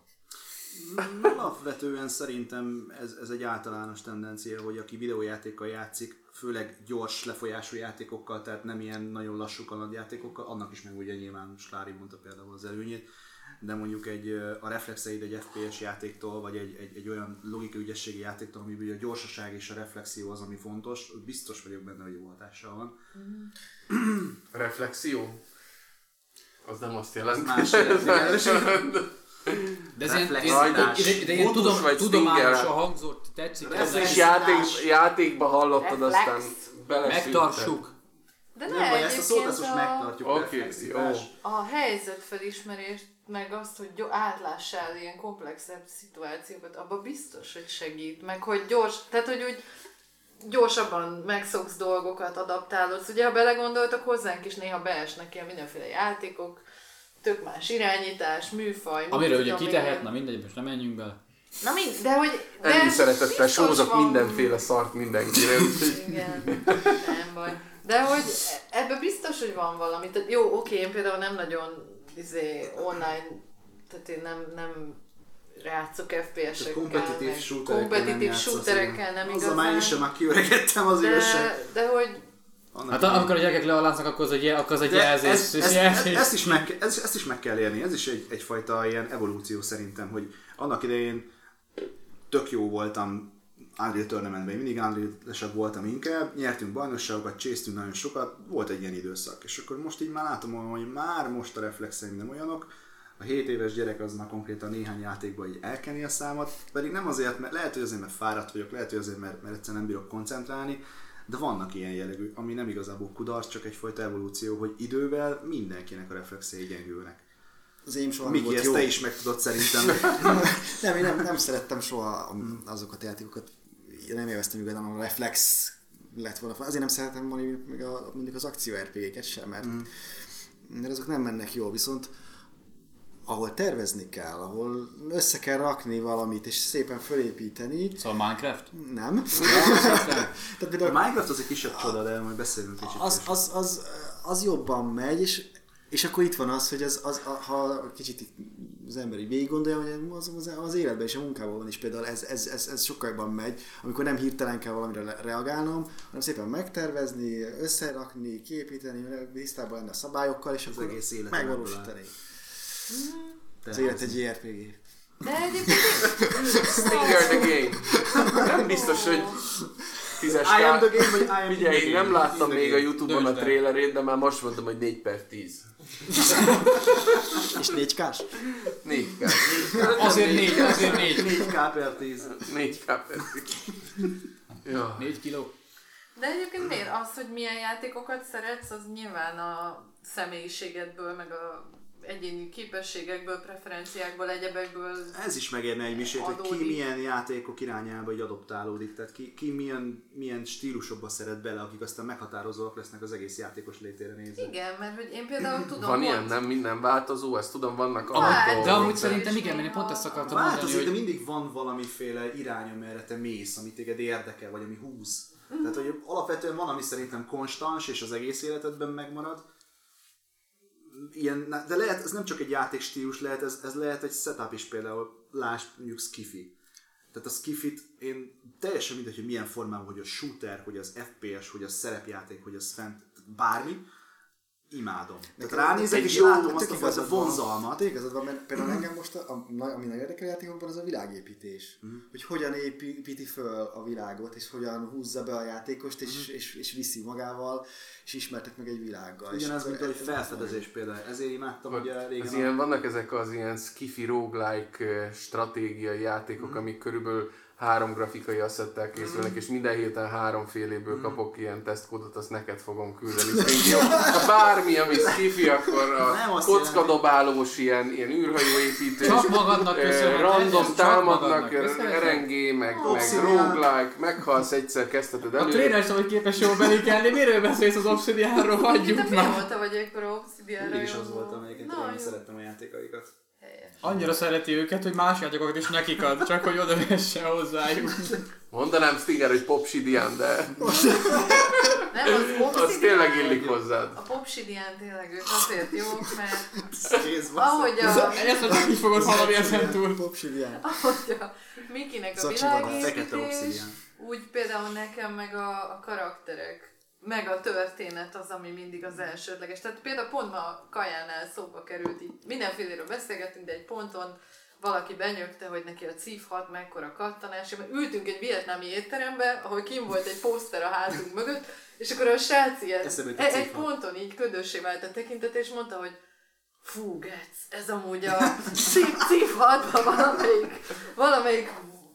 Alapvetően szerintem ez, ez egy általános tendencia, hogy aki videójátékkal játszik, főleg gyors lefolyású játékokkal, tehát nem ilyen nagyon lassú kalandjátékokkal, annak is meg ugye nyilván Slári mondta például az előnyét, de mondjuk egy, a reflexeid egy ef pé es játéktól, vagy egy, egy, egy olyan logikai ügyességi játéktól, amiben ugye a gyorsaság és a reflexió az, ami fontos, biztos vagyok benne, hogy jó hatással van. Reflexió? Az nem azt jelenti. Más jelenti. De ez ilyen, Reflex- ilyen, Reflex- de, de ilyen Motus tudom, vagy tudományosan stinger. hangzott, tetszik. Reflex- ez És egy- játék, játékba hallottad, Reflex. aztán beleszűrted. Megtartsuk. De Nem ne, baj, ezt a szót egyébként ezt most a, megtartjuk. Oké, reflexivás. jó. a helyzetfelismerést, meg azt, hogy gyo- átlássál ilyen komplexebb szituációkat, abban biztos, hogy segít. Meg hogy gyors, tehát hogy úgy gyorsabban megszoksz dolgokat, adaptálodsz. Ugye, ha belegondoltak, hozzánk is néha beesnek ilyen mindenféle játékok, tök más irányítás, műfaj. mit Amiről ugye tudom én. kitehet, na mindegy, most nem menjünk bele. Na mind, de hogy... De Ennyi szeretettel biztos sózok van- mindenféle szart mindenkire. úgyhogy- Igen, nem baj. De hogy ebben biztos, hogy van valami. Tehát jó, oké, én például nem nagyon izé, online, tehát én nem, nem játszok ef pé es-ekkel, Kompetitív meg shooterekkel nem kompetitív játszasz, shooterekkel igen. nem Azzal igazán. már én sem már kiöregettem az igazság. de, de hogy Annak Hát idején. amikor a gyerekek lealáznak, akkor az egy, jel- akkor az egy De jelzés. ezt, és ezt, jelzés. ezt, is meg, ezt, ezt is meg kell érni, ez is egy, egyfajta ilyen evolúció szerintem, hogy annak idején tök jó voltam Unreal Tournamentben, én mindig Unreal-esebb voltam inkább, nyertünk bajnokságokat, csésztünk nagyon sokat, volt egy ilyen időszak, és akkor most így már látom, hogy már most a reflexeim nem olyanok, a hét éves gyerek az már konkrétan néhány játékban így elkeni a számat, pedig nem azért, mert lehet, hogy azért, mert fáradt vagyok, lehet, hogy azért, mert, mert egyszerűen nem bírok koncentrálni, de vannak ilyen jellegű, ami nem igazából kudarc, csak egyfajta evolúció, hogy idővel mindenkinek a reflexei gyengülnek. Az én soha nem Miki, volt ezt jó. te is meg tudod szerintem. Nem, én nem, nem szerettem soha azokat a játékokat, én nem élveztem igazán a reflex lett volna. Azért nem szeretem mondjuk, a, mondjuk az akció er pé géket sem, mert, mm. mert azok nem mennek jól, viszont ahol tervezni kell, ahol össze kell rakni valamit, és szépen fölépíteni. Szóval Minecraft? Nem. Tehát A például Minecraft az egy kisebb csoda, de majd beszélünk kicsit. az, az, az, az jobban megy, és, és akkor itt van az, hogy az, az, ha kicsit az ember így végig gondolja, hogy az, az, az életben és a munkában van is például ez, ez, ez, ez sokkal jobban megy, amikor nem hirtelen kell valamire reagálnom, hanem szépen megtervezni, összerakni, kiépíteni, tisztában lenni a szabályokkal, és Az akkor egész életet megvalósítani. Te Az élet egy jé er pé gé. de egyébként... Stinger the game. Nem biztos, hogy tízes I am the ká... game, vagy I am Figyelj, the én game. nem láttam In the még a game. Youtube-on a Döntsd el. trailerét, de már most mondtam, hogy négy per tíz. És négy kás? négy ká. Azért négy, azért négy. négy ká per tíz. négy ká per tíz. Ja. Négy kiló. De egyébként miért? Az, hogy milyen játékokat szeretsz, az nyilván a személyiségedből, meg a egyéni képességekből, preferenciákból, egyebekből. Ez is megérne egy misét, hogy ki Adódik. milyen játékok irányába így adoptálódik, tehát ki, ki milyen, milyen stílusokba szeret bele, akik aztán meghatározóak lesznek az egész játékos létére nézve. Igen, mert hogy én például tudom, Van ilyen, hogy- nem minden változó, ezt tudom, vannak Változik. alapok. De amúgy és szerintem igen, mert én néha- pont ezt akartam mondani, Változik, de hogy mindig van valamiféle irány, amerre te mész, ami téged érdekel, vagy ami húz. Mhm. Tehát, hogy alapvetően van, ami szerintem konstans, és az egész életedben megmarad. Ilyen, de lehet, ez nem csak egy játékstílus lehet, ez, ez lehet egy setup is például, lásd mondjuk skifi. Tehát a skifit én teljesen mindegy, hogy milyen formában, hogy a shooter, hogy az ef pé es, hogy az szerepjáték, hogy az fent, bármi, imádom. Tehát ránézek Egy és jó- látom azt tök a fajta igazad van. vonzalmat. Tök igazad van, mert például engem most, a, a, ami nagyon érdekel a játékokban, az a világépítés. Mm. Hogy hogyan építi föl a világot, és hogyan húzza be a játékost, és, mm. és, és viszi magával, és ismertet meg egy világgal. Ugyanez, És mint ez- egy ez- felfedezés például. Ezért imádtam, hogy régen Az a- ilyen, vannak ezek az ilyen skifi roguelike eh, stratégiai játékok, amik körülbelül három grafikai asszettel készülnek, és minden héten háromféléből kapok ilyen tesztkódot, azt neked fogom küldeni. Ha bármi, ami skifi, akkor a kockadobálós, ilyen, ilyen űrhajóépítős, Csak magadnak köszönheted, random csak támadnak, magadnak köszönheted. er en gé, meg, meg Obsidian. roguelike, meghalsz egyszer, kezdheted A előre. tréner sem, hogy képes jól belikelni, miről beszélsz az Obsidianról, Itt hagyjuk a már. mióta vagy ekkora Obsidian Mindig is az rajongó? volt, amelyiket Na, nagyon jó. szerettem a játékaikat. Helyes. Annyira szereti őket, hogy más játékokat is nekik ad, csak hogy oda vessen hozzájuk. Mondanám Stinger, hogy Popsidian, de Nem, az Obsidian... az tényleg illik hozzád. A Popsidian tényleg ők azért jók, mert Kész ahogy a, Ezt csak így fogod hallani ezen túl. Popsidian. ahogy a Mikinek a Zacsiban a fekete világépítés, Obsidian. úgy például nekem meg a, a karakterek, meg a történet az, ami mindig az elsődleges. Tehát például pont ma a kajánál szóba került, így mindenféléről beszélgettünk, de egy ponton valaki benyögte, hogy neki a cíf hat mekkora kattanás, mert ültünk egy vietnámi étterembe, ahol kim volt egy poszter a házunk mögött, és akkor a srác ilyen, Eszembe jutott egy, a egy cíf hat. ponton így ködössé vált a tekintet, és mondta, hogy fú, gec, ez amúgy a cíf hatban valamelyik, valamelyik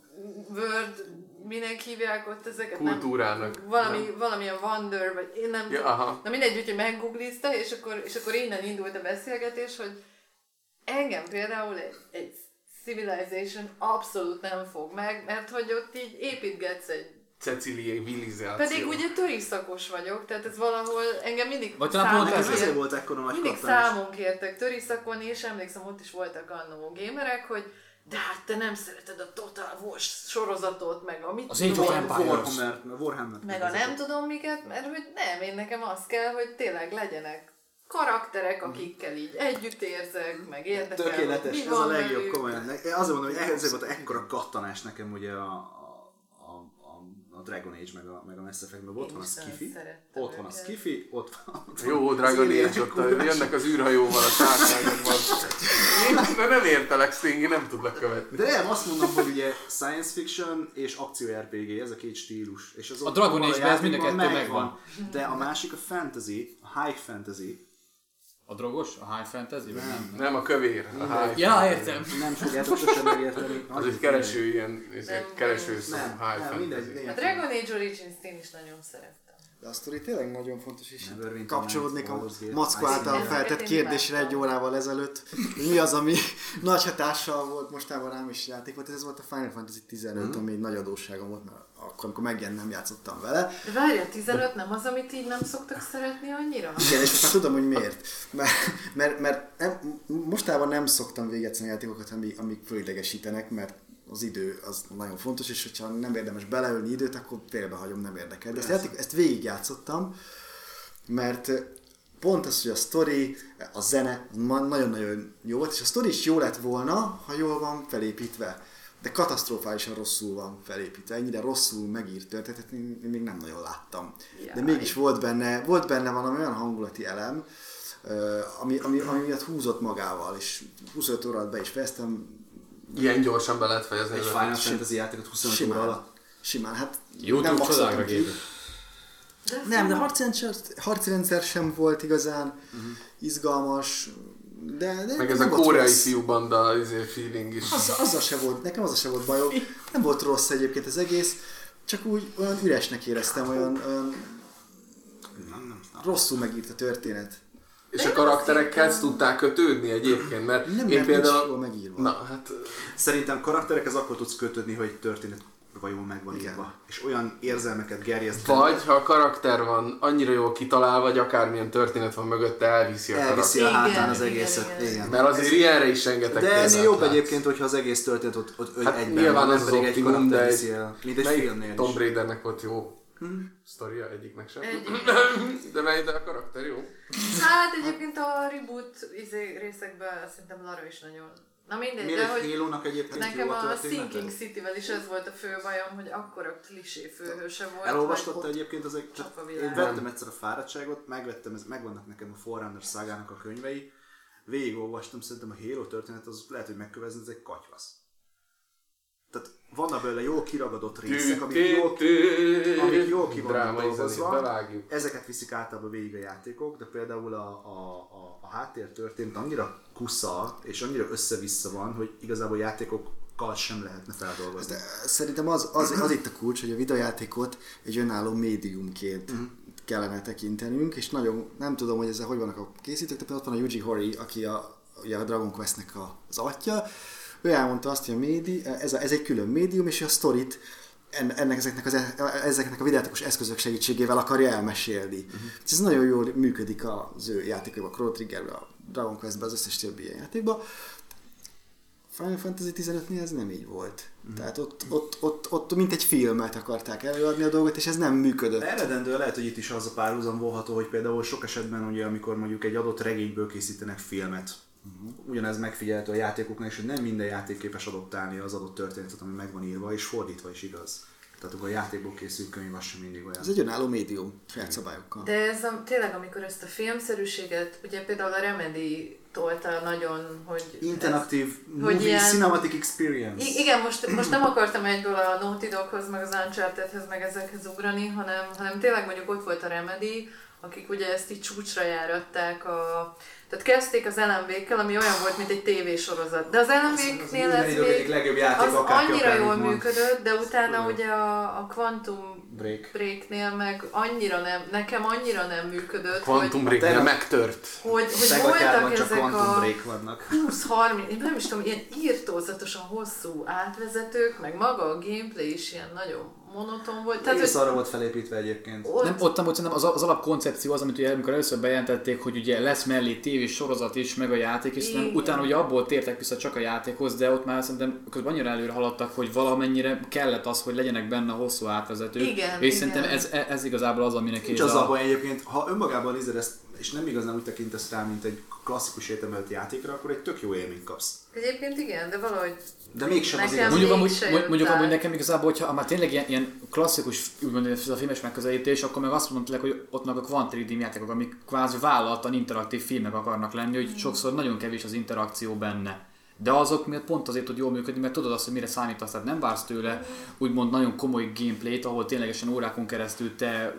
Word, minek hívják ott ezeket? Kultúrának. Nem, valami, Nem. valamilyen Wonder, vagy én nem Ja, tudom. aha. Na mindegy, úgyhogy meggooglizta, és akkor, és akkor innen indult a beszélgetés, hogy engem például egy, egy Civilization abszolút nem fog meg, mert hogy ott így építgetsz egy... Ceciliai vilizáció. Pedig ugye töriszakos vagyok, tehát ez valahol engem mindig Vagy talán pont Ez ez kért- ezért volt ekkora nagy mindig kattanás. számon kértek töriszakon, és emlékszem, ott is voltak annó gamerek, hogy de hát te nem szereted a Total War sorozatot, meg a mit Az Age of tudom, Empires. Warhammer, Warhammer. meg a nem tudom miket, mert hogy nem, én nekem az kell, hogy tényleg legyenek karakterek, akikkel így együtt érzek, meg érdekel, Tökéletes, hogy mi ez van a legjobb, velük. komolyan. Ne- Azért mondom, hogy ezért volt ekkora kattanás nekem ugye a, a, a, a, a Dragon Age meg a, meg a Mass Effect, meg ott Én van a is Skifi, nagyon szerettem ott van a őket. Skifi, ott van, ott van Jó, az Dragon Alien Age, ott kurva. jönnek az űrhajóval a társaságokban. Én de nem értelek, Stingy, nem tudlak követni. De nem, azt mondom, hogy ugye science fiction és akció er pé gé, ez a két stílus. És az A ott Dragon abban Age-ben ez mind a játékban kettő megvan. De a másik a fantasy, a high fantasy. A drogos? A High Fantasy? Vagy nem? Nem, a kövér, a high. Ja, értem. Nem fogjátok sosem megérteni. Az egy kereső ilyen, ez egy Nem, kereső szó, Nem, high nem, mindegy. fantasy. A Dragon Age Origins-t én is nagyon szerettem. De a sztori tényleg nagyon fontos, és Neverwinter kapcsolódnék a Nights, Baldur's Gate, Mackó által Ice feltett Age. kérdésre egy órával ezelőtt, hogy mi az, ami nagy hatással volt mostában rám is játék volt, ez volt a Final Fantasy tizenöt, ami egy nagy adósságom volt, mert akkor, amikor megjelent, nem játszottam vele. De várja, tizenöt nem az, amit így nem szoktak szeretni annyira? Igen, és most már tudom, hogy miért. Mert, mert, mert nem, mostában nem szoktam végigjátszani játékokat, amik, amik fölidegesítenek, mert az idő az nagyon fontos, és hogyha nem érdemes beleölni időt, akkor félbehagyom, nem érdekel. De ezt, játék, ezt végigjátszottam, mert pont az, hogy a sztori, a zene nagyon-nagyon jó volt, és a sztori is jó lett volna, ha jól van felépítve. De katasztrofálisan rosszul van felépítve, ennyire rosszul megírt történetet én én még nem nagyon láttam. De Jaj. mégis volt benne, volt benne valami olyan hangulati elem, ö, ami, ami, ami miatt húzott magával, és huszonöt óra alatt be is fejeztem. Ilyen gyorsan be lehet fejezni. Egy az Final egész. Fantasy játékot huszonöt óra Simán, alatt. simán, hát YouTube maxoltam csodákra ki. képes. De Nem, de harci rendszer, harci rendszer sem volt igazán Mhm. izgalmas, de, de Meg ez nem a volt koreai rossz. fiúbanda izé, feeling is. Az, azzal se volt, nekem azzal se volt bajom. Nem volt rossz egyébként az egész, csak úgy olyan üresnek éreztem, olyan, olyan Nem, nem, nem. rosszul megírt a történet. És De a én karakterekhez azt hittem- tudták kötődni egyébként, mert Nem, én mert például... nincs jól megírva. Na, hát... Szerintem karakterekhez akkor tudsz kötődni, hogy egy történet jól meg van Igen. írva. És olyan érzelmeket gerjeszt. Vagy, ha a karakter van annyira jól kitalálva, vagy akármilyen történet van mögötte, elviszi a Elviszi karakter. a Igen, hátán az igen, egészet. igen, Igen. igen. Mert azért ilyenre is rengeteg De példát ennél jobb látsz. egyébként, hogyha az egész történet ott, ott Hát egyben nyilván van, az nem az pedig egy optimum, de karakter egy, viszi el. Mint egy melyik filmnél Tomb is. Raidernek volt jó sztoria, egyiknek sem. Egyiknek. De mely, de a karakter jó. Hát egyébként a reboot izé, részekben szerintem Lara is nagyon... Na mindegy, Miért de egy hogy Halo-nak egyébként nekem jó a a története? Sinking City-vel is ez volt a fő bajom, hogy akkora klisé főhőse volt. Elolvastad vagy te ott egyébként az egy... csak a Én világ. vettem egyszer a fáradtságot, megvettem, ez, megvannak nekem a Forerunner szágának a könyvei, végigolvastam, szerintem a Halo történet, az lehet, hogy megkövezni, ez egy katyvasz. Tehát vannak belőle jól kiragadott részek, amik jól, amik jól ki vannak Drámai zenét dolgozva. bevágjuk. Ezeket viszik általában végig a játékok, de például a, a, a, a háttér történet annyira kusza és annyira össze-vissza van, hogy igazából a játékok játékokkal sem lehetne feldolgozni. De szerintem az, az, az itt a kulcs, hogy a videójátékot egy önálló médiumként uh-huh. kellene tekintenünk, és nagyon nem tudom, hogy ezzel hogy vannak a készítők, de ott van a Yuji Horii, aki a, ugye a Dragon Questnek az atya. Ő elmondta azt, hogy a médi, ez, a, ez egy külön médium, és a sztorit ennek, ezeknek, az, ezeknek a videójátékos eszközök segítségével akarja elmesélni. Uh-huh. Ez nagyon jól működik az ő játékokban, a Chrono Triggerben, a Dragon Questben, az összes többi ilyen játékban. Final Fantasy tizenötnél ez nem így volt. Mm. Tehát ott, ott, ott, ott mint egy filmet akarták előadni a dolgot, és ez nem működött. De eredendő lehet, hogy itt is az a párhuzam volható, hogy például sok esetben, ugye, amikor mondjuk egy adott regényből készítenek filmet, uh-huh. ugyanez megfigyelhető a játékoknál is, hogy nem minden játék képes adoptálni az adott történetet, ami meg van írva, és fordítva is igaz. Tehát akkor a játékból készült könyv az sem mindig olyan. Ez egy önálló médium, saját szabályokkal. De ez a, tényleg, amikor ezt a filmszerűséget, ugye például a Remedy tolta nagyon, hogy... Interaktív ez, movie, hogy ilyen, cinematic experience. I- igen, most, most nem akartam egyből a Naughty Doghoz, meg az Unchartedhez, meg ezekhez ugrani, hanem, hanem tényleg mondjuk ott volt a Remedy, akik ugye ezt így csúcsra járatták a... Tehát kezdték az Alan Wake-kel, ami olyan volt, mint egy tévésorozat. De az Alan Wake-nél ez, ez még legjobb játék, az annyira jól működött, de utána Olyan. ugye a, a Quantum Break. Break-nél meg annyira nem, nekem annyira nem működött, Quantum Break-nél megtört. Hogy, hogy voltak ezek a vannak. húsz-harminc, én nem is tudom, ilyen írtózatosan hosszú átvezetők, meg maga a gameplay is ilyen nagyon monoton volt. Tehát, hogy arra volt felépítve egyébként. Ott... Nem, ott nem, ott nem az, az alapkoncepció az, amit ugye, amikor először bejelentették, hogy ugye lesz mellé tévés sorozat is, meg a játék is, nem, utána ugye abból tértek vissza csak a játékhoz, de ott már szerintem közben annyira előre haladtak, hogy valamennyire kellett az, hogy legyenek benne hosszú átvezetők. Igen, és igen. szerintem ez, ez igazából az, aminek Nincs az a baj egyébként, ha önmagában nézed ezt, és nem igazán úgy tekintesz rá, mint egy klasszikus értelmezett játékra, akkor egy tök jó élményt kapsz. Egyébként igen, de valahogy de mégsem az igaz. Mondjuk amúgy, mondjuk amúgy nekem igazából, hogyha már tényleg ilyen, ilyen klasszikus úgymond ez a filmes megközelítés, akkor meg azt mondták, hogy ott meg a Quantum Redeem játékok, amik kvázi vállaltan interaktív filmek akarnak lenni, hogy sokszor nagyon kevés az interakció benne. De azok miatt pont azért tud jól működni, mert tudod azt, hogy mire számítasz, tehát nem vársz tőle úgymond nagyon komoly gameplayt, ahol ténylegesen órákon keresztül te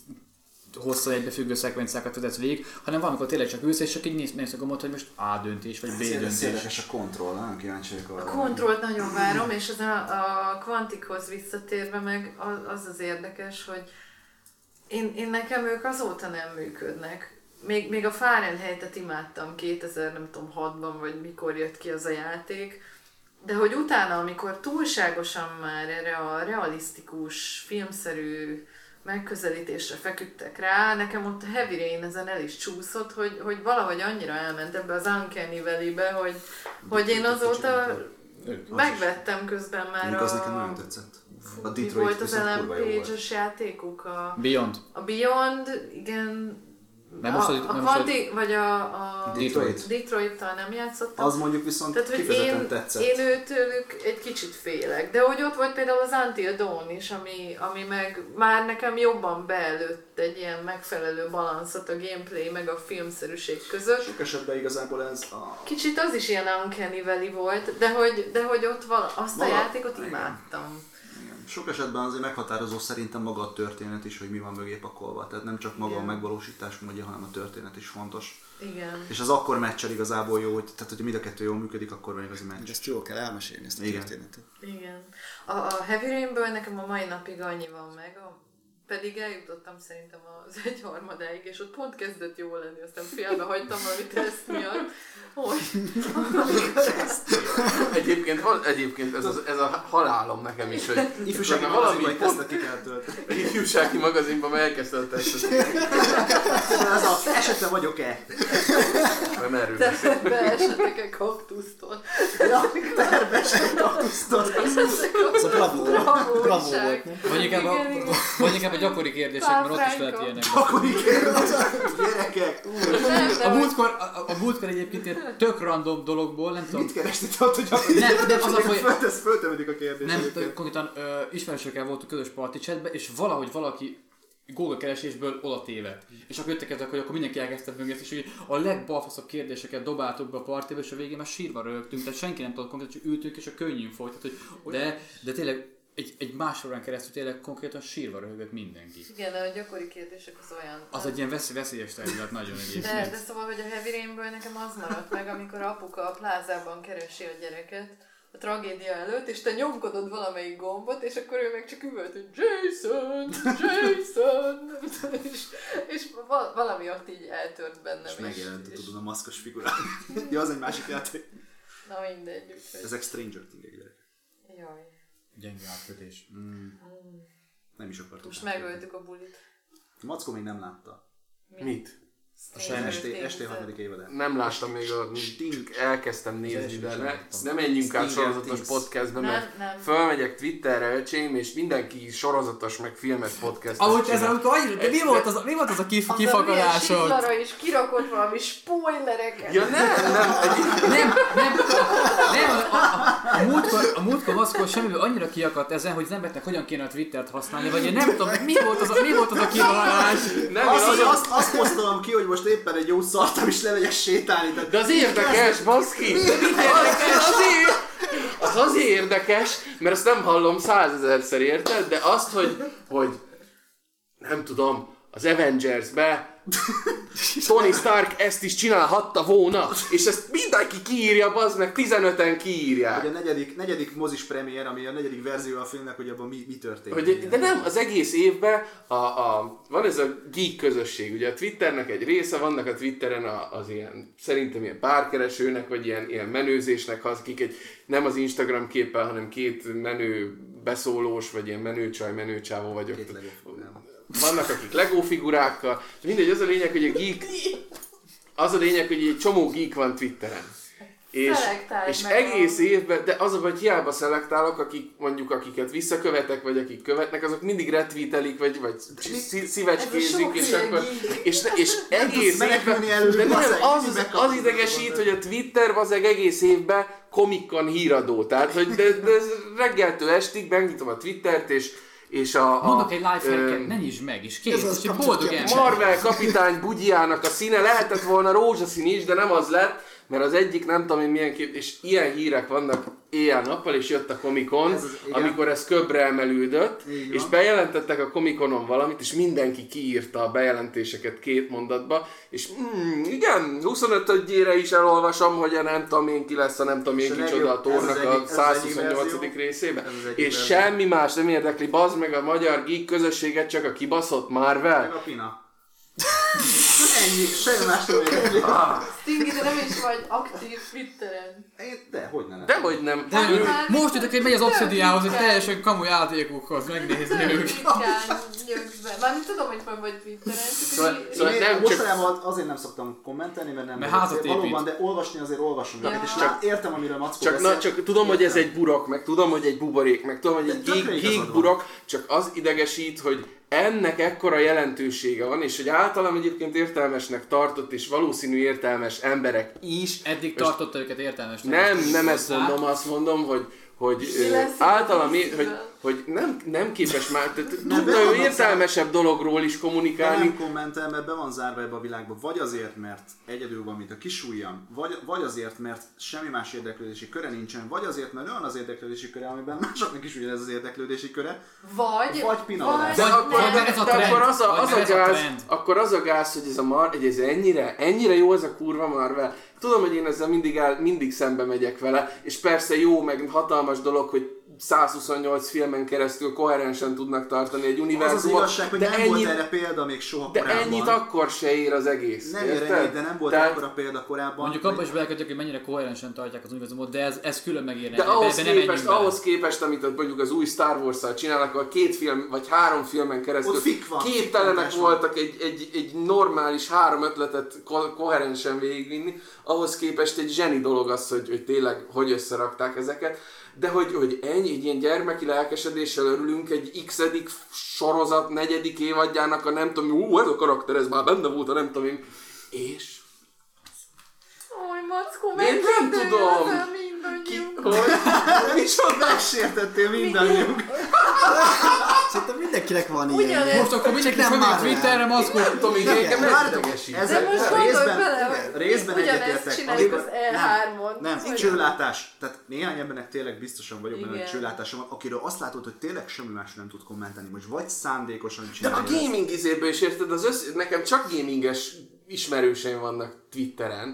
hosszan egybefüggő szekvenciákat vezetsz végig, hanem valamikor tényleg csak ülsz, és csak így nézd, nézd a gombot, hogy most A döntés, vagy B döntés. Szélekes a kontroll, nagyon kíváncsi vagyok arra. A kontrollt nagyon várom, és az a, a Quantichoz visszatérve meg az az érdekes, hogy én, én nekem ők azóta nem működnek. Még, még a Fahrenheit-et imádtam kétezer-hatban, vagy mikor jött ki az a játék, de hogy utána, amikor túlságosan már erre a realisztikus, filmszerű megközelítésre feküdtek rá, nekem ott a Heavy Rain ezen el is csúszott, hogy, hogy valahogy annyira elment ebbe az Uncanny Valley-be, hogy, hogy én azóta megvettem közben már a... a... az nekem nagyon tetszett. A Detroit volt az Ellen Page-os játékuk, a... Beyond. A Beyond, igen... Nem most, a, nem a most, Quantic, vagy a, a Detroit. Detroit-tal nem játszottam. Az mondjuk viszont Tehát, kifejezetten én, tetszett. Én őtőlük egy kicsit félek, de hogy ott volt például az Until Dawn is, ami, ami meg már nekem jobban beelőtt egy ilyen megfelelő balanszot a gameplay meg a filmszerűség között. Sok esetben igazából ez a... Kicsit az is ilyen Uncanny Valley volt, de hogy, de hogy ott val- azt Vala... a játékot imádtam. Sok esetben azért meghatározó szerintem maga a történet is, hogy mi van mögé pakolva. Tehát nem csak maga Igen. a megvalósítás módja, hanem a történet is fontos. Igen. És az akkor meccsel igazából jó, hogy, tehát hogy mind a kettő jól működik, akkor van igazi meccs. Ezt jól kell elmesélni, ezt a Igen. történetet. Igen. A, a Heavy Rainből nekem a mai napig annyi van meg, a, pedig eljutottam szerintem az egyharmadáig, és ott pont kezdett jól lenni, aztán félbe hagytam valami teszt miatt. Hogy? Egyébként, egyébként ez, az, ez a halálom nekem is, hogy ifjúsági magazinban egy tesztet ki kell tölteni. Ifjúsági magazinban már elkezdte a tesztet. Ez az esetre vagyok-e? Nem erről beszél. Beesetek-e kaktusztól? Tervesek kaktusztól. Ez a bravó. Bravó volt. Vagy inkább a gyakori kérdések, mert ott is lehet ilyenek. Gyakori kérdések, gyerekek. A múltkor, a, a múltkor egyébként ilyen tök random dologból, nem tudom. Mit kerestél ott, hogy gyakori nem, nem, az a, hogy ez föltemedik a kérdés. Nem, konkrétan ö, ismerősökkel voltunk közös party chatben, és valahogy valaki Google keresésből oda tévedt. És akkor jöttek ezek, hogy akkor mindenki elkezdte mögött, és hogy a legbalfaszabb kérdéseket dobáltuk be a partiba, és a végén már sírva rögtünk, tehát senki nem tudott konkrétan, csak ültünk, és a könnyűn folyt. Tehát, hogy de, de tényleg egy, egy más órán keresztül tényleg konkrétan sírva röhögött mindenki. Igen, a gyakori kérdések az olyan. Az egy ilyen veszély, veszélyes terület nagyon egyébként. De, de szóval, hogy a Heavy Rainből nekem az maradt meg, amikor apuka a plázában keresi a gyereket, a tragédia előtt, és te nyomkodod valamelyik gombot, és akkor ő meg csak üvölt, hogy Jason, Jason, és, és val- valami ott így eltört bennem. És megjelent, tudod, a maszkos figura. Ja, az egy másik játék. Na mindegy. Úgyhogy... Ezek Stranger Thing-ek gyerek. Jaj. Gyenge átkötés. Mm. Nem is akartuk. Most megöltük a bulit. Mackó még nem látta. Mi? Mit? A es té hatodik évadát. Nem láttam még a... Stink. Elkezdtem nézni, de ne, ne menjünk át sorozatos podcastbe, mert Nem, nem. fölmegyek Twitterre, öcsém, és mindenki sorozatos, meg filmes podcastet Ahogy ez csinál. amikor annyira, de mi volt az, mi volt az a kif, kifakadásod? Az a hülye is kirakott valami spoilereket. Ja nem, nem, egy... Nem, nem, nem, a, a, a múltkor, a múltkor maszkol semmiből annyira kiakadt ezen, hogy az embernek hogyan kéne a Twittert használni, vagy én nem tudom, mi volt az a, mi volt az a kirohanás. nem Azt, én hogy azon- azt, azt posztolom ki, hogy most éppen egy jó szartam, és lemegyek sétálni. De, De az érdekes, baszki! Az, az, azért, az azért érdekes, mert ezt nem hallom százezerszer, érted? De azt, hogy, hogy nem tudom, az Avengers-be Tony Stark ezt is csinálhatta volna, és ezt mindenki kiírja, bazd meg, tizenöten kiírják. hogy a negyedik, negyedik mozis premier, ami a negyedik verzió a filmnek, hogy abban mi, mi történik. Hogy, de nem, az egész évben a, a, van ez a geek közösség, ugye a Twitternek egy része, vannak a Twitteren a, az ilyen, szerintem ilyen párkeresőnek, vagy ilyen, ilyen menőzésnek, akik egy, nem az Instagram képpel, hanem két menő beszólós, vagy ilyen menőcsaj, menőcsávó vagyok. Két legjobb. Vannak akik Lego figurákkal, mindegy, az a lényeg, hogy a geek, az a lényeg, hogy egy csomó geek van Twitteren. És, Szelektálj és meg egész a- évben, de az a baj, hogy hiába szelektálok, akik mondjuk akiket visszakövetek, vagy akik követnek, azok mindig retweetelik, vagy, vagy szí- szívecskézik, sok és hülye akkor, geek. és, és egész tudsz menekülni évben, előlük, de nem, bazzeg, az, mindig az, megkapod az a idegesít, kontot. hogy a Twitter bazeg egész évben Comic-Con híradó, tehát hogy de, de ez reggeltől estig megnyitom a Twittert, és és a, a, Mondok egy lifehacket, ö, ne nyisd meg, és Ez kész, az és egy kapcsolat boldog kérdés. ember. Marvel kapitány bugyjának a színe lehetett volna rózsaszín is, de nem az lett, mert az egyik nem tudom én milyen kép, és ilyen hírek vannak éjjel-nappal, és jött a Comic-Con, Ez az- igen. amikor ez köbbre emelődött, Így és van. bejelentettek a Comic-Conon valamit, és mindenki kiírta a bejelentéseket két mondatba, és mm, igen, huszonötödjére is elolvasom, hogy a nem tudom én ki lesz a nem tudom És én a kicsoda a legjobb- ez az Thornak egyik- a ez az egyik százhuszonnyolcadik verzió. részében, Ez az egyik és verzió. semmi más nem érdekli, bazd meg a magyar geek közösséget, csak a kibaszott Marvel. Meg a Pina. Ennyi, semmi más nem érdekli. Stingy, de nem is vagy aktív Twitteren. Én- De, hogy ne Dehogy nem. De Ő- most jutok, hogy megy az Obsidianhoz, hogy teljesen kamu játékokhoz megnézni őket. Ritkán jössz be. Mármint tudom, hogy van vagy Twitteren, csak Szóval- hogy szóval Én nem csak- mostanában azért nem szoktam kommentelni, mert nem Mert vagyok házat cél- valóban, épít. de olvasni azért olvasom őket, Ja. és csak értem, amiről Mackó Csak, beszél. na, csak tudom, hogy ez Értem. egy burok, meg tudom, hogy egy buborék, meg tudom, hogy De egy tökre geek, igazad geek van. burok, csak az idegesít, hogy ennek ekkora jelentősége van, és hogy általam egyébként értelmesnek tartott, és valószínű értelmes emberek is. Eddig Most tartotta őket értelmes. Nem, nem ezt mondom, azt mondom, hogy hogy Mi ö, lesz itt általam, a é- hogy, vízből? hogy nem, nem képes már, tehát be tudna van ő zárva. értelmesebb dologról is De kommunikálni. nem kommentel, mert be van zárva ebbe a világba, vagy azért, mert egyedül van, mint a kisujjam, vagy, vagy azért, mert semmi más érdeklődési köre nincsen, vagy azért, mert olyan az érdeklődési köre, amiben másoknak is ugyanez az érdeklődési köre. Vagy, Vagy pinavadás. De Vagy- akkor, vagy ez a de trend. akkor az a, Vagy az a ez a gáz, trend. akkor az a gáz, hogy ez a mar, hogy ez ennyire, ennyire jó ez a kurva Marvel. Tudom, hogy én ezzel mindig, el, mindig szembe megyek vele, és persze jó, meg hatalmas dolog, hogy százhuszonnyolc filmen keresztül koherensen tudnak tartani egy Az az univerzumot, igazság, hogy de nem ennyit, volt erre példa még soha de korábban. ennyit akkor se ér az egész. Nem ér érted? ennyit, de nem volt Tehát- akkora példa korábban. Mondjuk abban is belekötjük, hogy mennyire koherensen tartják az univerzumot, de ez, ez külön megérne. De Ebbe- ahhoz ebbe nem képest, menjünk bele. ahhoz képest, amit ott mondjuk az új Star Wars-szal csinálnak, ahol két film, vagy három filmen keresztül Ott fik van, képtelenek fikkantás van. voltak egy, egy, egy normális három ötletet ko- koherensen végigvinni, ahhoz képest egy zseni dolog az, hogy, hogy tényleg hogy összerakták ezeket. De hogy, hogy ennyi, egy ilyen gyermeki lelkesedéssel örülünk egy x-edik sorozat negyedik évadjának a nem tudom, ú, ez a karakter, ez már benne volt a nem tudom én. És? Ój, Mackó, Én nem tudom. mindannyiunk. Hogy? Micsoda? Megsértettél mindannyiunk. Szerintem mindenkinek van Ugyanez. ilyen. Most akkor mindenki nem fölmegy a Marvel. Twitterre, maszkot. Nem tudom, így Nem, engem nem, ez Várjatok, idegesít. ezzel De most gondolj részben, bele, igen, hogy részben ugyanezt egyetértek. csináljuk amikor- az E hármon. Nem, nem, Hogy- csőlátás. Tehát néhány embernek tényleg biztosan vagyok benne, hogy Igen. csőlátásom van, akiről azt látod, hogy tényleg semmi más nem tud kommentálni, most vagy szándékosan De a csinálja. ezt. gaming izéből is érted, az össz... nekem csak gaminges ismerőseim vannak Twitteren,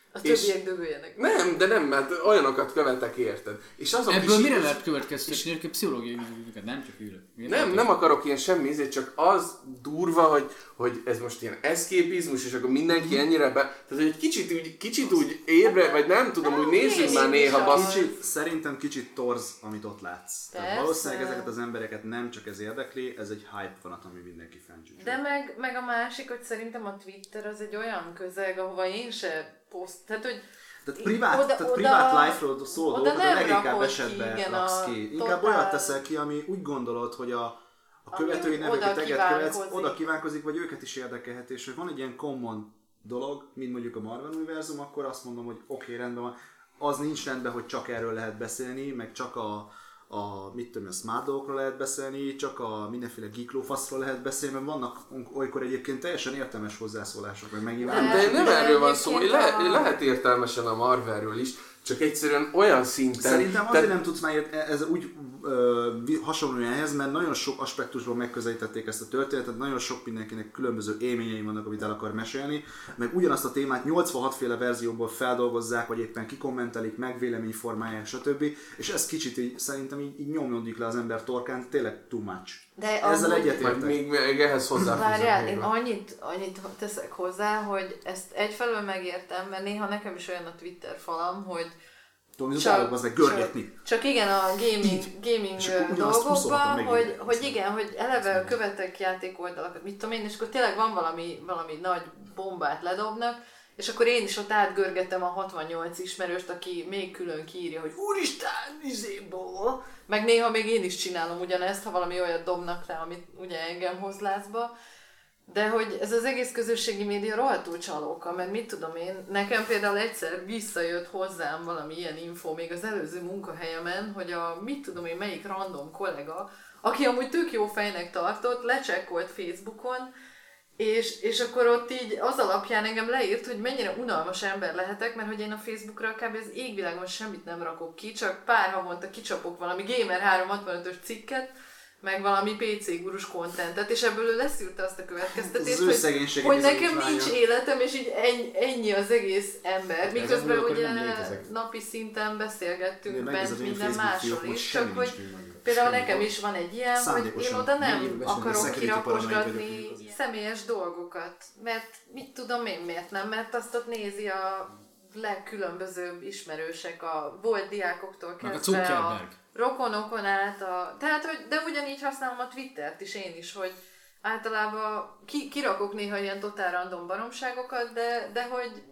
A többiek dögöljenek. Nem, de nem, mert olyanokat követek, érted. És azok Ebből is, mire is, lehet következtetni? Hogy pszichológiai ügyeket, nem csak ülök. Nem, nem akarok ilyen semmi ízét, csak az durva, hogy, hogy ez most ilyen eszképizmus, és akkor mindenki ennyire be... Tehát, hogy egy kicsit úgy, kicsit úgy ébre, vagy nem tudom, úgy nézzünk már néha basszus. Kicsit, szerintem kicsit torz, amit ott látsz. Tehát Persze. valószínűleg ezeket az embereket nem csak ez érdekli, ez egy hype vonat, ami mindenki fenncsúcsol. De meg, meg a másik, hogy szerintem a Twitter az egy olyan közeg, ahova én se poszt... Tehát, hogy Tehát privát, oda, tehát oda, privát life-ról szóló oda dolgokat a nem leginkább rakod esetben ki, igen, raksz a ki. Inkább totál- olyat teszel ki, ami úgy gondolod, hogy a, a Ami követőidnek, oda akiket teget követsz, kívánkozik. oda kívánkozik, vagy őket is érdekelhet, és hogy van egy ilyen common dolog, mint mondjuk a Marvel univerzum, akkor azt mondom, hogy oké, okay, rendben van. Az nincs rendben, hogy csak erről lehet beszélni, meg csak a a, mit tudom, a smart dolgokról lehet beszélni, csak a mindenféle geeklófaszról lehet beszélni, mert vannak olykor egyébként teljesen értelmes hozzászólások, meg megnyilvánulások. De nem De erről van szó, egyébként le, a- lehet értelmesen a Marvelről is, csak egyszerűen olyan szinten... Szerintem azért tehát- nem tudsz már ért- ez úgy ö, vi- hasonló ehhez, mert nagyon sok aspektusból megközelítették ezt a történetet, nagyon sok mindenkinek különböző élményei vannak, amit el akar mesélni, meg ugyanazt a témát nyolcvanhat féle verzióból feldolgozzák, vagy éppen kikommentelik, megvéleményformálják, stb. És ez kicsit így, szerintem így, így nyomódik le az ember torkán, tényleg too much. De Ezzel amúgy- egyetértek. Majd még, még ehhez hozzáfűzök. Várjál, még én van. annyit, annyit teszek hozzá, hogy ezt egyfelől megértem, mert néha nekem is olyan a Twitter falam, hogy Tudom, hogy az állók az meg görgetni. Csak, csak igen, a gaming, gaming És akkor ugyanazt dolgokban, húszolhatom megint. hogy, hogy igen, hogy eleve követek játékoldalakat, mit tudom én, és akkor tényleg van valami, valami nagy bombát ledobnak, és akkor én is ott átgörgetem a hatvannyolc ismerőst, aki még külön kiírja, hogy úristen, izéból. Meg néha még én is csinálom ugyanezt, ha valami olyat dobnak rá, amit ugye engem hoz lázba. De hogy ez az egész közösségi média rohadtul csalóka, mert mit tudom én, nekem például egyszer visszajött hozzám valami ilyen info még az előző munkahelyemen, hogy a mit tudom én melyik random kollega, aki amúgy tök jó fejnek tartott, lecsekkolt Facebookon, és, és akkor ott így az alapján engem leírt, hogy mennyire unalmas ember lehetek, mert hogy én a Facebookra kb. Az égvilágon semmit nem rakok ki, csak pár havonta kicsapok valami Gamer háromszázhatvanötös cikket, meg valami pé cé gurus kontentet, és ebből ő leszűrte azt a következtetést, Az ő hogy, szegénységi hogy nekem bizonyítványa. nincs életem, és így ennyi, ennyi az egész ember. Miközben amúgy ugye akkor nem létezik. napi szinten beszélgettünk Én bent megnézem, én minden Facebook másról fiókot, is, semmi csak hogy nincs még meg. például Semmi. nekem is van egy ilyen, hogy én Szándékosan oda nem négyéves akarok security kiraposgatni paranoid vagyok. személyes dolgokat, mert mit tudom én miért nem, mert azt ott nézi a legkülönbözőbb ismerősek, a volt diákoktól Meg a kezdve a Zuckerberg. rokonokon át, a... tehát hogy, de ugyanígy használom a Twittert is én is, hogy általában ki, kirakok néha ilyen totál random baromságokat, de, de hogy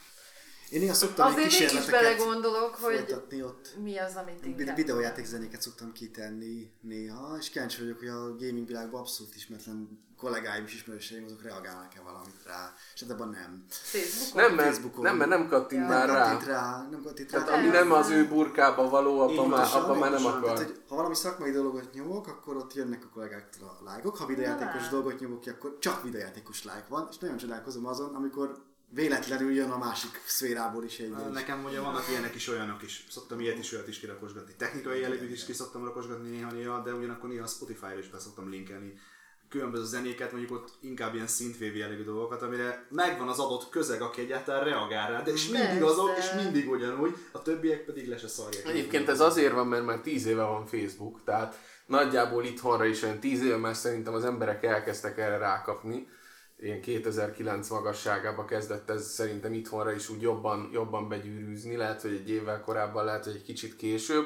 Én néha szoktam egy azért mégis kísérleteket belegondolok, hogy folytatni ott. mi az, amit Vid- inkább... Videójáték zenéket szoktam kitenni néha, és kíváncsi vagyok, hogy a gaming világban abszolút ismeretlen kollégáim és ismerőseim azok reagálnak-e valamit rá, és hát abban nem. Facebookon? Nem, mert, Facebookon. nem, mert nem kattint Ja. már Nem rá. kattint rá, nem kattint rá. Tehát ami nem az ő burkába való, abban Így már, pontosan, abban már nem Pontosan, akar. tehát, hogy ha valami szakmai dolgot nyomok, akkor ott jönnek a kollégáktól a lájkok, ha videójátékos Na. dolgot nyomok ki, akkor csak videójátékos lájk van, és nagyon csodálkozom azon, amikor véletlenül jön a másik szférából is egy. Nekem ugye vannak ilyenek is, olyanok is. Szoktam ilyet is, olyat is kirakosgatni. Technikai jellegűt is ki szoktam rakosgatni néha-néha, de ugyanakkor néha a Spotify-ra is be szoktam linkelni különböző zenéket, mondjuk ott inkább ilyen szintvévi jellegű dolgokat, amire megvan az adott közeg, aki egyáltalán reagál rá, de és mindig Persze. azok, és mindig ugyanúgy, a többiek pedig le se szarják. Egyébként ez azért van, mert már tíz éve van Facebook, tehát nagyjából itthonra is olyan tíz éve már szerintem az emberek elkezdtek erre rákapni. Ilyen kétezer-kilenc magasságába kezdett ez szerintem itthonra is úgy jobban, jobban begyűrűzni, lehet, hogy egy évvel korábban, lehet, hogy egy kicsit később.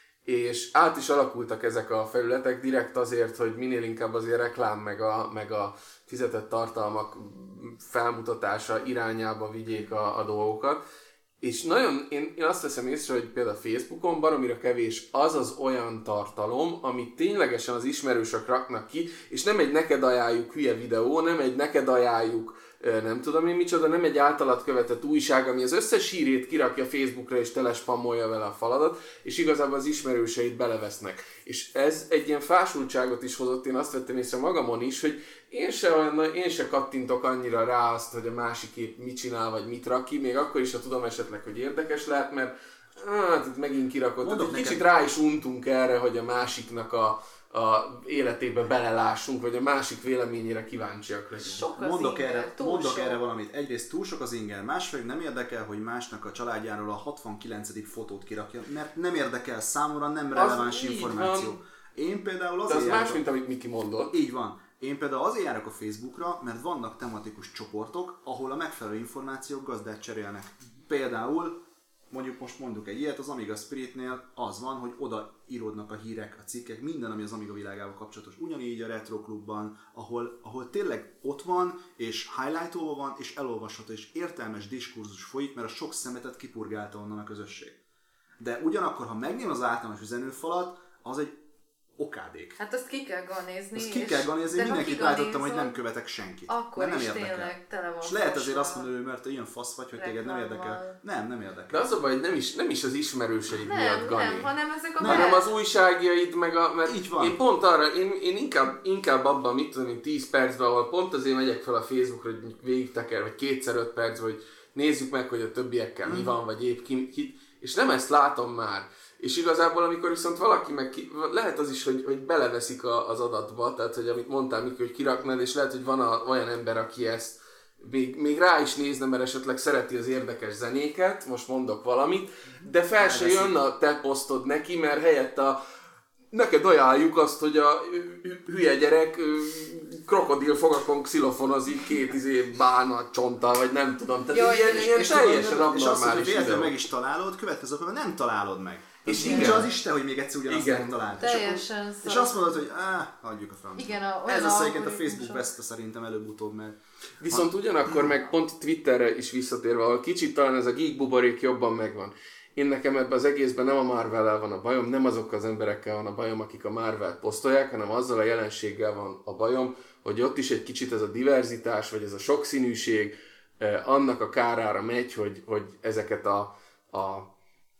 És át is alakultak ezek a felületek direkt azért, hogy minél inkább azért reklám meg a, meg a fizetett tartalmak felmutatása irányába vigyék a, a dolgokat. És nagyon, én, én azt veszem észre, hogy például Facebookon baromira kevés az az olyan tartalom, amit ténylegesen az ismerősök raknak ki, és nem egy neked ajánljuk hülye videó, nem egy neked ajánljuk nem tudom én micsoda, nem egy általad követett újság, ami az összes hírét kirakja Facebookra és telespamolja vele a faladat, és igazából az ismerőseit belevesznek. És ez egy ilyen fásultságot is hozott, én azt vettem észre magamon is, hogy én se, olyan, én se kattintok annyira rá azt, hogy a másik épp mit csinál, vagy mit rak ki, még akkor is, ha tudom esetleg, hogy érdekes lehet, mert hát itt megint kirakott. Tehát egy kicsit rá is untunk erre, hogy a másiknak a a életébe belelássunk, vagy a másik véleményére kíváncsiak legyünk. Sok az Mondok, inger, erre, túl mondok sok. erre valamit. Egyrészt túl sok az inger, másrészt nem érdekel, hogy másnak a családjáról a hatvankilencedik fotót kirakja, mert nem érdekel számomra, nem releváns így információ. van. Én például De azért az járok, más, mint amit Miki mondott. így van. Én például azért járok a Facebookra, mert vannak tematikus csoportok, ahol a megfelelő információk gazdát cserélnek. Például, mondjuk most mondjuk egy ilyet, az Amiga Spiritnél az van, hogy oda íródnak a hírek, a cikkek, minden, ami az Amiga világával kapcsolatos. Ugyanígy a Retro Klubban, ahol, ahol tényleg ott van, és highlightolva van, és elolvasható, és értelmes diskurzus folyik, mert a sok szemetet kipurgálta onnan a közösség. De ugyanakkor, ha megnézem az általános üzenőfalat, az egy okádék. Hát azt ki kell ganézni. Ezt ki és- kell ganézni, de ha mindenkit látottam, hogy kiganézol, nem követek senkit. Akkor mert nem is érdekel. tényleg tele van És lehet azért fosva. azt mondani, hogy mert te ilyen fasz vagy, hogy téged nem reklámmal. érdekel. Nem, nem De érdekel. az a baj, hogy nem is, nem is az ismerőseid Nem, miatt, Gani. nem, hanem ezek a Nem, hanem bel- az újságjaid, meg a... Mert Így van. én pont arra, én, én inkább, inkább abban, mit tudom én, tíz percben, ahol pont azért megyek fel a Facebookra, hogy végig teker, vagy kétszer öt perc, vagy nézzük meg, hogy a többiekkel mi van, vagy épp ki, ki, és nem ezt látom már. És igazából, amikor viszont valaki meg ki, lehet az is, hogy, hogy beleveszik a, az adatba, tehát, hogy amit mondtál, Miki, hogy kiraknád, és lehet, hogy van a, olyan ember, aki ezt még, még rá is nézne, mert esetleg szereti az érdekes zenéket, most mondok valamit, de fel se jön a te posztod neki, mert helyett a neked ajánljuk azt, hogy a hülye gyerek krokodil fogakon xilofonozik két izé bána csonttal, vagy nem tudom. Tehát Jaj, ilyen, és- ilyen És teljesen tudod, és azt mondod, hogy abnormális véletlenül videó. meg is találod, következő alkalommal nem találod meg. És Nincs igen. az Isten, hogy még egyszer ugyanazt Igen. megtaláld. És akkor- Teljesen És szar. azt mondod, hogy áh, hagyjuk a francot. Igen, a- olyan Ez az egyébként a algoritmusok. Facebook veszte szerintem előbb-utóbb, mert Viszont ugyanakkor meg pont Twitterre is visszatérve, ahol kicsit talán ez a geek buborék jobban megvan. Én nekem ebben az egészben nem a Marvel-el van a bajom, nem azokkal az emberekkel van a bajom, akik a Marvel-t posztolják, hanem azzal a jelenséggel van a bajom, hogy ott is egy kicsit ez a diverzitás, vagy ez a sokszínűség eh, annak a kárára megy, hogy, hogy ezeket a, a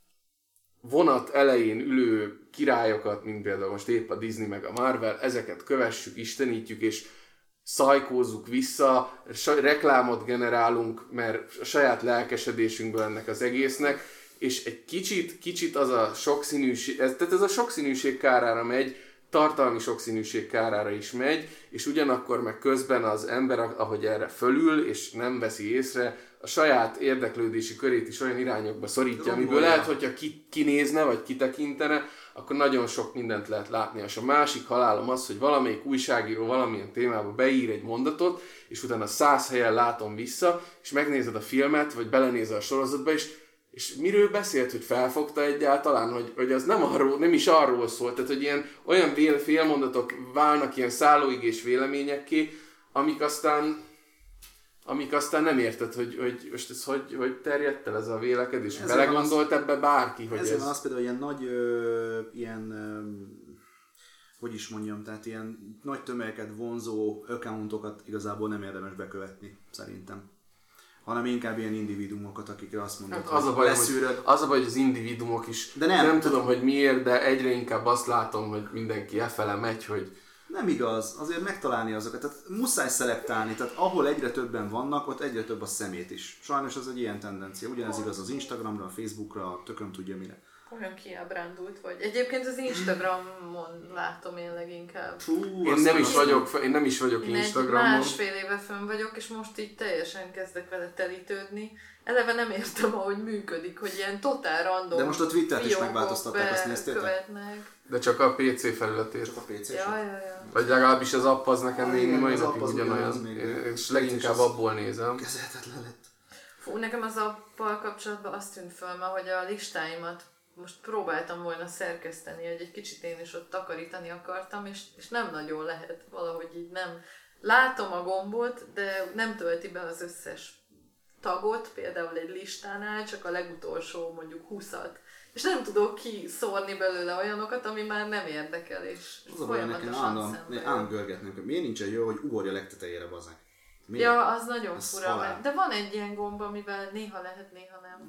vonat elején ülő királyokat, mint például most épp a Disney meg a Marvel, ezeket kövessük, istenítjük, és szajkózzuk vissza, sa- reklámot generálunk, mert a saját lelkesedésünkből ennek az egésznek, és egy kicsit, kicsit az a sokszínűség, ez, tehát ez a sokszínűség kárára megy, tartalmi sokszínűség kárára is megy, és ugyanakkor meg közben az ember, ahogy erre fölül, és nem veszi észre, a saját érdeklődési körét is olyan irányokba szorítja, amiből Rombolja. lehet, hogyha ki, kinézne, vagy kitekintene, akkor nagyon sok mindent lehet látni. És a másik halálom az, hogy valamelyik újságíró valamilyen témába beír egy mondatot, és utána száz helyen látom vissza, és megnézed a filmet, vagy belenézel a sorozatba, és és miről beszélt, hogy felfogta egyáltalán, hogy, hogy az nem, arról, nem is arról szólt, tehát hogy ilyen olyan véle, félmondatok válnak ilyen szállóigés véleményekké, amik aztán, amik aztán nem érted, hogy, hogy most ez hogy, hogy terjedt el ez a vélekedés, Ezért belegondolt ebbe bárki, hogy ezért ez... van az például ilyen nagy, ö, ilyen, ö, hogy is mondjam, tehát ilyen nagy tömegeket vonzó accountokat igazából nem érdemes bekövetni, szerintem. Hanem inkább ilyen individuumokat, akikre azt mondod, Hát az, a baj, hogy, az a baj, hogy az individumok is, De nem, nem, nem tehát- tudom, hogy miért, de egyre inkább azt látom, hogy mindenki efele megy, hogy Nem igaz, azért megtalálni azokat, tehát muszáj szelektálni, tehát ahol egyre többen vannak, ott egyre több a szemét is. Sajnos ez egy ilyen tendencia, ugyanez igaz az Instagramra, a Facebookra, a tököm tudja mire. Olyan kiábrándult vagy. Egyébként az Instagramon látom én leginkább. Fú, én azt nem a- is vagyok, én nem is vagyok Én egy Instagramon. másfél éve fönn vagyok, és most így teljesen kezdek vele telítődni. Eleve nem értem, ahogy működik, hogy ilyen totál random De most a Twittert is fiókok megváltoztatták, azt néztétek? bekövetnek. De csak a pé cé felületét. Csak a pé cé-s. Ja, ja, ja. Vagy legalábbis az app az nekem Ah, még igen, mai az napig app az ugyanolyan. ugyanaz még. Én- És leginkább az- abból nézem. Kezelhetetlen lett. Fú, nekem az appal kapcsolatban azt tűnt föl ma, hogy a listáimat most próbáltam volna szerkeszteni, hogy egy kicsit én is ott takarítani akartam, és, és nem nagyon lehet, valahogy így nem. Látom a gombot, de nem tölti be az összes tagot, például egy listánál, csak a legutolsó mondjuk húszat. És nem tudok kiszórni belőle olyanokat, ami már nem érdekel, és Az a baj, nekem folyamatosan állandóan szembe ám jön. görgetnünk, hogy miért nincsen jó, hogy ugorja legtetejére bazeg. Miért? Ja, az nagyon Ez fura, halál. mert- de van egy ilyen gomb, amivel néha lehet, néha nem.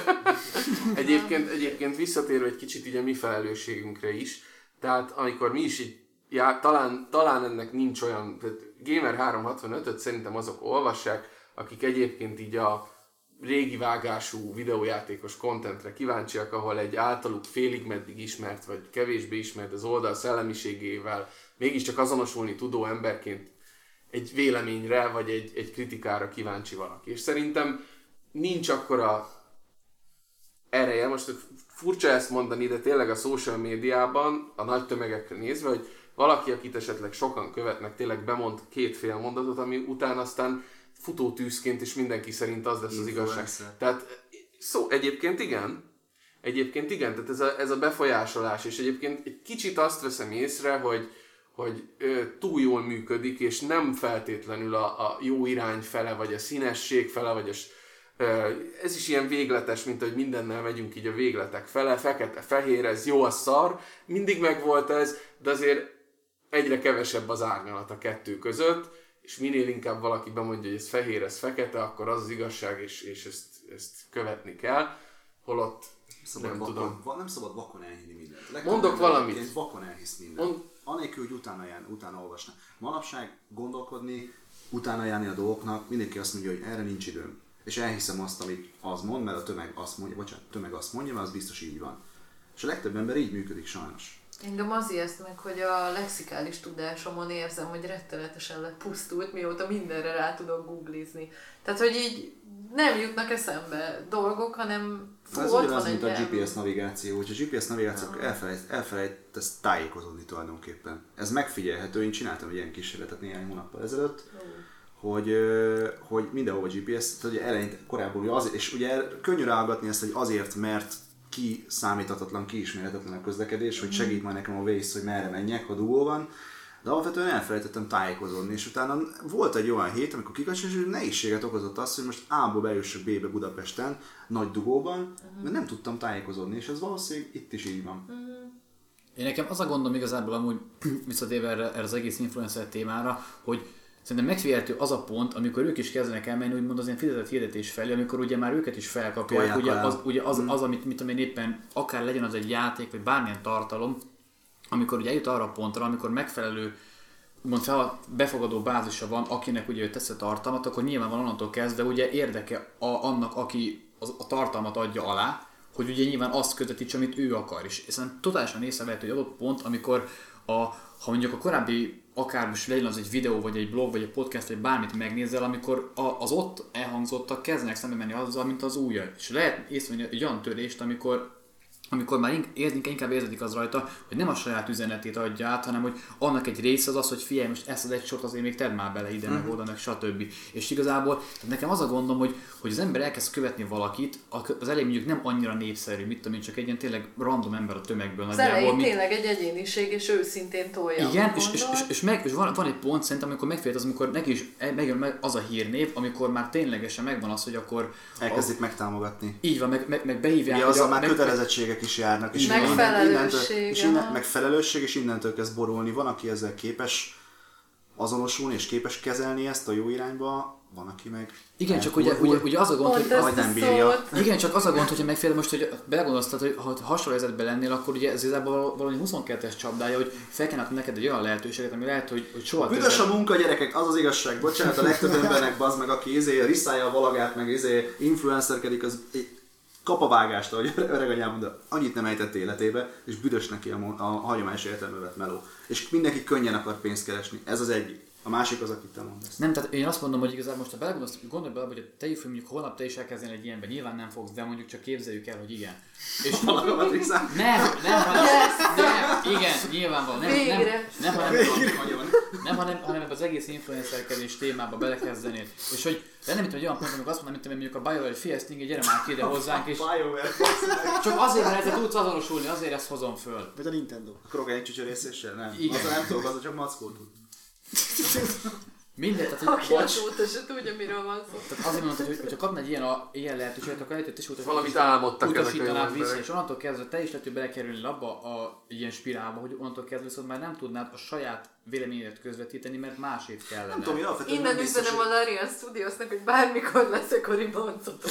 Egyébként, egyébként visszatérve egy kicsit így a mi felelősségünkre is, tehát amikor mi is így, já, talán, talán ennek nincs olyan, tehát Gamer háromszázhatvanötöt szerintem azok olvassák, akik egyébként így a régi vágású videójátékos contentre kíváncsiak, ahol egy általuk félig meddig ismert, vagy kevésbé ismert az oldal szellemiségével mégiscsak azonosulni tudó emberként egy véleményre, vagy egy, egy kritikára kíváncsi valaki. És szerintem nincs akkora ereje, most furcsa ezt mondani, de tényleg a social médiában, a nagy tömegekre nézve, hogy valaki, akit esetleg sokan követnek, tényleg bemond két fél mondatot, ami után aztán futótűzként és mindenki szerint az lesz az igazság. Tehát szó, egyébként igen. Egyébként igen, tehát ez a, ez a befolyásolás, és egyébként egy kicsit azt veszem észre, hogy, hogy ö, túl jól működik, és nem feltétlenül a, a jó irány fele, vagy a színesség fele, vagy a, ö, ez is ilyen végletes, mint hogy mindennel megyünk így a végletek fele, fekete-fehér, ez jó a szar, mindig megvolt ez, de azért egyre kevesebb az árnyalat a kettő között, és minél inkább valaki bemondja, hogy ez fehér, ez fekete, akkor az az igazság, és, és ezt, ezt követni kell, holott szabad nem vakon, tudom. Va, nem szabad vakon elhinni mindent. Legtöbb Mondok ember valamit. egyébként vakon elhisz mindent. Mond... Anélkül, hogy utána, jár, utána olvasna. Manapság gondolkodni, utána járni a dolgoknak, mindenki azt mondja, hogy erre nincs időm. És elhiszem azt, amit az mond, mert a tömeg azt mondja, bocsánat, a tömeg azt mondja, mert az biztos így van. És a legtöbb ember így működik sajnos. Engem az ijeszt meg, hogy a lexikális tudásomon érzem, hogy rettenetesen lepusztult, mióta mindenre rá tudok googlizni. Tehát, hogy így nem jutnak eszembe dolgok, hanem fú, ez ott ugyanaz, van mint egy a elv. gé pé es navigáció, hogy a gé pé es navigáció Ah. elfelejt, elfelejtesz tájékozódni tulajdonképpen. Ez megfigyelhető, én csináltam egy ilyen kísérletet néhány hónappal ezelőtt, Oh. hogy, hogy mindenhova gé pé es, tehát ugye eleinte korábban, ugye azért, és ugye könnyű ráhallgatni ezt, hogy azért, mert ki számíthatatlan, kiismerhetetlen a közlekedés, hogy segít majd nekem a Waze, hogy merre menjek, ha dugó van, de alapvetően elfelejtettem tájékozódni, és utána volt egy olyan hét, amikor kikacsos, hogy nehézséget okozott az, hogy most A-ból bejussuk B-be Budapesten, nagy dugóban, uh-huh. mert nem tudtam tájékozódni, és ez valószínűleg itt is így van. Uh-huh. Én nekem az a gondom igazából amúgy visszatérve erre, erre az egész influencer témára, hogy szerintem megfigyelhető az a pont, amikor ők is kezdenek elmenni, úgymond az ilyen fizetett hirdetés felé, amikor ugye már őket is felkapják, ugye az, ugye az, az, amit mit tudom én éppen, akár legyen az egy játék, vagy bármilyen tartalom, amikor ugye eljut arra a pontra, amikor megfelelő úgymond fel, befogadó bázisa van, akinek ugye tesz a tartalmat, akkor nyilván onnantól kezdve ugye érdeke a, annak, aki az, a tartalmat adja alá, hogy ugye nyilván azt közvetíts, amit ő akar is. És szerintem totálisan észrevehető egy adott pont, amikor a, ha mondjuk a korábbi akár most legyen az egy videó, vagy egy blog, vagy egy podcast, vagy bármit megnézel, amikor a, az ott elhangzottak kezdenek szembe menni azzal, mint az újja. És lehet észrevenni egy olyan törést, amikor amikor már inkább, inkább érződik az rajta, hogy nem a saját üzenetét adja át, hanem hogy annak egy része az az, hogy figyelj, most ezt az egy sort azért még tedd már bele ide, meg oda, meg stb. És igazából nekem az a gondom, hogy, hogy az ember elkezd követni valakit, az elején mondjuk nem annyira népszerű, mit tudom én, csak egy ilyen tényleg random ember a tömegből. Az elején mit... tényleg egy egyéniség, és őszintén tolja. Igen, és, és, és, és, meg, és van, van egy pont szerintem, amikor megfélt az, amikor neki is megjön meg az a hírnév, amikor már ténylegesen megvan az, hogy akkor... Elkezdik a... megtámogatni. Így van, meg, meg, meg behívják. Ugye azzal már meg, kötelezettségek is járnak. És megfelelősség. És innen, megfelelősség, és innentől kezd borulni. Van, aki ezzel képes azonosulni, és képes kezelni ezt a jó irányba, van, aki meg... Igen, csak ugye, ugye, ugye az a gond, Pont hogy... Vagy nem bírja. Igen, csak az a gond, hogyha megfél most, hogy belegondolsz, hogy ha hasonló helyzetben lennél, akkor ugye ez igazából valami huszonkettes csapdája, hogy felkínáltam neked egy olyan lehetőséget, ami lehet, hogy, hogy soha Büdös többet... a munka, gyerekek, az az igazság. Bocsánat, a legtöbb embernek bazd meg, aki izé, riszálja a valagát, meg izé, influencerkedik, az kap a vágást, ahogy öreg anyám mondta, annyit nem ejtett életébe, és büdös neki a, a hagyományos értelembe vett meló. És mindenki könnyen akar pénzt keresni. Ez az egyik. A másik az, akit te mondasz. Nem, tehát én azt mondom, hogy igazából most ha belegondolsz, gondolj bele, hogy te jövő mondjuk holnap te is elkezdenél egy ilyenben, nyilván nem fogsz, de mondjuk csak képzeljük el, hogy igen. És valami matrixán? Nem, nem, hanem, nem, igen, nyilvánvalóan. Nem, nem, nem, hanem, nem, hanem, hanem ebbe az egész influencerkedés témába belekezdenél. És hogy de nem itt egy olyan pont, amikor azt mondom, mint mondjuk a BioWare, hogy figyelj, Stingy, gyere már ki ide hozzánk, és csak azért, mert ezzel tudsz azonosulni, azért ezt hozom föl. Vagy a Nintendo. A krogány csücsörészéssel? Nem. Igen. Az nem tudok, az csak mackó tud. Minden, tehát hogy Aki azóta se tudja, miről van szó. Tehát azért mondtad, hogy hogyha kapna egy ilyen, a, ilyen lehetőséget, akkor eljöttett is volt, hogy valamit álmodtak ezek a jó utasítanád vissza, emberek. és onnantól kezdve te is lehet, hogy belekerülni abba a ilyen spirálba, hogy onnantól kezdve viszont már nem tudnád a saját véleményedet közvetíteni, mert másét kellene. Nem tudom, én alapvetően Innen nem biztos, üzenem a Larian Studiosnak, hogy bármikor leszek a ribancotok.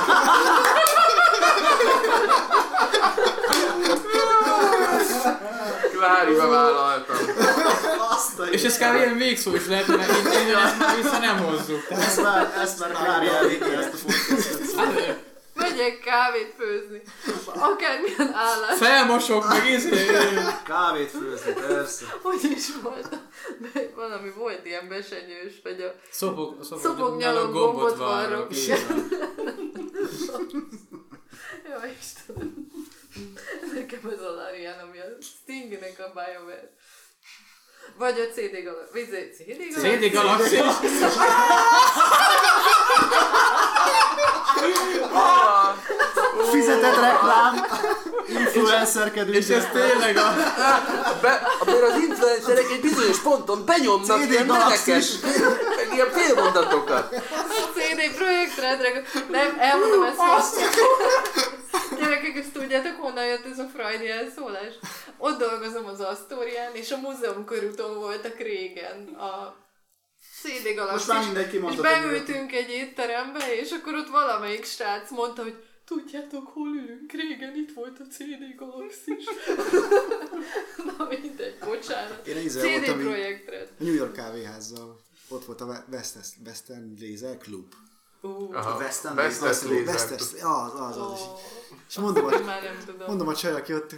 Kláriba vállaltam. És ez kb. Ilyen végszó is lehet, mert így vissza nem hozzuk. Ezt már, ezt már Klári elvégé ezt a podcastot. Megyek kávét főzni. Akármilyen állás. Felmosok meg, izé. Kávét főzni, persze. Hogy is volt? Valami volt ilyen besenyős, vagy a Szopog, szopog, szopog nyalog gombot varrok. Jaj, Istenem. Nekem ez a Larian, ami a Stingnek a BioWare. Vagy a cé dé Galaxy. cé dé Galaxy? cé dé Galaxy. Fizetett reklám, influencerkedünk. És ez tényleg a... Be, az influencerek egy bizonyos ponton benyomnak cé dé ilyen Galaxis. nevekes, meg ilyen félmondatokat. A cé dé Projektre, drága. Nem, elmondom ezt most. Gyerekek, ezt tudjátok, honnan jött ez a freudi elszólás? Ott dolgozom az Asztórián, és a múzeum körúton voltak régen a cé dé Galaxis. Most már mindenki mondta, és beültünk egy étterembe, és akkor ott valamelyik srác mondta, hogy tudjátok, hol ülünk? Régen itt volt a cé dé Galaxis. Na mindegy, bocsánat. Én ízzel cé dé voltam így Projektre. a New York kávéházzal. Ott volt a West, Western Laser Club. Uh, Aha, West End West West, End Laser West, Club. az, az, az is. oh, És mondom, hogy már nem tudom. mondom a csaj, aki ott...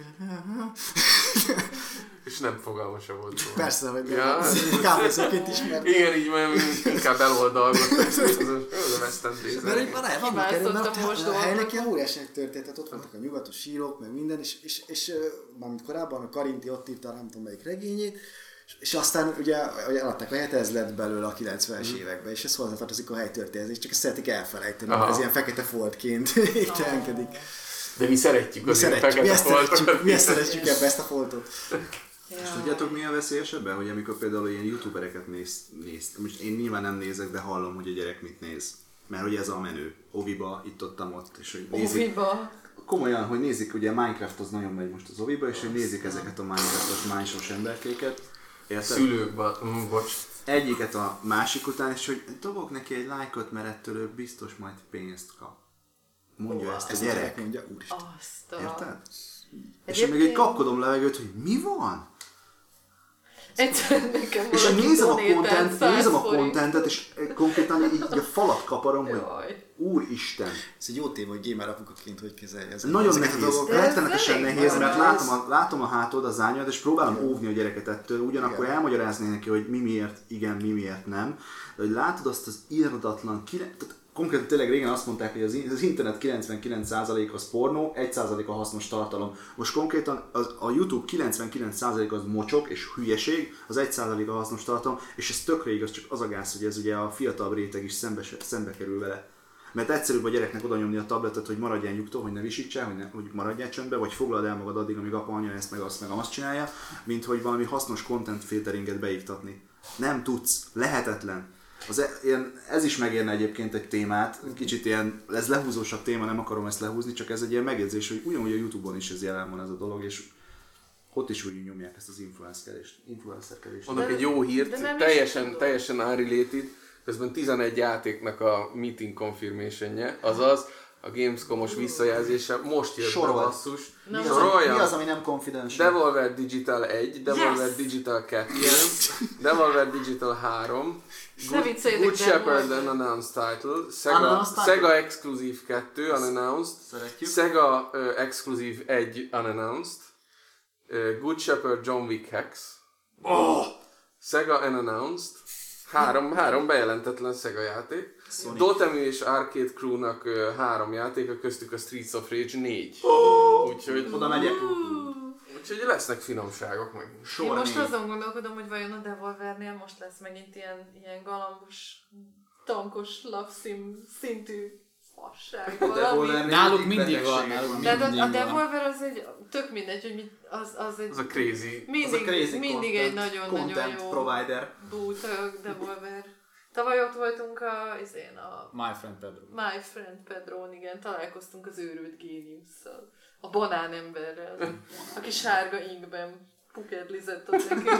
És nem fogalmasa volt róla. Persze, hogy Ja. kávézóként ismert. Igen, így már inkább eloldalgott. Ez a West End Mert Laser. így van, van Kibászottam mert most a helynek dolgokat. ilyen óriásiak történt, tehát ott voltak a nyugatos sírok, meg minden, és, és, és mármint korábban a Karinti ott írta, nem tudom melyik regényét, és, és aztán ugye eladták a helyet, ez lett belőle a kilencvenes években, és ez hozzátartozik a helytörténetés, csak ezt szeretik elfelejteni, mert ez ilyen fekete foltként telenkedik. De mi szeretjük Mi az ilyen szeretjük, mi fekete ezt szeretjük, foltokat. mi ezt szeretjük ebbe ezt a foltot. És tudjátok mi a veszélyesebben? Hogy amikor például ilyen youtubereket néz, néz, most én nyilván nem nézek, de hallom, hogy a gyerek mit néz. Mert hogy ez a menő. Oviba, itt ott, ott, és hogy nézik. Oviba. Komolyan, hogy nézik, ugye Minecraft az nagyon megy most az Oviba, és hogy nézik ezeket a Minecraftos májsos emberkéket. Érted? Szülőkben, mm, bocs. Egyiket a másik után, és hogy dobok neki egy lájkot, mert ettől ő biztos majd pénzt kap. Mondja ezt a Ezt a gyerek. gyerek mondja, úristen. Azt a... Érted? És én még egy kapkodom levegőt, hogy mi van? Egyszerűen nekem És valaki nézem a donétált content, száz nézem a forintot. contentet, és konkrétan így a falat kaparom, hogy Jaj. úristen. Ez egy jó téma, hogy gamer apukaként hogy kezelje ezeket. Nagyon ezeket a nehéz, dolgokat. rettenetesen elég nehéz, mert nehéz. látom a, látom a hátod, az ányad, és próbálom óvni a gyereket ettől, ugyanakkor Igen. elmagyarázni neki, hogy mi miért igen, mi miért nem. De hogy látod azt az irdatlan, kire- tehát konkrétan tényleg régen azt mondták, hogy az in- az internet kilencvenkilenc százalék az pornó, egy százalék a hasznos tartalom. Most konkrétan az, a YouTube kilencvenkilenc százalék az mocsok és hülyeség, az egy százalék a hasznos tartalom, és ez tökre igaz, csak az a gáz, hogy ez ugye a fiatalabb réteg is szembe, szembe kerül vele. Mert egyszerűbb a gyereknek oda nyomni a tabletet, hogy maradjál nyugtól, hogy ne visítsál, hogy, ne, hogy maradjál csöndbe, vagy foglald el magad addig, amíg apa, anya ezt meg azt meg azt csinálja, mint hogy valami hasznos content filteringet beiktatni. Nem tudsz, lehetetlen. Az e, ilyen, ez is megérne egyébként egy témát, kicsit ilyen, ez lehúzósabb téma, nem akarom ezt lehúzni, csak ez egy ilyen megjegyzés, hogy ugyanúgy a YouTube-on is ez jelen van ez a dolog, és ott is úgy nyomják ezt az influencerkedést. influencerkedést. Mondok De- egy jó hírt, de nem is teljesen, tudom. teljesen unrelated, közben tizenegy játéknak a meeting confirmation-je, azaz a Gamescom-os visszajelzése most jött be Sorol. basszus. Na, Mi az, mi Soroljam. az, ami nem confidential? Devolver Digital egy, Devolver Yes! Digital kettő, Devolver Digital három, Ne Good, vicceljétek, Good Shepherd Devolver. Unannounced Title, Sega, Unannounced title? Sega Exclusive kettő Unannounced, Szeretjük. Sega uh, Exclusive egy Unannounced, uh, Good Shepherd John Wick Hex, oh! Sega Unannounced, három, három bejelentetlen Sega játék, Sonic. Dotemu és Arcade Crew-nak uh, három játéka, köztük a Streets of Rage négy. Oh! Úgyhogy, Oda megyek. úgyhogy lesznek finomságok meg. Én Sor most négy. azon gondolkodom, hogy vajon a Devolvernél most lesz megint ilyen, ilyen galambos, tankos lapszim szintű fasság valami. Devolvernél Náluk mindig mindig van, betegségek náluk vannak. De mindig a, a van. Devolver az egy, tök mindegy, hogy mit, az, az egy, Az a crazy. mindig, Az a crazy mindig content, egy nagyon-nagyon content jó provider. bútag Devolver. Tavaly ott voltunk a, izén, a My friend Pedro. My Friend Pedrón, igen, találkoztunk az őrült géniusszal. A banánemberrel, aki sárga inkben pukedlizett ott nekünk.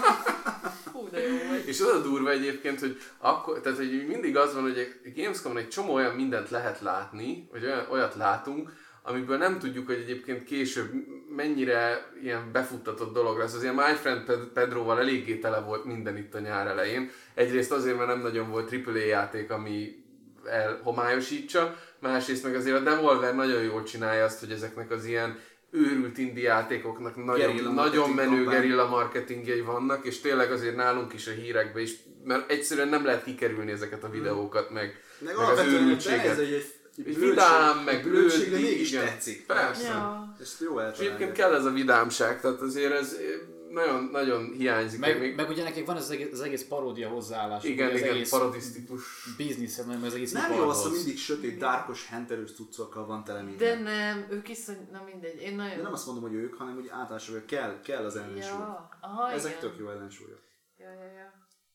Hú, de jó vagy. És az a durva egyébként, hogy akkor, tehát hogy mindig az van, hogy a Gamescom-on egy csomó olyan mindent lehet látni, vagy olyan, olyat látunk, amiből nem tudjuk, hogy egyébként később mennyire ilyen befuttatott dolog lesz. Az ilyen My Friend Pedroval eléggé tele volt minden itt a nyár elején. Egyrészt azért, mert nem nagyon volt á á á játék, ami elhomályosítsa, másrészt meg azért a Devolver nagyon jól csinálja azt, hogy ezeknek az ilyen őrült indie játékoknak nagyon, nagyon menő kampány. Gerilla marketingjei vannak, és tényleg azért nálunk is a hírekben is, mert egyszerűen nem lehet kikerülni ezeket a videókat, meg, meg, meg az őrültséget. Egy vidám, meg bőség, de őrült, mégis igen, tetszik. persze. Ja. Ezt jó És egyébként kell ez a vidámság, tehát azért ez nagyon, nagyon hiányzik. Meg, még... meg ugye nekik van ez az egész, az egész paródia hozzáállás. Igen, az igen, egész parodisztikus. Biznisz, meg az egész nem jó iparhoz. az, hogy mindig sötét, dárkos, henterős cuccokkal van tele minden. De nem, ők iszony, na mindegy, én nagyon... De nem azt mondom, hogy ők, hanem hogy általában hogy kell, kell az ellensúly. Ja. Aha, Ezek igen. tök jó ellensúlyok. Ja, ja, ja.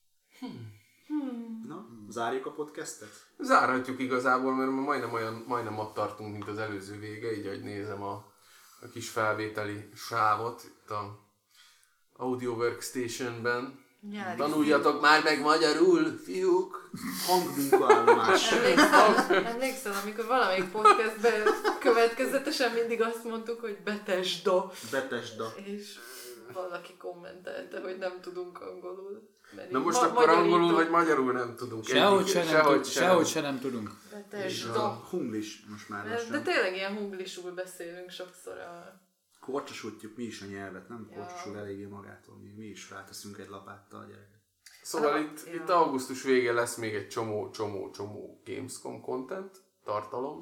Na, zárjuk a podcastet? Zárhatjuk igazából, mert ma majdnem, olyan, majdnem ott tartunk, mint az előző vége, így ahogy nézem a, a kis felvételi sávot itt a Audio Workstation-ben. Nyári Tanuljatok már meg magyarul, fiúk! Hangmunkaállomás. Emlékszel, emlékszel, amikor valamelyik podcastben következetesen mindig azt mondtuk, hogy Bethesda. Bethesda. És valaki kommentelte, hogy nem tudunk angolul. Na most ma- akkor angolul vagy magyarul nem tudunk. Sehogy se, nem, tud, sehogy se nem tudunk. Bethesda. Hunglis most már De, lassan. de tényleg ilyen hunglisul beszélünk sokszor a... Korcsosítjuk mi is a nyelvet, nem Ja. korcsosul eléggé magától, mi, mi is ráteszünk egy lapáttal a gyereket. Szóval Ah, itt, ja. itt augusztus végén lesz még egy csomó, csomó, csomó Gamescom content, tartalom.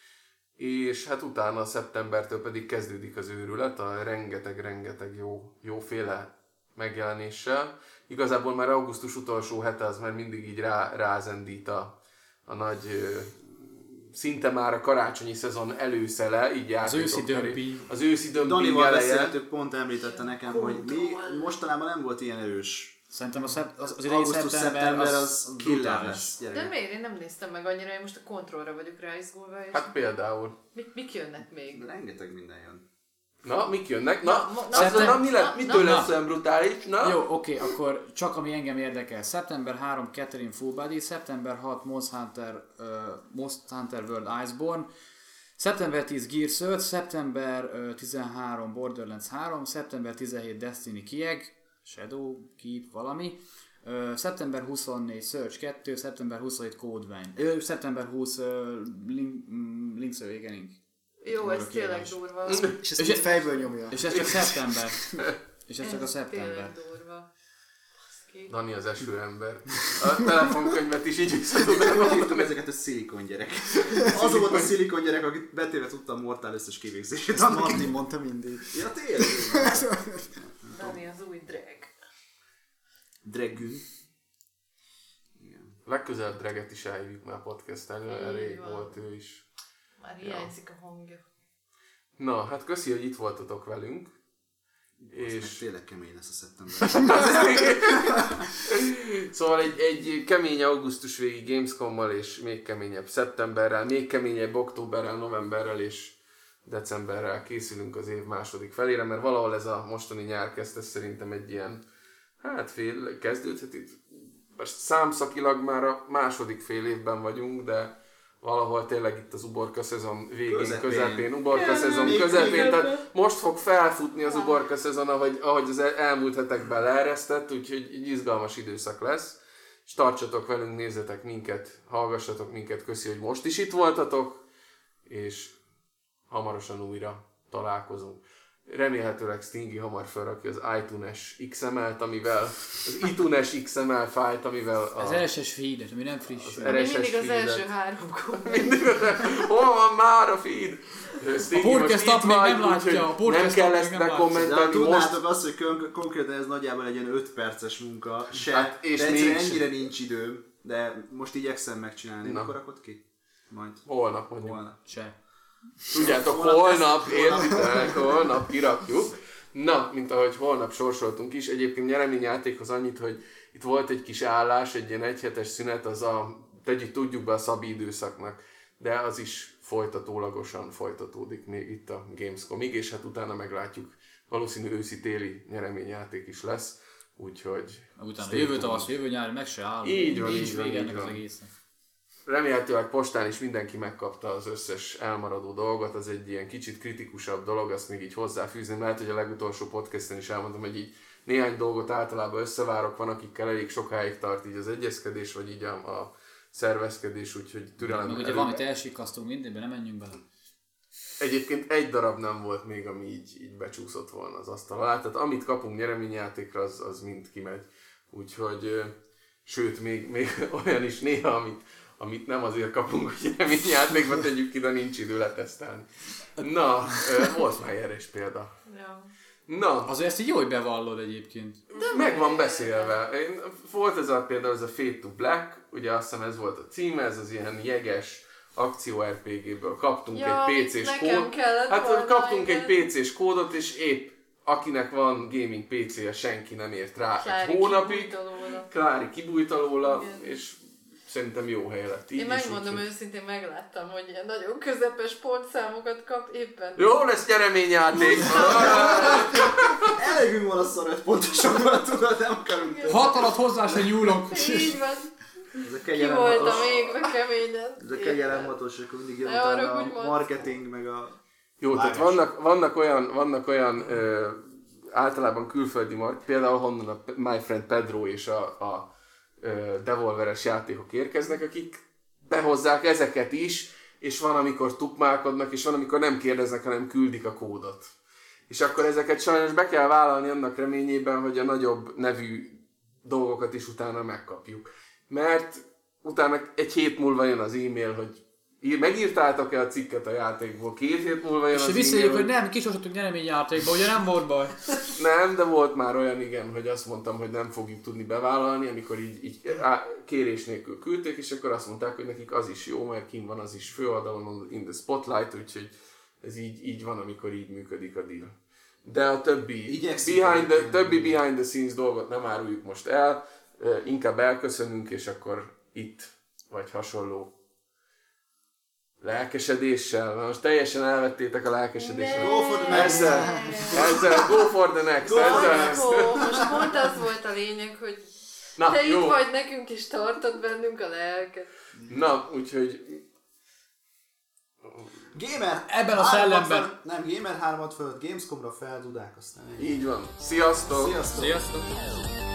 És hát utána szeptembertől pedig kezdődik az őrület, a rengeteg-rengeteg jó, jóféle megjelenéssel. Igazából már augusztus utolsó hete az már mindig így rá, rázendít a, a nagy, ö, szinte már a karácsonyi szezon előszele, így Az őszi játékok felé. dömping. Az őszi dömping Danival eleje. beszéltük, pont említette nekem, hogy mi mostanában nem volt ilyen erős. Szerintem a szep, az, az idei Augusztus, szeptember, szeptember az, az az killer brutális. lesz. De Gyerekek. miért? Én nem néztem meg annyira, én most a kontrollra vagyok ráizgulva, és Hát például. mik, mik jönnek még? Rengeteg minden jön. Na, mik jönnek? Na, Na, na, na, na, na mi na, lett? na, Mitől na. lesz olyan brutális? Na? Jó, oké, akkor csak ami engem érdekel. szeptember harmadika Catherine Full Body, szeptember hatodika Monster Hunter, uh, Monster Hunter World Iceborne, szeptember tízedike Gears öt, szeptember tizenharmadika Borderlands három, szeptember tizenhétedike Destiny Kieg, Shadow Keep valami, uh, szeptember huszonnégyedike Search kettő, szeptember huszonhetedike Code Vein, uh, szeptember huszadika uh, Link, um, Link's Awakening. Jó, Durva ez tényleg kiadás. durva. És ezt így fejből nyomja. És ez csak szeptember. És ez csak a Ez szeptember. tényleg durva. Baszki. Dani az esőember. A telefonkönyvet is így vissza tudnám Hívtam mondani. ezeket a szilikon gyerek. Az volt a szilikon gyerek, akit betéve tudtam Mortál összes kivégzését. Ezt Martin mondta mindig. Ja tényleg. Dani az új drag. Dragoon. Legközelebb Dreget is elhívjuk már podcastelni, Így elég van. volt ő is. Már hiányzik a hangja. Na, hát köszi, hogy itt voltatok velünk. És És tényleg kemény lesz a szeptember. szóval egy, egy kemény augusztus végi Gamescommal és még keményebb szeptemberrel, még keményebb októberrel, novemberrel és decemberrel készülünk az év második felére, mert valahol ez a mostani nyárkezd, szerintem egy ilyen, hát fél, kezdődhet itt. Most számszakilag már a második fél évben vagyunk, de valahol tényleg itt az uborka szezon végén, közepén, közepén uborka szezon közepén, tehát most fog felfutni az uborka szezon, ahogy, ahogy az el- elmúlt hetekben leeresztett, úgyhogy egy izgalmas időszak lesz. És tartsatok velünk, nézzetek minket, hallgassatok minket, köszi, hogy most is itt voltatok, és hamarosan újra találkozunk. Remélhetőleg Stingy hamar felrakja az iTunes iksz em el-t, amivel, az iTunes iksz em el fájlt, amivel a... Az er es es feedet, ami nem friss. Az Ami er es es mindig az feedet. első három komment. Mindig az, hol van már a feed? Stingy, A podcast most app itt még vagy, nem látja, úgyhogy a podcast nem kell app ezt még nem látja. De ha bekommentelni most. tudnátok azt, hogy kon- konkrétan ez nagyjából egy ilyen öt perces munka, se, Hát, és de egyszerűen mégse. ennyire nincs időm, de most igyekszem megcsinálni. Na. Mikor rakod ki? Majd. Holnap mondjuk. Holnap. Se. Tudjátok, Holnap holnap, lesz- értitek, holnap kirakjuk. Na, mint ahogy holnap sorsoltunk is, egyébként nyereményjátékhoz annyit, hogy itt volt egy kis állás, egy ilyen egyhetes szünet, az a, tegyük, tudjuk be a szabi időszaknak, de az is folytatólagosan folytatódik még itt a Gamescomig, és hát utána meglátjuk, valószínű őszi-téli nyereményjáték is lesz, úgyhogy... Utána stay jövő tuned. tavasz, jövő nyár, meg se áll. Így van, Nincs így van, vége így ennek az van. egésznek. Remélhetőleg postán is mindenki megkapta az összes elmaradó dolgot, az egy ilyen kicsit kritikusabb dolog, azt még így hozzáfűzni. Lehet, hogy a legutolsó podcasten is elmondtam, hogy így néhány dolgot általában összevárok, van, akikkel elég sokáig tart így az egyezkedés, vagy így a, a szervezkedés, úgyhogy türelem. Meg ugye valamit elsikasztunk mindenben, nem menjünk bele. Egyébként egy darab nem volt még, ami így, így becsúszott volna az asztal alá, tehát amit kapunk nyereményjátékra, az, az mind kimegy. Úgyhogy, sőt, még, még olyan is néha, amit, amit nem azért kapunk, hogy nyereményjátékba tegyük ki, de nincs idő letesztelni. Na, volt már erre is példa. Ja. Na. Azért ezt így jó, hogy bevallod egyébként. Meg van beszélve. Én, volt ez a például ez a Fade to Black, ugye azt hiszem ez volt a címe, ez az ilyen jeges akció er pé géből kaptunk ja, egy pé cés kódot. Hát kaptunk egy pé cés kódot, és épp akinek van gaming pé céje, senki nem ért rá Klári egy hónapig. kibújt Klári kibújt alóla, és szerintem jó hely lett. Így Én is, megmondom úgy, őszintén, megláttam, hogy ilyen nagyon közepes pontszámokat kap éppen. Jó lesz nyereményjáték! Elegünk van a szoröt pontosokban, tudod, nem akarunk. Hat alatt hozzá se nyúlok! Így van. Ez a Ki kegyelem voltam hatos. még keményen. Ez a kegyelem hatos, akkor mindig jön Ne arra, utána hogy a mondd. marketing, meg a... Jó, tehát vágás. vannak, vannak olyan, vannak olyan ö, általában külföldi mark, például honnan a My Friend Pedro és a, a ö, Devolveres játékok érkeznek, akik behozzák ezeket is, és van, amikor tukmálkodnak, és van, amikor nem kérdeznek, hanem küldik a kódot. És akkor ezeket sajnos be kell vállalni annak reményében, hogy a nagyobb nevű dolgokat is utána megkapjuk. Mert utána egy hét múlva jön az e-mail, hogy ír, megírtátok-e a cikket a játékból, két hét múlva jön És az visszajövök, e-mail, hogy nem, kisorsoltuk nyereményjátékba, ugye nem volt baj. nem, de volt már olyan, igen, hogy azt mondtam, hogy nem fogjuk tudni bevállalni, amikor így, így á, kérés nélkül küldték, és akkor azt mondták, hogy nekik az is jó, mert kint van az is főoldalon, in the spotlight, úgyhogy ez így, így van, amikor így működik a deal. De a többi Igyekszik behind the, egyébként. többi behind the scenes dolgot nem áruljuk most el, inkább elköszönünk, és akkor itt, vagy hasonló lelkesedéssel. Na, most teljesen elvettétek a lelkesedéssel. Go for the next. Ezzel, ezzel, go for the next. Go for ezzel. the Ó, most pont az volt a lényeg, hogy Na, te jó. itt vagy nekünk is tartod bennünk a lelket. Na, úgyhogy Gamer Ebben a hármat szellemben. föl- Nem, Gamer hármat fölött, Gamescomra feldudák, aztán ennyi. így van. Sziasztok! Sziasztok! Sziasztok!